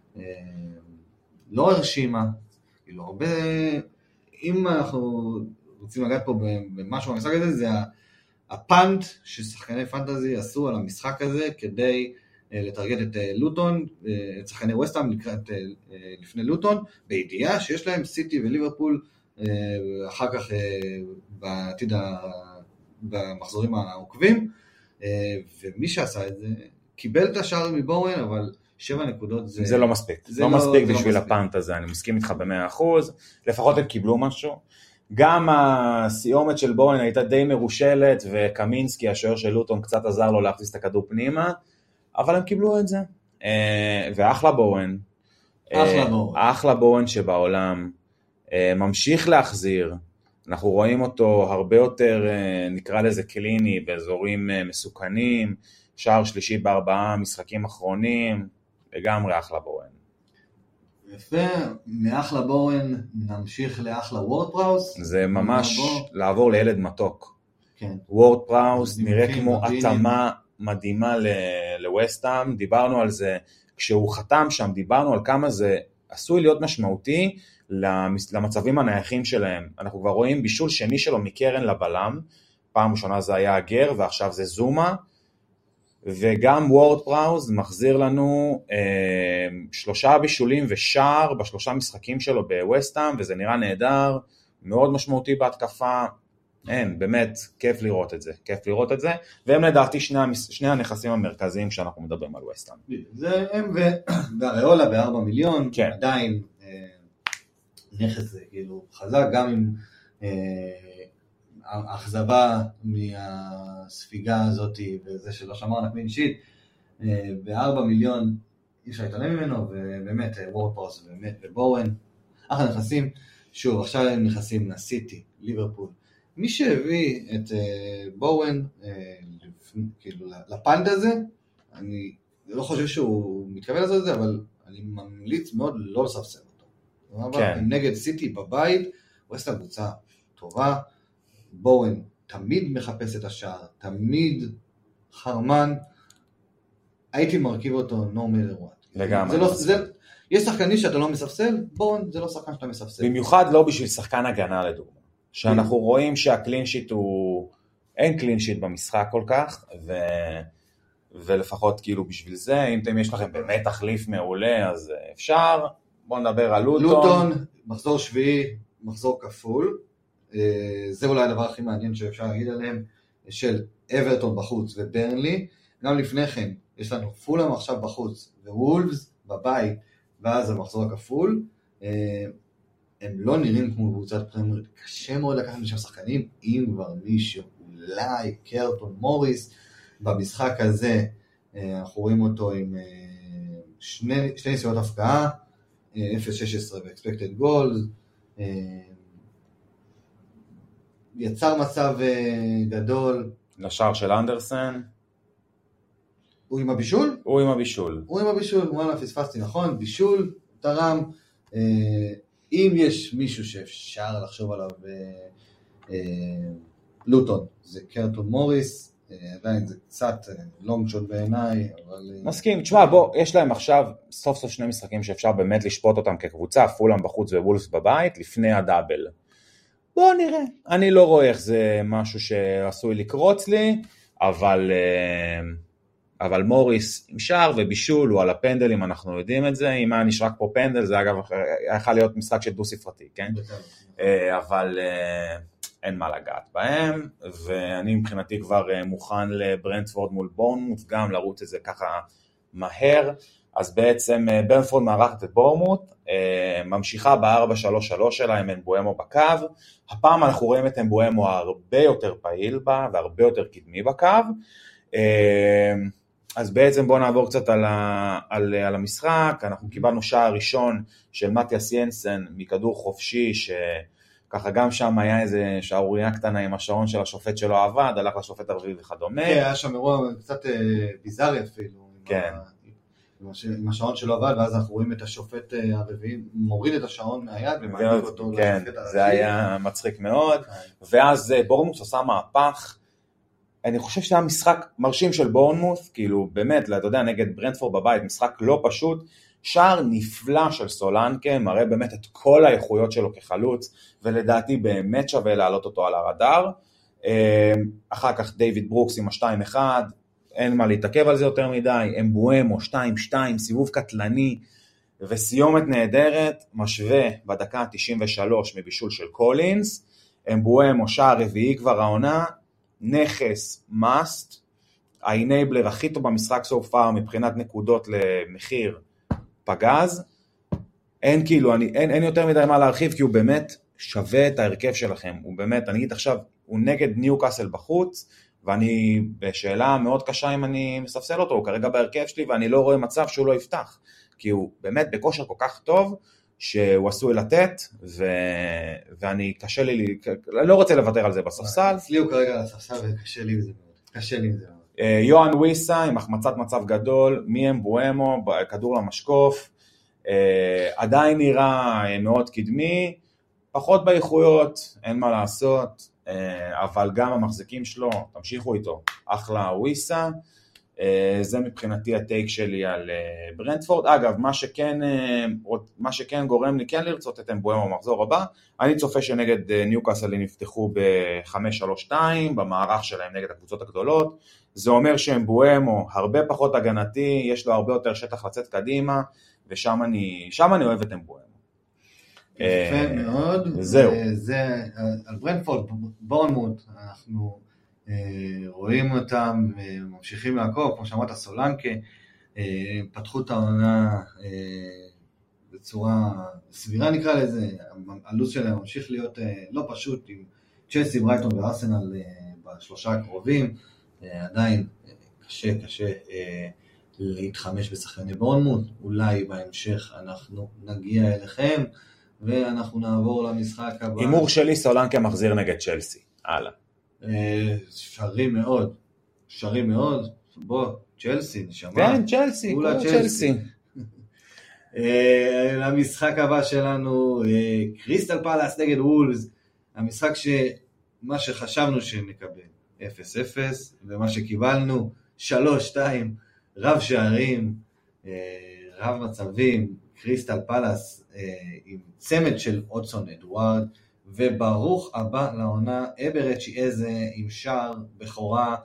לא הרשימה, כאילו הרבה, אם אנחנו רוצים לגעת פה במשהו במשחק הזה, זה הפאנט ששחקני פנטזי עשו על המשחק הזה, כדי לטרגט את לוטון, את שחקני ווסטהאם לקראת לפני לוטון, בידיעה שיש להם סיטי וליברפול, אחר כך בעתיד במחזורים העוקבים, ומי שעשה את זה, קיבל את השער מבורן, אבל שבע נקודות זה... זה לא מספיק, זה לא, לא מספיק בשביל הפאנט הזה, אני מסכים איתך ב-מאה אחוז, לפחות הם קיבלו משהו, גם הסיומת של בורן הייתה די מרושלת, וקמינסקי, השוער של לוטון, קצת עזר לו להכניס את הכדור פנימה, אבל הם קיבלו את זה, ואחלה בורן, אחלה בורן, אחלה בורן שבעולם, ממשיך להחזיר, אנחנו רואים אותו הרבה יותר, נקרא לזה קליני, באזורים מסוכנים, שער שלישי בארבעה משחקים אחרונים, לגמרי אחלה בורן. יפה, מאחלה בורן נמשיך לאחלה וורד פראוס. זה ממש לעבור לילד מתוק. כן. וורד פראוס נראה כמו התאמה מדהימה לווסטהאם, דיברנו על זה, כשהוא חתם שם, דיברנו על כמה זה עשוי להיות משמעותי למצבים הנייחים שלהם. אנחנו כבר רואים בישול שני שלו מקרן לבלם, פעם ראשונה זה היה הגר ועכשיו זה זומה, וגם וורד פראוס מחזיר לנו אה, שלושה בישולים ושער בשלושה משחקים שלו בווסטהאם, וזה נראה נהדר, מאוד משמעותי בהתקפה, אין, באמת, כיף לראות את זה, כיף לראות את זה, והם לדעתי שני, שני הנכסים המרכזיים כשאנחנו מדברים על ווסטהאם. זה הם והריאולה בארבע מיליון, כן. עדיין אה, נכס כאילו חזק, גם עם אה, האכזבה מהספיגה הזאת, וזה שלא שמרנה קלין שיט, אה, בארבע מיליון אי אפשר להתעלם ממנו, ובאמת וורד פראוס ובורן, אחלה נכסים, שוב, עכשיו הם נכנסים לסיטי, ליברפול, מי שהביא את בורן, כאילו, לפנד הזה, אני לא חושב שהוא מתכוון לעשות את זה, אבל אני ממליץ מאוד לא לספסל אותו. כן. נגד סיטי בבית, וסטהאם קבוצה טובה, בורן תמיד מחפש את השער, תמיד חרמן, הייתי מרכיב אותו no matter what. לגמרי. לא, זה, יש שחקנים שאתה לא מספסל, בורן זה לא שחקן שאתה מספסל. במיוחד לא בשביל שחקן הגנה לדוגמה. שאנחנו רואים שהקלינשיט הוא, אין קלינשיט במשחק כל כך, ו... ולפחות כאילו בשביל זה, אם אתם יש לכם באמת תחליף מעולה, אז אפשר. בואו נדבר על לוטון. לוטון, מחזור שביעי, מחזור כפול. זה אולי הדבר הכי מעניין שאפשר להגיד עליהם, של אברטון בחוץ וברנלי. גם לפני כן, יש לנו פולהאם עכשיו בחוץ, ווולפס בבית, ואז המחזור הכפול. הם לא נראים כמו קבוצת פרמייר ליג. קשה מאוד לקחת משם שחקנים, אם כבר מישהו, אולי קרטון מוריס, במשחק הזה, אנחנו רואים אותו עם שני, שני ניסיונות הפקעה, אפס נקודה שש עשרה ב-expected goals, יצר מצב גדול. לשער של אנדרסן. הוא עם הבישול? הוא עם הבישול. הוא עם הבישול, וואלה, פספסתי, נכון? בישול, תרם. אם יש מישהו שאפשר לחשוב עליו, לוטון, זה קרטון מוריס, עדיין זה קצת לונג שוט בעיניי, אבל... מסכים, תשמע, בוא, יש להם עכשיו סוף סוף שני משחקים שאפשר באמת לשפוט אותם כקבוצה, פולהאם בחוץ ווולפס בבית, לפני הדאבל. בוא נראה, אני לא רואה איך זה משהו שעשוי לקרוץ לי, אבל, אבל מוריס עם שער ובישול, הוא על הפנדלים, אנחנו יודעים את זה, אם היה נשרק פה פנדל, זה אגב יכול להיות משחק של דו ספרתי, כן? אבל... אין מה לגעת בהם, ואני מבחינתי כבר מוכן לברנטפורד מול בורנמוט, גם לרוץ את זה ככה מהר, אז בעצם ברנטפורד מארחת את בורנמוט, ממשיכה ב-ארבע שלוש שלוש שלה עם אמבואמו בקו, הפעם אנחנו רואים את אמבואמו הרבה יותר פעיל בה, והרבה יותר קדמי בקו, אז בעצם בואו נעבור קצת על, ה, על, על המשחק, אנחנו קיבלנו שער ראשון של מתיאס ינסן מכדור חופשי, ש... ככה גם שם היה איזה שערוריה קטנה עם השעון של השופט שלא עבד, הלך לשופט הרביעי וכדומה. כן, היה שם אירוע קצת ביזארי אפילו, כן. עם השעון שלא עבד, ואז אנחנו רואים את השופט הרביעי, מוריד את השעון מהיד ומעדיף אותו. כן, זה היה מצחיק מאוד, ואז בורנמוט עושה מהפך, אני חושב שזה היה משחק מרשים של בורנמוט, כאילו באמת, אתה יודע, נגד ברנטפורד בבית, משחק לא פשוט, שער נפלא של סולנקה, מראה באמת את כל האיכויות שלו כחלוץ, ולדעתי באמת שווה להעלות אותו על הרדאר. אחר כך דיוויד ברוקס עם ה-שתיים אחד, אין מה להתעכב על זה יותר מדי, אמבואמו שתיים שתיים, סיבוב קטלני, וסיומת נהדרת, משווה בדקה ה-תשעים ושלוש מבישול של קולינס, אמבואמו שער רביעי כבר העונה, נכס מאסט, האינייבלר הכי טוב במשחק סופר מבחינת נקודות למחיר, פגז, אין כאילו, אני, אין, אין יותר מדי מה להרחיב, כי הוא באמת שווה את ההרכב שלכם, הוא באמת, אני אגיד עכשיו, הוא נגד ניוקאסל בחוץ, ואני בשאלה מאוד קשה אם אני מספסל אותו, הוא כרגע בהרכב שלי, ואני לא רואה מצב שהוא לא יפתח, כי הוא באמת בכושר כל כך טוב, שהוא עשוי לתת, ו... ואני קשה לי, לא רוצה לוותר על זה בספסל. אצלי הוא כרגע על הספסל, וקשה לי עם זה מאוד, קשה לי עם זה מאוד. יוהן וויסה עם החמצת מצב גדול, מאמבואמו, כדור למשקוף, עדיין נראה מאוד קדמי, פחות באיכויות, אין מה לעשות, אבל גם המחזיקים שלו, תמשיכו איתו, אחלה וויסה, זה מבחינתי הטייק שלי על ברנטפורד. אגב, מה שכן, מה שכן גורם לי כן לרצות את אמבואמו במחזור הבא, אני צופה שנגד ניוקאסל יפתחו ב-חמש שלוש שתיים, במערך שלהם נגד הקבוצות הגדולות, זה אומר שאמבואמו הרבה פחות הגנתי, יש לו הרבה יותר שטח לצאת קדימה, ושם אני, שם אני אוהב את אמבואמו. יפה מאוד. זהו. זה, על ברנטפורד, בורנמוט, אנחנו רואים אותם, ממשיכים לעקוב, כמו שאמרת סולנקה, פתחו את העונה בצורה סבירה נקרא לזה, הלו"ז שלהם ממשיך להיות לא פשוט, עם צ'לסי, ברייטון וארסנל בשלושה הקרובים, עדיין קשה קשה להתחמש בשחקני בורנמוט, אולי בהמשך אנחנו נגיע אליכם, ואנחנו נעבור למשחק הבא. הימור שלי סולנקה מחזיר נגד צ'לסי, הלאה. שרי מאוד, שרי מאוד, בוא, צ'לסי, נשמע. כן, צ'לסי, כולה צ'לסי. למשחק הבא שלנו, קריסטל פלאס נגד וולפס, המשחק שמה שחשבנו שנקבל, אפס אפס, ומה שקיבלנו, שלוש שתיים, רב שערים, רב מצבים, קריסטל פלאס עם צמד של אודסון אדוארד, וברוך הבא לעונה, אברצ'י איזה עם שער בכורה,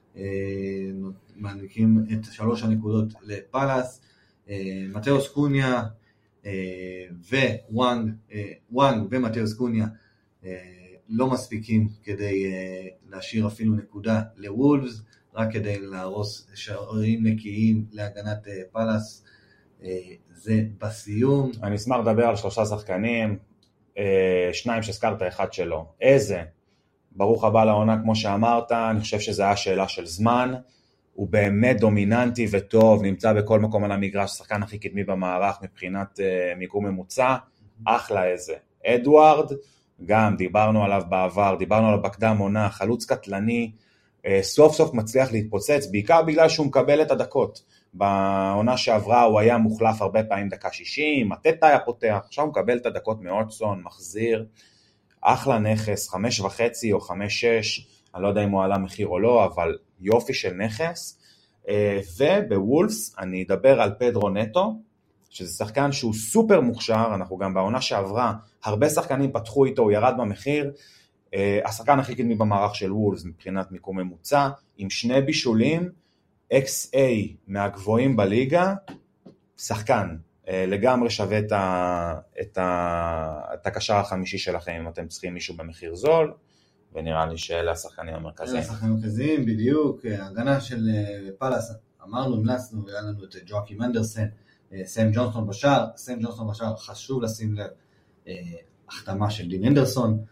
מעניקים את שלוש הנקודות לפלאס, מתאוס קוניה ווואנג, וואנג ומתאוס קוניה לא מספיקים כדי להשאיר אפילו נקודה לוולפס, רק כדי להרוס שערים נקיים להגנת פלאס. זה בסיום. אני אשמח לדבר על שלושה שחקנים, שניים שהזכרת, אחד שלו. איזה? ברוך הבא לעונה, כמו שאמרת, אני חושב שזה היה שאלה של זמן, הוא באמת דומיננטי וטוב, נמצא בכל מקום על המגרש, שחקן הכי קדמי במערך מבחינת uh, מיקום ממוצע, אחלה איזה. אדוארד, גם דיברנו עליו בעבר, דיברנו עליו בקדם עונה, חלוץ קטלני, uh, סוף סוף מצליח להתפוצץ, בעיקר בגלל שהוא מקבל את הדקות. בעונה שעברה הוא היה מוחלף הרבה פעמים דקה שישים, מטטה היה פותח, עכשיו הוא מקבל את הדקות מאודסון, מחזיר, אחלה נכס, חמש וחצי או חמש שש, אני לא יודע אם הוא עלה מחיר או לא, אבל יופי של נכס. ובוולפס אני אדבר על פדרו נטו, שזה שחקן שהוא סופר מוכשר, אנחנו גם בעונה שעברה, הרבה שחקנים פתחו איתו, הוא ירד במחיר, השחקן הכי קדמי במערך של וולפס מבחינת מיקום ממוצע, עם שני בישולים, אקס איי מהגבוהים בליגה, שחקן, לגמרי שווה את, ה, את, ה, את הקשר החמישי שלכם, אם אתם צריכים מישהו במחיר זול, ונראה לי שאלה השחקנים המרכזיים. אלה השחקנים המרכזיים, בדיוק, ההגנה של פלאס, אמרנו, המלצנו, והיה לנו את ג'ואקים אנדרסן, סם ג'ונסון בשער, סם ג'ונסון בשער, חשוב לשים לב, החתמה של דין אנדרסון,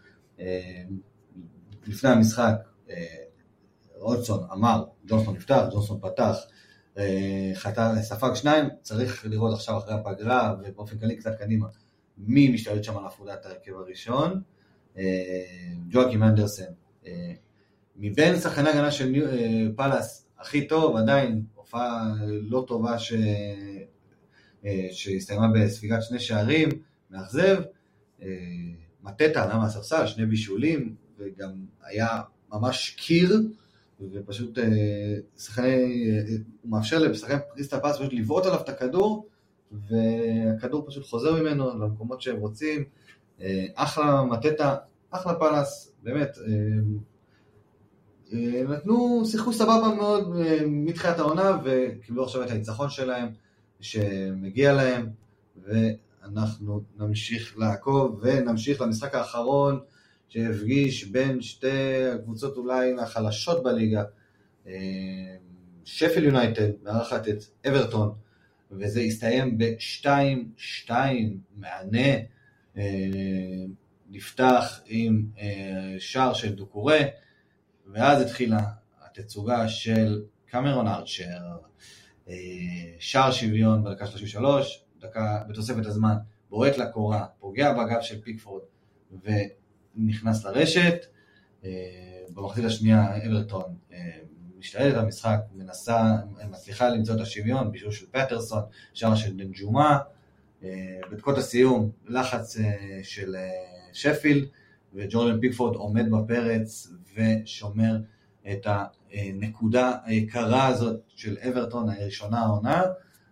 לפני המשחק, אודסון אמר, ג'ונסון נפתח, ג'ונסון פתח, ספג שניים, צריך לראות עכשיו אחרי הפגרה, ובאופן כללי קצת קדימה, מי משתלט שם על הפעולת הרכב הראשון, ג'ואקים אנדרסן, מבין שחקני הגנה של פלאס, הכי טוב, עדיין הופעה לא טובה ש... שהסתיימה בספיגת שני שערים, מאכזב, מטטה עלה מהספסל, שני בישולים, וגם היה ממש קיר, ופשוט שחקני, הוא מאפשר לשחקני קריסטל פלאס פשוט לבעוט עליו את הכדור, והכדור פשוט חוזר ממנו למקומות שהם רוצים, אחלה מטטה, אחלה פלאס, באמת, נתנו, שיחקו סבבה מאוד מתחילת העונה, וקיבלו עכשיו את הניצחון שלהם, שמגיע להם, ואנחנו נמשיך לעקוב, ונמשיך למשחק האחרון, שהפגיש בין שתי הקבוצות אולי מהחלשות בליגה, שפיל יונייטד, מארחת את אברטון, וזה הסתיים ב-שתיים שתיים, מענה, נפתח עם שער של דוקורה, ואז התחילה התצוגה של קמרון ארצ'ר, שער שוויון בדקה שלושים ושלוש, דקה בתוספת הזמן, בועט לקורה, פוגע בגב של פיקפורד, ונכנס לרשת, במחצית השנייה אברטון משתלטת על המשחק, מנסה, מצליחה למצוא את השוויון, בישול של פטרסון, שער של דנג'ומה, בדקות הסיום, לחץ של שפילד, וג'ורדן פיקפורד עומד בפרץ ושומר את הנקודה היקרה הזאת של אברטון הראשונה העונה.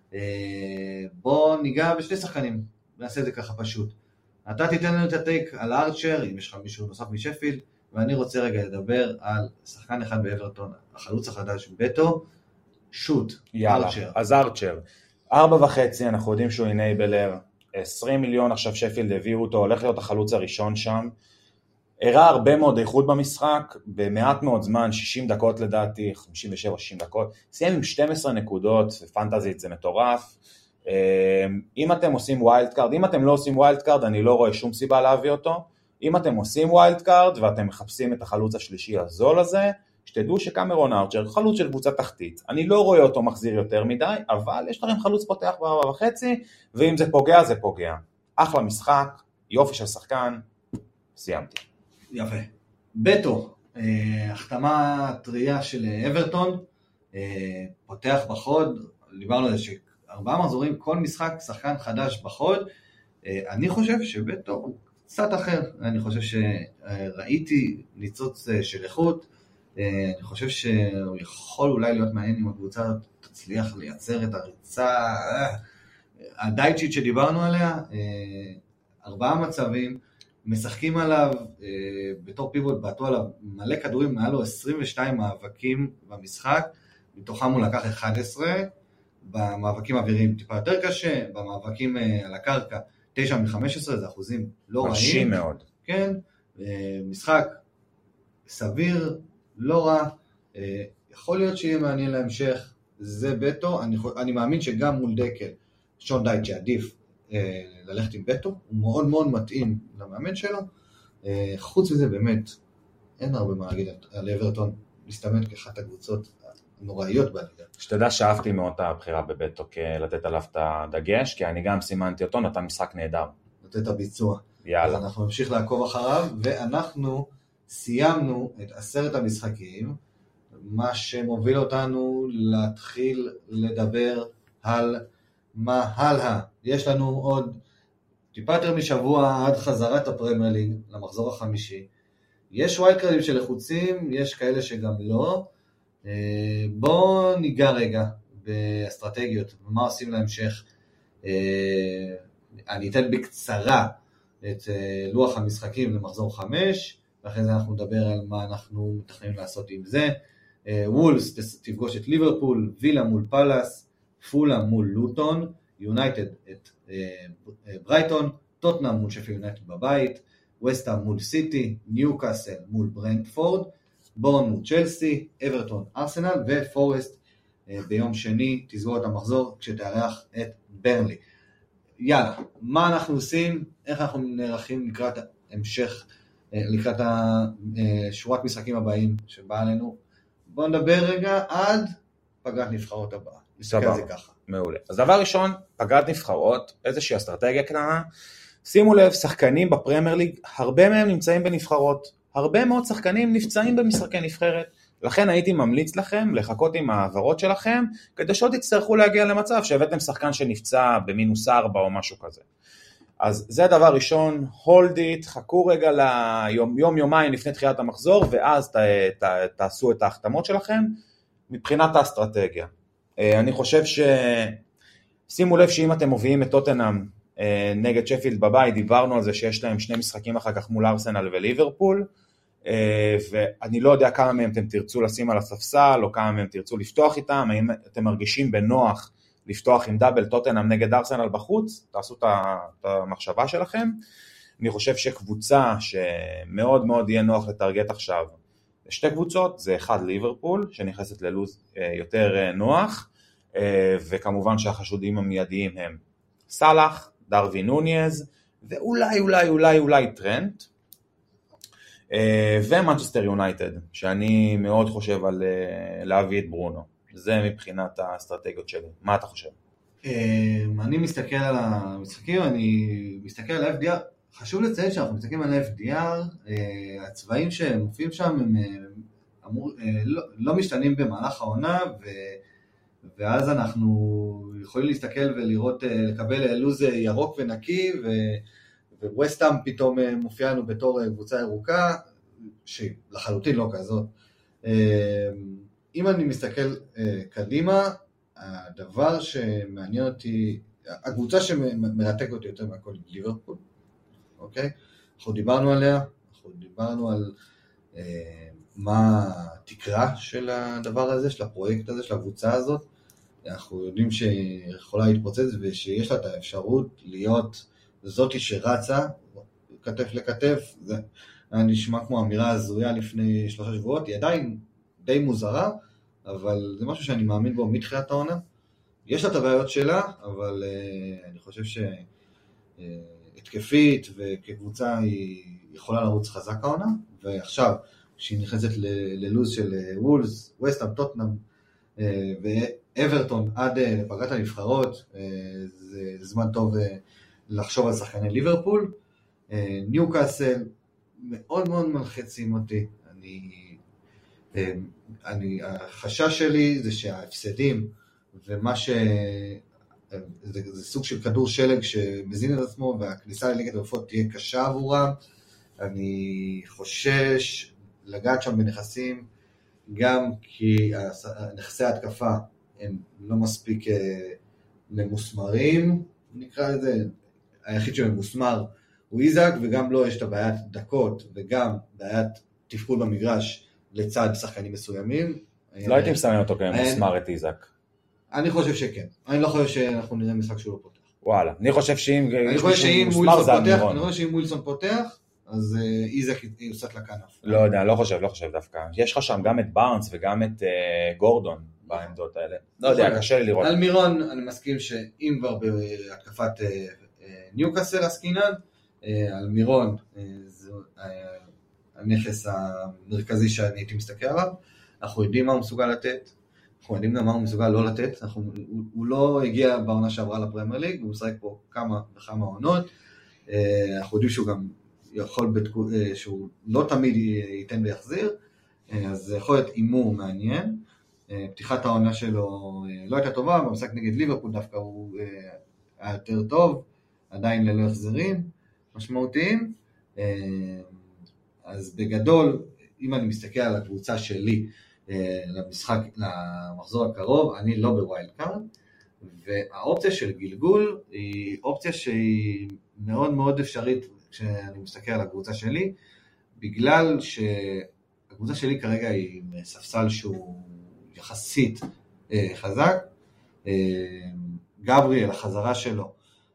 בוא ניגע בשני שחקנים, נעשה את זה ככה פשוט. אתה תיתן לנו את הטייק על ארצ'ר, אם יש לך מישהו נוסף משפילד, ואני רוצה רגע לדבר על שחקן אחד באברטון, החלוץ החדש בטו, שוט, יאללה, ארצ'ר. אז ארצ'ר, ארבע וחצי, אנחנו יודעים שהוא אינייבלר, עשרים מיליון עכשיו שפילד הביאו אותו, הולך להיות החלוץ הראשון שם, הראה הרבה מאוד איכות במשחק, במעט מאוד זמן, שישים דקות לדעתי, חמישים ושבע שישים דקות, סיים עם שתים עשרה נקודות, פנטזית זה מטורף, אם אתם עושים ווילד קארד, אם אתם לא עושים ווילד קארד, אני לא רואה שום סיבה להביא אותו, אם אתם עושים ווילד קארד, ואתם מחפשים את החלוץ השלישי הזול הזה, שתדעו שקמרון ארצ'ר, חלוץ של קבוצה תחתית, אני לא רואה אותו מחזיר יותר מדי, אבל יש לכם חלוץ פותח בארבע וחצי, ואם זה פוגע, זה פוגע. אחלה משחק, יופי של שחקן, סיימתי. יפה. בטו, החתמה טריה של אברטון, פותח בחוד, דיברנו על זה שארבעה מחזורים, כל משחק שחקן חדש בחוד, אני חושב שבטו הוא קצת אחר, אני חושב שראיתי ניצוץ של איכות, אני חושב שהוא יכול אולי להיות מעניין אם הקבוצה תצליח לייצר את הריצה, הדייצ'ית שדיברנו עליה, ארבעה מצבים, משחקים עליו, בתור פיבוט בעטו עליו מלא כדורים, היה לו עשרים ושתיים מאבקים במשחק, מתוכם הוא לקח אחד עשר, במאבקים אוויריים טיפה יותר קשה, במאבקים על הקרקע, תשע מחמש עשרה, זה אחוזים לא רעים. מרשים מאוד. כן, משחק סביר, לא רע, יכול להיות שיהיה מעניין להמשך, זה בטו, אני, אני מאמין שגם מול דקל, שון דייט שעדיף ללכת עם בטו, הוא מאוד מאוד מתאים למאמן שלו, חוץ מזה באמת, אין הרבה מה להגיד על אברטון, מסתמן כאחת הקבוצות נוראיות בליגה. שתדע שאהבתי מאוד את הבחירה בבטו, לתת עליו את הדגש, כי אני גם סימנתי אותו, נתן משחק נהדר. נתת את הביצוע. יאללה. אז אנחנו נמשיך לעקוב אחריו, ואנחנו סיימנו את עשרת המשחקים, מה שמוביל אותנו להתחיל לדבר על מה הלאה. יש לנו עוד טיפה יותר משבוע עד חזרת הפרמייר ליג למחזור החמישי. יש ווילדקארדים של לחוצים, יש כאלה שגם לא. בואו ניגע רגע באסטרטגיות, ומה עושים להמשך. אני אתן בקצרה את לוח המשחקים למחזור חמש, ואחרי זה אנחנו נדבר על מה אנחנו מתכננים לעשות עם זה. וולס תפגוש את ליברפול, וילה מול פלאס, פולה מול לוטון, יונייטד את ברייטון, טוטנהאם מול שפילד יונייטד בבית, וסטהאם מול סיטי, ניוקאסל מול ברנטפורד, בורן מול צ'לסי, אברטון ארסנל, ופורסט ביום שני תסגור את המחזור כשתארח את ברנלי. יאללה, מה אנחנו עושים, איך אנחנו נערכים לקראת המשך, לקראת שורת משחקים הבאים שבאה עלינו. בואו נדבר רגע עד פגרת נבחרות הבאה. סבבה, מעולה. אז דבר ראשון, פגרת נבחרות, איזושהי אסטרטגיה קטנה, שימו לב, שחקנים בפרמייר ליג, הרבה מהם נמצאים בנבחרות, הרבה מאוד שחקנים נפצעים במשחקי נבחרת, לכן הייתי ממליץ לכם לחכות עם העברות שלכם, כדי שעוד תצטרכו להגיע למצב שהבאתם שחקן שנפצע במינוס ארבע או משהו כזה. אז זה דבר ראשון, hold it, חכו רגע ליום, יום יומיים לפני תחילת המחזור, ואז ת, ת, תעשו את ההחתמות שלכם, מבחינת האסטרטגיה. אני חושב ש... שימו לב שאם אתם מובילים את טוטנהאם נגד שפילד בבית, דיברנו על זה שיש להם שני משחקים אחר כך מול ארסנל וליברפול, ואני לא יודע כמה מהם אתם תרצו לשים על הספסל, או כמה מהם תרצו לפתוח איתם, האם אתם מרגישים בנוח לפתוח עם דאבל טוטנהאם נגד ארסנל בחוץ, תעשו את המחשבה שלכם. אני חושב שקבוצה שמאוד מאוד יהיה נוח לטרגט עכשיו, שתי קבוצות, זה אחד ליברפול, שנכנסת ללוז יותר נוח, וכמובן שהחשודים המיידיים הם סלאח, דרווין נוניז, ואולי אולי אולי אולי טרנט, ומנצ'סטר יונייטד, שאני מאוד חושב על להביא את ברונו. זה מבחינת האסטרטגיות שלי. מה אתה חושב? אני מסתכל על המשחקים, אני מסתכל על ה-אף די אר, חשוב לציין שאנחנו מסתכלים על ה-אף די אר, הצבעים שמופיעים שם הם אמור, לא, לא משתנים במהלך העונה, ו, ואז אנחנו יכולים להסתכל ולראות, לקבל לוז ירוק ונקי, ו, וווסטהאם פתאום מופיע לנו בתור קבוצה ירוקה, שלחלוטין לא כזאת. אם אני מסתכל קדימה, הדבר שמעניין אותי, הקבוצה שמרתק אותי יותר מהכל היא ליברפול, אוקיי? אנחנו דיברנו עליה, אנחנו דיברנו על אה, מה התקרה של הדבר הזה, של הפרויקט הזה, של הקבוצה הזאת. אנחנו יודעים שיכולה להתפוצץ ושיש לה את האפשרות להיות זאתי שרצה, כתף לכתף, זה נשמע כמו אמירה הזויה לפני שלושה שבועות, היא עדיין די מוזרה, אבל זה משהו שאני מאמין בו מתחילת העונה. יש לה את הבעיות שלה, אבל uh, אני חושב שהתקפית uh, וכקבוצה היא יכולה לרוץ חזק העונה, ועכשיו כשהיא נכנסת ללוז של וולס, וסטהאם, טוטנהאם uh, ואברטון עד uh, לפגרת הנבחרות, uh, זה זמן טוב uh, לחשוב על שחקני ליברפול. uh, ניוקאסל מאוד מאוד מלחצים אותי, אני... אני, החשש שלי זה שההפסדים ומה ש... זה, זה סוג של כדור שלג שמזין את עצמו, והכניסה לליגת האלופות תהיה קשה עבורם. אני חושש לגעת שם בנכסים, גם כי נכסי ההתקפה הם לא מספיק ממוסמרים, נקרא לזה, היחיד שממוסמר הוא איזק, וגם לו יש את הבעיית דקות, וגם בעיית תפקוד במגרש לצד שחקנים מסוימים. לא הייתי מסמן אותו כמוסמר את איזק. אני חושב שכן. אני לא חושב שאנחנו נראה משחק שהוא לא פותח. וואלה, אני חושב שאם מוסמר זה אמירון. אני חושב שאם ווילסון פותח, אז איזק יוסט לכנף. לא יודע, לא חושב, לא חושב דווקא. יש לך שם גם את בארנס וגם את גורדון בעמדות האלה. לא יודע, קשה לי לראות. על מירון אני מסכים שאם כבר בהתקפת ניוקאסל עסקינן, על מירון זה הנכס המרכזי שאני הייתי מסתכל עליו. אנחנו יודעים מה הוא מסוגל לתת, אנחנו יודעים גם מה הוא מסוגל לא לתת. אנחנו, הוא, הוא לא הגיע בעונה שעברה לפרמייר ליג, הוא משחק פה כמה וכמה עונות. אנחנו יודעים שהוא גם יכול, בתקו, שהוא לא תמיד ייתן ויחזיר, אז זה יכול להיות אימור מעניין. פתיחת העונה שלו לא הייתה טובה, במשחק נגד ליברפול דווקא הוא היה יותר טוב, עדיין ללא החזרים משמעותיים. אז בגדול, אם אני מסתכל על הקבוצה שלי למשחק, למחזור הקרוב, אני לא בווילד קארד, והאופציה של גלגול היא אופציה שהיא מאוד מאוד אפשרית כשאני מסתכל על הקבוצה שלי, בגלל שהקבוצה שלי כרגע היא ספסל שהוא יחסית חזק. גבריאל, החזרה שלו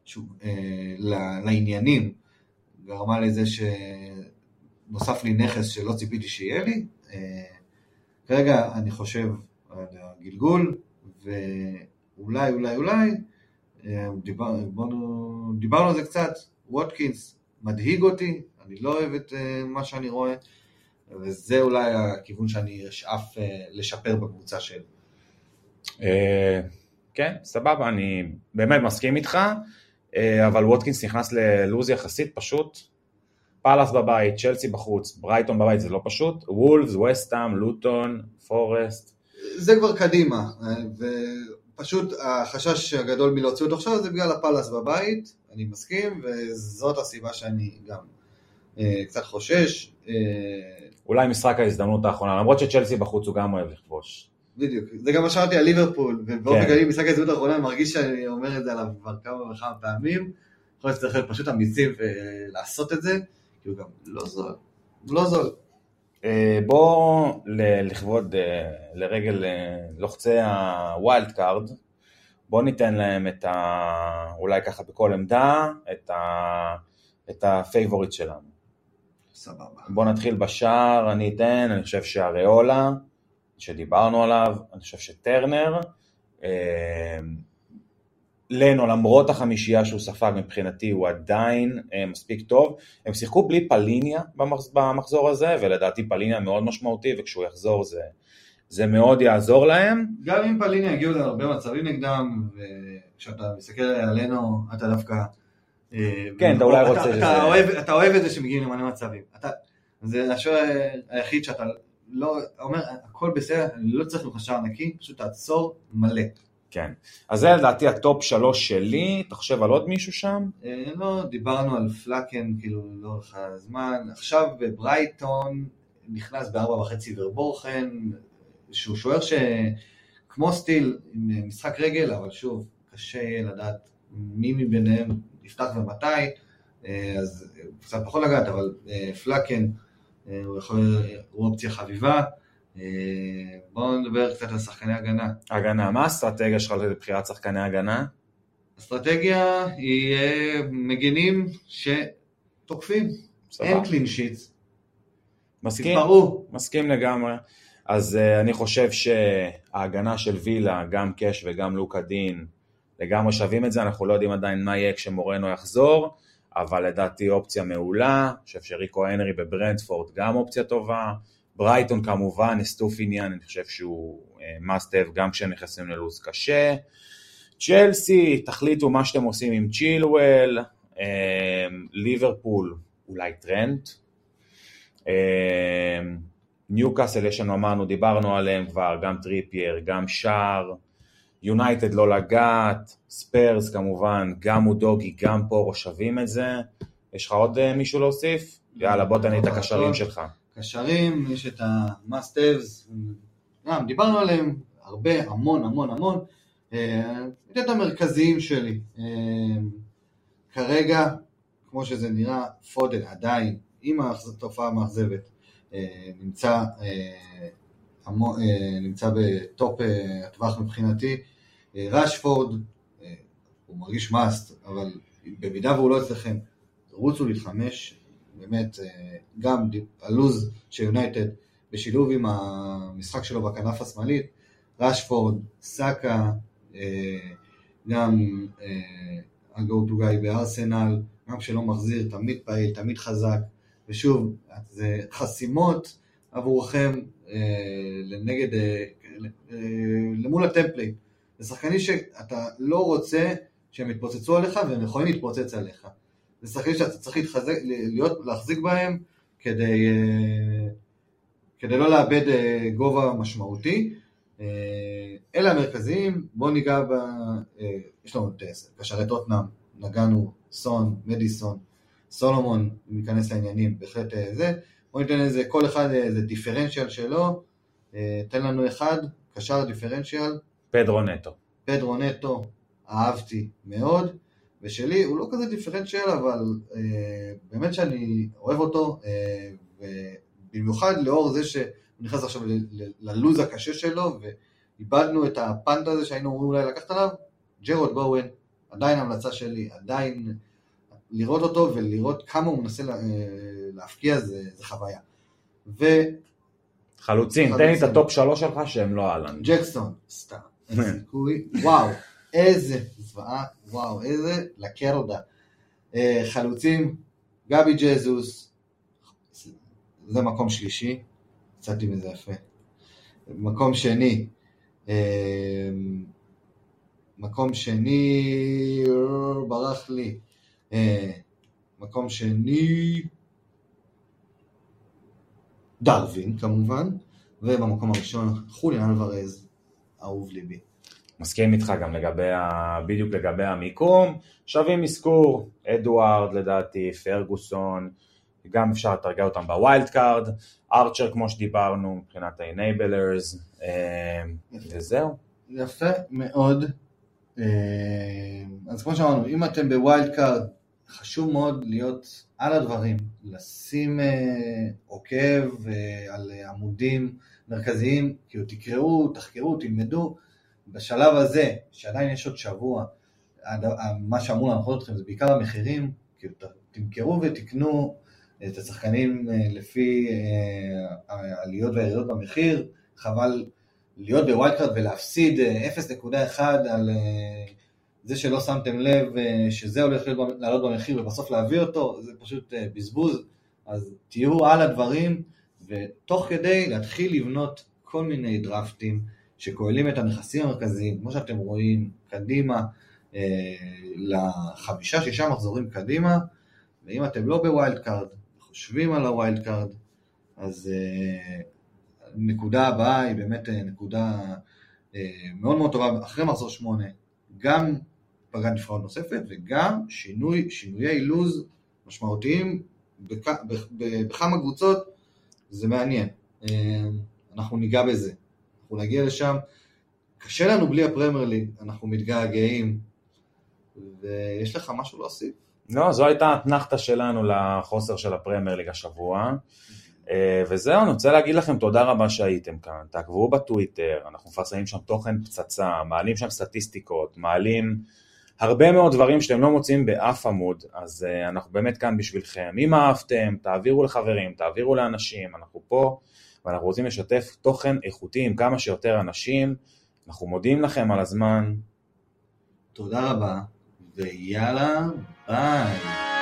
לעניינים, גרמה לזה שנוסף לי נכס שלא ציפיתי שיהיה לי. כרגע אני חושב על הגלגול, ואולי, אולי, אולי, דיבר, בואו, דיברנו על זה קצת, ווטקינס מדהיג אותי, אני לא אוהב את מה שאני רואה, וזה אולי הכיוון שאני אשאף לשפר בקבוצה שלי. כן, סבבה, אני באמת מסכים איתך, אבל ווטקינס נכנס ללוז יחסית פשוט, פאלאס בבית, צ'לסי בחוץ, ברייטון בבית, זה לא פשוט, וולפס, וסטהאם, לוטון, פורסט. זה כבר קדימה, ופשוט החשש הגדול מלהוציא אותו עכשיו זה בגלל הפאלאס בבית, אני מסכים, וזאת הסיבה שאני גם אה, קצת חושש. אה... אולי משחק ההזדמנות האחרונה, למרות שצ'לסי בחוץ הוא גם אוהב לכבוש. בדיוק, זה גם מה שאמרתי על ליברפול, ובאופן כללי משחק ההזדמנות האחרונה, אני מרגיש שאני אומר את זה עליו כבר כמה וכמה פעמים, יכול להיות שצריך פשוט אמיצים ולעשות את זה, כי הוא גם לא זול, לא זול. בוא לכבוד, לרגל לוחצי הווילד קארד, בוא ניתן להם את ה... אולי ככה בכל עמדה, את ה... את הפייבוריט שלנו. סבבה. בוא נתחיל בשער, אני אתן, אני חושב שהריולה, שדיברנו עליו, אני חושב שטרנר, לנו, למרות החמישייה שהוא ספג מבחינתי, הוא עדיין אה, מספיק טוב. הם שיחקו בלי פליניה במחזור הזה, ולדעתי פליניה מאוד משמעותי, וכשהוא יחזור זה, זה מאוד יעזור להם. גם אם פליניה הגיעו להרבה מצבים נגדם, וכשאתה מסתכל עלינו, אתה דווקא... אה, כן, אתה אולי רוצה... אתה, שזה... אתה, אוהב, אתה אוהב את זה שמגיעים למלא מצבים. אתה, זה השוער היחיד שאתה לא... אומר, הכל בסדר, אני לא צריך לך שער נקי, פשוט תעצור מלא. כן, אז זה לדעתי הטופ שלוש שלי, אתה חושב על עוד מישהו שם? לא, דיברנו על פלאקן, כאילו, לאורך הזמן, עכשיו בברייטון, נכנס בארבע וחצי ורבורכן, שהוא שוער שכמו סטיל, עם משחק רגל, אבל שוב, קשה לדעת מי מביניהם יפתח ומתי, אז קצת פחות לגעת, אבל פלאקן, הוא יכול, הוא אופציה חביבה, בואו נדבר קצת על שחקני הגנה. הגנה, מה האסטרטגיה שלך לבחירת שחקני הגנה? אסטרטגיה היא מגנים שתוקפים, אין קלין שיטס. מסכים? תתפרו. מסכים לגמרי. אז uh, אני חושב שההגנה של וילה, גם קש וגם לוקה דין, לגמרי שווים את זה, אנחנו לא יודעים עדיין מה יהיה כשמורנו יחזור, אבל לדעתי אופציה מעולה, אני חושב שריקו הנרי בברנדפורד גם אופציה טובה, ברייטון כמובן, אסטוף עניין, אני חושב שהוא uh, must have גם כשנכנסים ללוז קשה. צ'לסי, תחליטו מה שאתם עושים עם צ'ילואל, uh, ליברפול, אולי טרנט. Uh, ניוקאסל יש לנו, אמרנו, דיברנו עליהם כבר, גם טריפייר, גם שער, יונייטד לא לגעת, ספרס כמובן, גם אודוגי, גם פורו שווים את זה. יש לך עוד מישהו להוסיף? יאללה, בוא תענה את הקשרים שלך. קשרים, יש את ה-must haves, גם דיברנו עליהם הרבה, המון, המון, המון. את המרכזיים שלי. כרגע, כמו שזה נראה, פודן עדיין, עם התופעה המאכזבת, נמצא, נמצא בטופ הטווח מבחינתי. רשפורד, הוא מרגיש מאסט, אבל במידה והוא לא אצלכם, רוצו להתחמש, באמת, גם הלוז של יונייטד, בשילוב עם המשחק שלו בכנף השמאלית, רשפורד, סאקה, גם הגו טו גאי בארסנל, גם שלא מחזיר, תמיד פעיל, תמיד חזק, ושוב, זה חסימות עבורכם לנגד, למול הטמפלייט. זה שחקנים שאתה לא רוצה שהם יתפוצצו עליך, והם יכולים להתפוצץ עליך. זה שחקנים שאתה צריך להתחזק, להיות, להחזיק בהם, כדי, כדי לא לאבד גובה משמעותי. אלה המרכזיים, בואו ניגע ב... יש לנו את קשרי טוטנהאם, נגענו, סון, מדיסון, סולומון, ניכנס לעניינים, בהחלט זה. בואו ניתן איזה, כל אחד איזה דיפרנציאל שלו, תן לנו אחד, קשר דיפרנציאל. פדרו נטו. פדרו נטו, אהבתי מאוד, ושלי הוא לא כזה דיפרנציאל, אבל אה, באמת שאני אוהב אותו, אה, ובמיוחד לאור זה שהוא נכנס עכשיו ללוז הקשה שלו, ואיבדנו את הפנט הזה שהיינו אומרים אולי לקחת עליו, ג'רוד בואוין, עדיין המלצה שלי, עדיין לראות אותו ולראות כמה הוא מנסה לה, להפקיע, זה, זה חוויה. ו... חלוצים, תן לי את הטופ שלוש שלך שהם לא עלן. ג'קסון, סתם, איזה סיכוי, וואו, איזה זוועה, וואו, איזה לקרודה. חלוצים, גבי ג'זוס, זה מקום שלישי, יצאתי מזה יפה. מקום שני, מקום שני, ברח לי, מקום שני, דרווין כמובן, ובמקום הראשון, חוליאן אלוורז, אהוב ליבי. מסכים איתך גם לגבי, בדיוק לגבי המיקום, שווים מסקור, אדוארד לדעתי, פרגוסון, גם אפשר לתרגע אותם בווילד קארד, ארצ'ר כמו שדיברנו, מבחינת ה-enablers, וזהו. יפה מאוד. אז כמו שאמרנו, אם אתם בווילד קארד, חשוב מאוד להיות על הדברים, לשים עוקב על עמודים מרכזיים, כאילו תקראו, תחקרו, תלמדו, בשלב הזה, שעדיין יש עוד שבוע, מה שאמור להנחות אתכם זה בעיקר המחירים, כאילו תמכרו ותקנו את השחקנים לפי העליות והירידות במחיר, חבל להיות בווילד קארד ולהפסיד אפס נקודה אחת על זה שלא שמתם לב שזה הולך לעלות במחיר ובסוף להביא אותו, זה פשוט בזבוז, אז תהיו על הדברים, ותוך כדי להתחיל לבנות כל מיני דרפטים שכוללים את הנכסים המרכזיים, כמו שאתם רואים, קדימה, לחמישה, שישה מחזורים קדימה, ואם אתם לא בווילד קארד, חושבים על הווילד קארד, אז הנקודה הבאה היא באמת נקודה מאוד מאוד טובה, אחרי מחזור שמונה, גם פגרת נבחרות נוספת, וגם שינוי, שינויי לוז משמעותיים בכמה קבוצות, זה מעניין. אנחנו ניגע בזה, אנחנו נגיע לשם, קשה לנו בלי הפרמייר ליג, אנחנו מתגעגעים, ויש לך משהו להוסיף? לא, זו הייתה התנחתה שלנו לחוסר של הפרמייר ליג השבוע, וזהו, אני רוצה להגיד לכם תודה רבה שהייתם כאן, תעקבו בטוויטר, אנחנו מפרסמים שם תוכן פצצה, מעלים שם סטטיסטיקות, מעלים הרבה מאוד דברים שאתם לא מוצאים באף עמוד, אז אנחנו באמת כאן בשבילכם, אם אהבתם, תעבירו לחברים, תעבירו לאנשים, אנחנו פה, ואנחנו רוצים לשתף תוכן איכותי עם כמה שיותר אנשים, אנחנו מודים לכם על הזמן. תודה רבה, ויאללה, ביי.